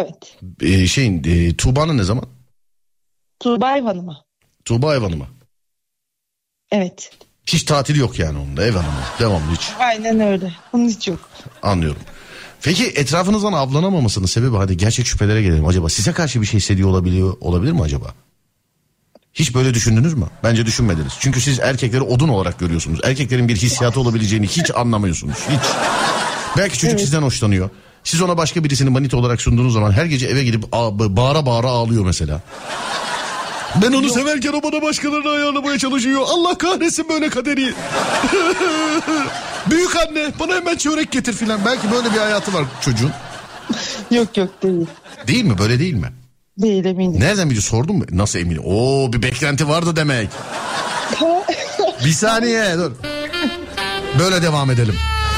Evet. Tuğba'nın ne zaman? Tuğba ev hanımı. Tuğba ev hanımı. Evet. Hiç tatil yok yani onun da ev hanımı. Devamlı hiç. Aynen öyle. Onun hiç yok. Anlıyorum. Peki etrafınızdan avlanamamasının sebebi, hadi gerçek şüphelere gelelim. Acaba size karşı bir şey hissediyor olabilir mi acaba? Hiç böyle düşündünüz mü? Bence düşünmediniz. Çünkü siz erkekleri odun olarak görüyorsunuz. Erkeklerin bir hissiyatı olabileceğini hiç anlamıyorsunuz. Hiç. Belki çocuk sizden hoşlanıyor. Siz ona başka birisini manita olarak sunduğunuz zaman her gece eve gidip bağıra bağıra ağlıyor mesela. Ben onu severken o bana başkalarını ayarlamaya çalışıyor. Allah kahretsin böyle kaderi. Büyük anne bana hemen çörek getir filan. Belki böyle bir hayatı var çocuğun. Yok değil. Değil mi, böyle değil mi? Değil, eminim. Nereden biliyorsun, sordun mu? Nasıl eminim? Oo, bir beklenti vardı demek. Bir saniye dur. Böyle devam edelim.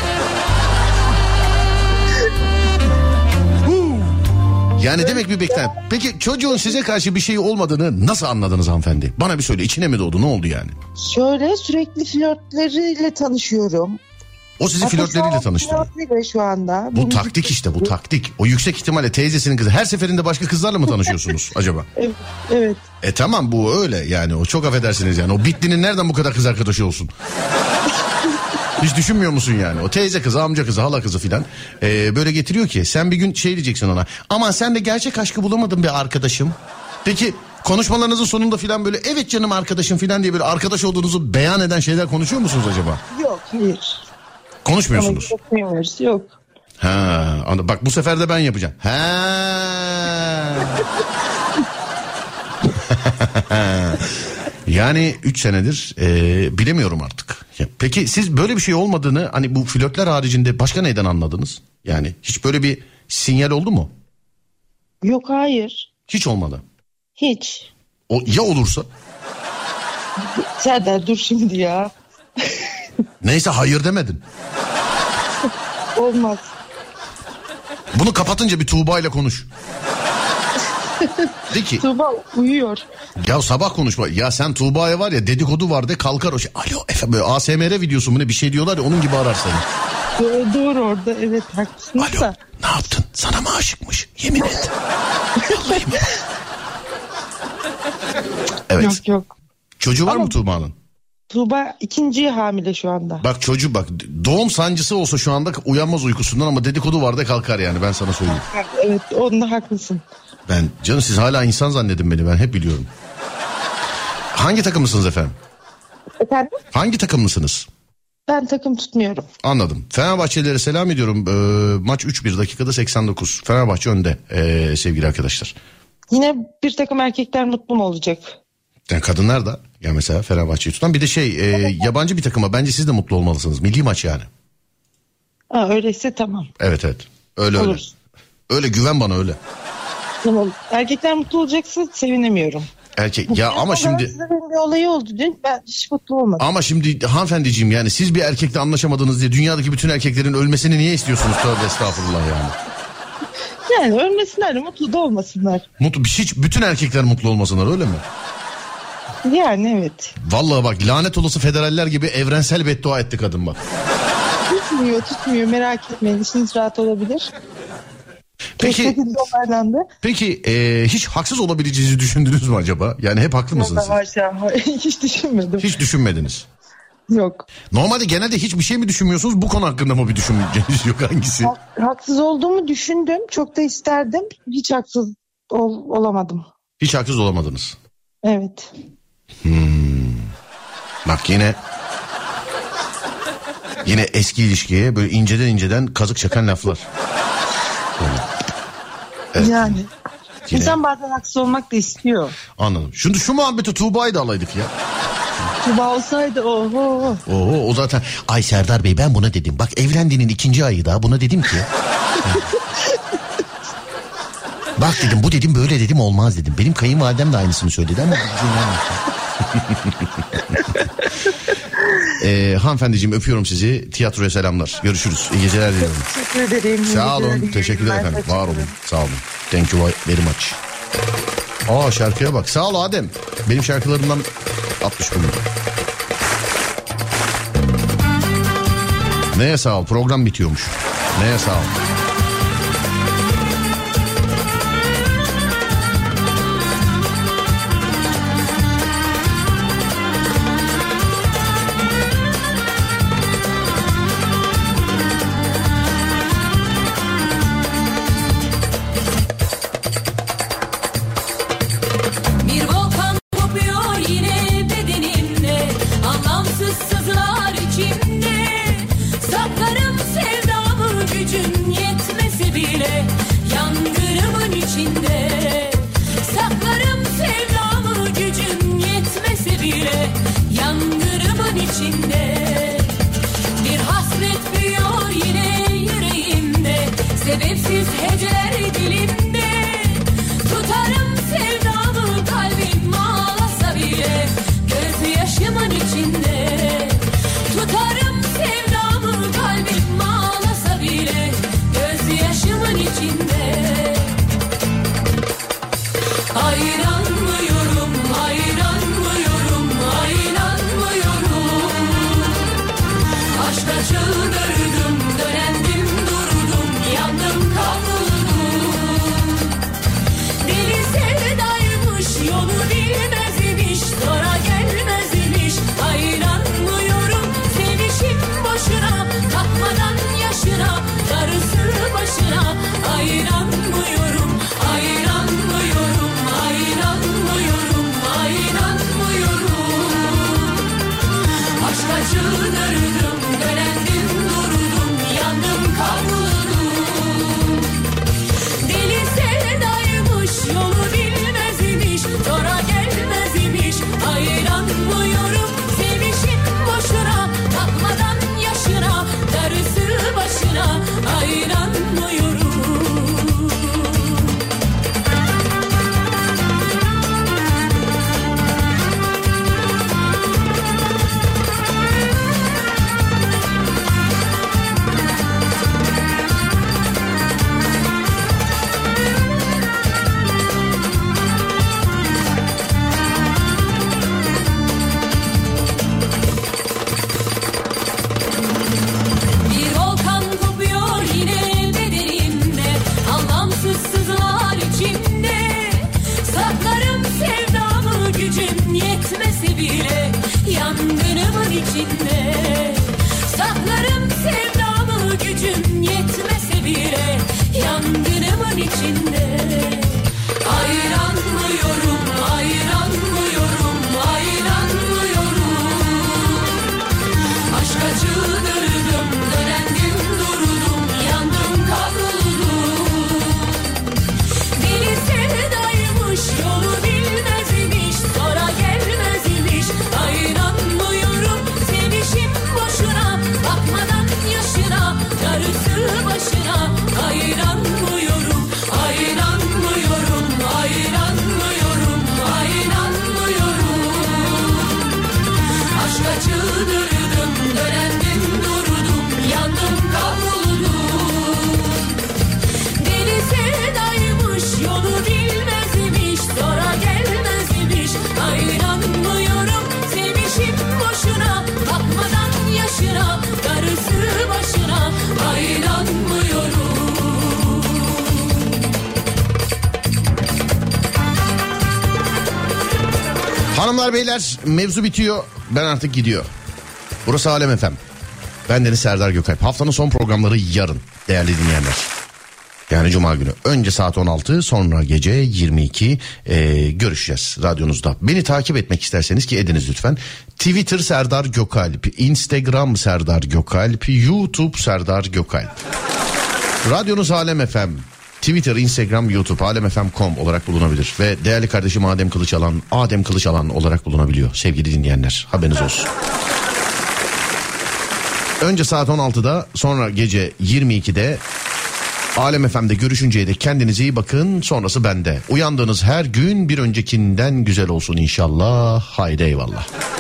Yani demek bir beklenti. Peki çocuğun size karşı bir şey olmadığını nasıl anladınız hanımefendi? Bana bir söyle, içine mi doğdu, ne oldu yani? Şöyle, sürekli flörtleriyle tanışıyorum. O sizi flörtleriyle tanıştırıyor. Flörtleriyle şu anda. Bu taktik işte, bu taktik. O yüksek ihtimalle teyzesinin kızı. Her seferinde başka kızlarla mı tanışıyorsunuz acaba? Evet. Tamam, bu öyle yani, o çok affedersiniz yani. O Bitli'nin nereden bu kadar kız arkadaşı olsun? Hiç düşünmüyor musun yani? O teyze kızı, amca kızı, hala kızı filan böyle getiriyor ki sen bir gün şey diyeceksin ona. Aman sen de gerçek aşkı bulamadın be arkadaşım. Peki konuşmalarınızın sonunda filan böyle evet canım arkadaşım filan diye böyle arkadaş olduğunuzu beyan eden şeyler konuşuyor musunuz acaba? Yok, hayır. Konuşmuyorsunuz. Yok. Ha, bak bu sefer de ben yapacağım. Yani 3 senedir bilemiyorum artık. Peki siz böyle bir şey olmadığını, hani bu flörtler haricinde başka neyden anladınız? Yani hiç böyle bir sinyal oldu mu? Yok, hayır. Hiç olmadı. Hiç. Ya olursa? Serdar dur şimdi ya. Neyse, hayır demedin. Olmaz. Bunu kapatınca bir Tuğba ile konuş. De ki. Tuğba uyuyor. Ya sabah konuşma. Ya sen Tuğba'ya var ya, dedikodu var de kalkar o şey. Alo efendim, böyle ASMR videosu mu ne bir şey diyorlar ya, onun gibi arar seni. Doğru orada, evet haklısın. Alo da. Ne yaptın? Sana mı aşıkmış? Yemin et. Vallahi mi? Evet. Yok. Çocuğu var mı Tuğba'nın? Tuğba 2. hamile şu anda. Bak çocuğu, bak doğum sancısı olsa şu anda uyanmaz uykusundan, ama dedikodu var da kalkar yani, ben sana söyleyeyim. Evet, onda haklısın. Ben canım, siz hala insan zannedin beni, ben hep biliyorum. Hangi takımlısınız efendim? Efendim? Hangi takımlısınız? Ben takım tutmuyorum. Anladım. Fenerbahçelilere selam ediyorum. Maç 3-1, dakikada 89. Fenerbahçe önde sevgili arkadaşlar. Yine bir takım erkekler mutlu mu olacak? Yani kadınlar da ya mesela Fenerbahçe'yi tutan, bir de yabancı bir takıma bence siz de mutlu olmalısınız. Milli maç yani. Öyleyse tamam. Evet. Öyle olur. Öyle. Öyle güven bana, öyle. Tamam. Erkekler mutlu olacaksa sevinemiyorum. Erkek ya, ama şimdi bir olayı oldu dün, ben hiç mutlu olmadım. Ama şimdi hanımefendiciğim, yani siz bir erkekle anlaşamadınız diye dünyadaki bütün erkeklerin ölmesini niye istiyorsunuz? Tövbe estağfurullah yani. Yani ölmesinler de mutlu da olmasınlar. Bütün erkekler mutlu olmasınlar, öyle mi? Yani evet. Vallahi bak, lanet olası federaller gibi evrensel beddua etti kadın bak. Tutmuyor, merak etmeyin, işiniz rahat olabilir. Peki hiç haksız olabileceğinizi düşündünüz mü acaba? Yani hep haklı mısınız siz? Hiç düşünmedim. Hiç düşünmediniz. Yok. Normalde genelde hiçbir şey mi düşünmüyorsunuz? Bu konu hakkında mı bir düşünceniz yok, hangisi? Haksız olduğumu düşündüm. Çok da isterdim. Hiç haksız olamadım. Hiç haksız olamadınız. Evet. Bak yine eski ilişkiye böyle inceden kazık çakan laflar. Evet. Yani. Yine... İnsan bazen haksız olmak da istiyor. Anladım. Şu muhabbeti Tuğba'yı da alaydık ya. Tuğba olsaydı oho. O zaten. Ay Serdar Bey, ben buna dedim. Bak evlendiğinin 2. ayı daha, buna dedim ki. Bak dedim, bu dedim böyle dedim olmaz dedim. Benim kayınvalidem de aynısını söyledi ama. Hanımefendiciğim öpüyorum sizi. Tiyatroya selamlar. Görüşürüz. İyi geceler diliyorum. Teşekkür ederim. Sağ olun. Teşekkürler efendim. Var olun. Sağ olun. Thank you very much. Şarkıya bak. Sağ ol Adem. Benim şarkılarımdan 60 bunu. Neye sağ ol? Program bitiyormuş. Neye sağ ol? Bir volkan kopuyor yine bedenimde, anlamsız sızılar içimde. Saklarım sevdamı, gücüm yetmese bile yangınımın içinde. Saklarım sevdamı, gücüm yetmese bile yangınımın içinde. Bir hasret büyüyor yine yüreğimde, sebepsiz heceler dilimde. Tutarım sevdamı, kalbim ağlasa bile gözyaşımın içinde. Tutarım sevdamı, kalbim ağlasa bile gözyaşımın içinde. Ayranmıyorum, ayranmıyorum, ayranmıyorum. Aşka çıldırdım, dönendim durdum, yandım kavruldum. Deli sevdaymış, yolu bilmezmiş, sonra gelmezmiş. Ayranmıyorum, sevişim boşuna, bakmadan yaşına, darısı başına. Ayranmıyorum, ayranmıyorum, ayranmıyorum, ayranmıyorum. Aşka çıldırdım, dönendim durdum, yandım kavruldum. Deli sevdaymış, yolu bilmezmiş, sonra gelmezmiş. Ayranmıyorum, sevişim boşuna, bakmadan yaşına, darısı başına. Ayranmıyorum. Bir volkan kopuyor yine bedenimde, anlamsız sızılar içimde. Saklarım sevdamı, gücüm yetmese bile yangınımın içinde. Saklarım sevdamı, gücüm yetmese bile yangınımın içinde. Ayranmıyorum, ayranmıyorum, ayranmıyorum. Aşka çıldırdım, dönendim durdum, yandım kavruldum. Deli sevdaymış, yolu bilmezmiş, sonra gelmezmiş. Ayranmıyorum, sevişim boşuna, bakmadan yaşına, darısı başına. Ayranmıyorum, ayranmıyorum, ayranmıyorum, ayranmıyorum. Aşka çıldırdım, dönendim durdum, yandım kavruldum. Deli sevdaymış, yolu bilmezmiş, sonra gelmezmiş. Ayranmıyorum, sevişim boşuna, bakmadan yaşına, darısı başına. Ayranmıyorum. Hanımlar beyler mevzu bitiyor. Ben artık gidiyor. Burası Alem FM. Ben Deniz Serdar Gökalp. Haftanın son programları yarın değerli dinleyenler. Yani Cuma günü. Önce saat 16, sonra gece 22 görüşeceğiz radyonuzda. Beni takip etmek isterseniz ki ediniz lütfen. Twitter Serdar Gökalp, Instagram Serdar Gökalp, YouTube Serdar Gökalp. Radyonuz Alem FM. Twitter, Instagram, YouTube, alemfm.com olarak bulunabilir. Ve değerli kardeşim Adem Kılıçalan olarak bulunabiliyor. Sevgili dinleyenler, haberiniz olsun. Önce saat 16'da, sonra gece 22'de Alem FM'de görüşünceye dek kendinize iyi bakın. Sonrası bende. Uyandığınız her gün bir öncekinden güzel olsun inşallah. Haydi eyvallah.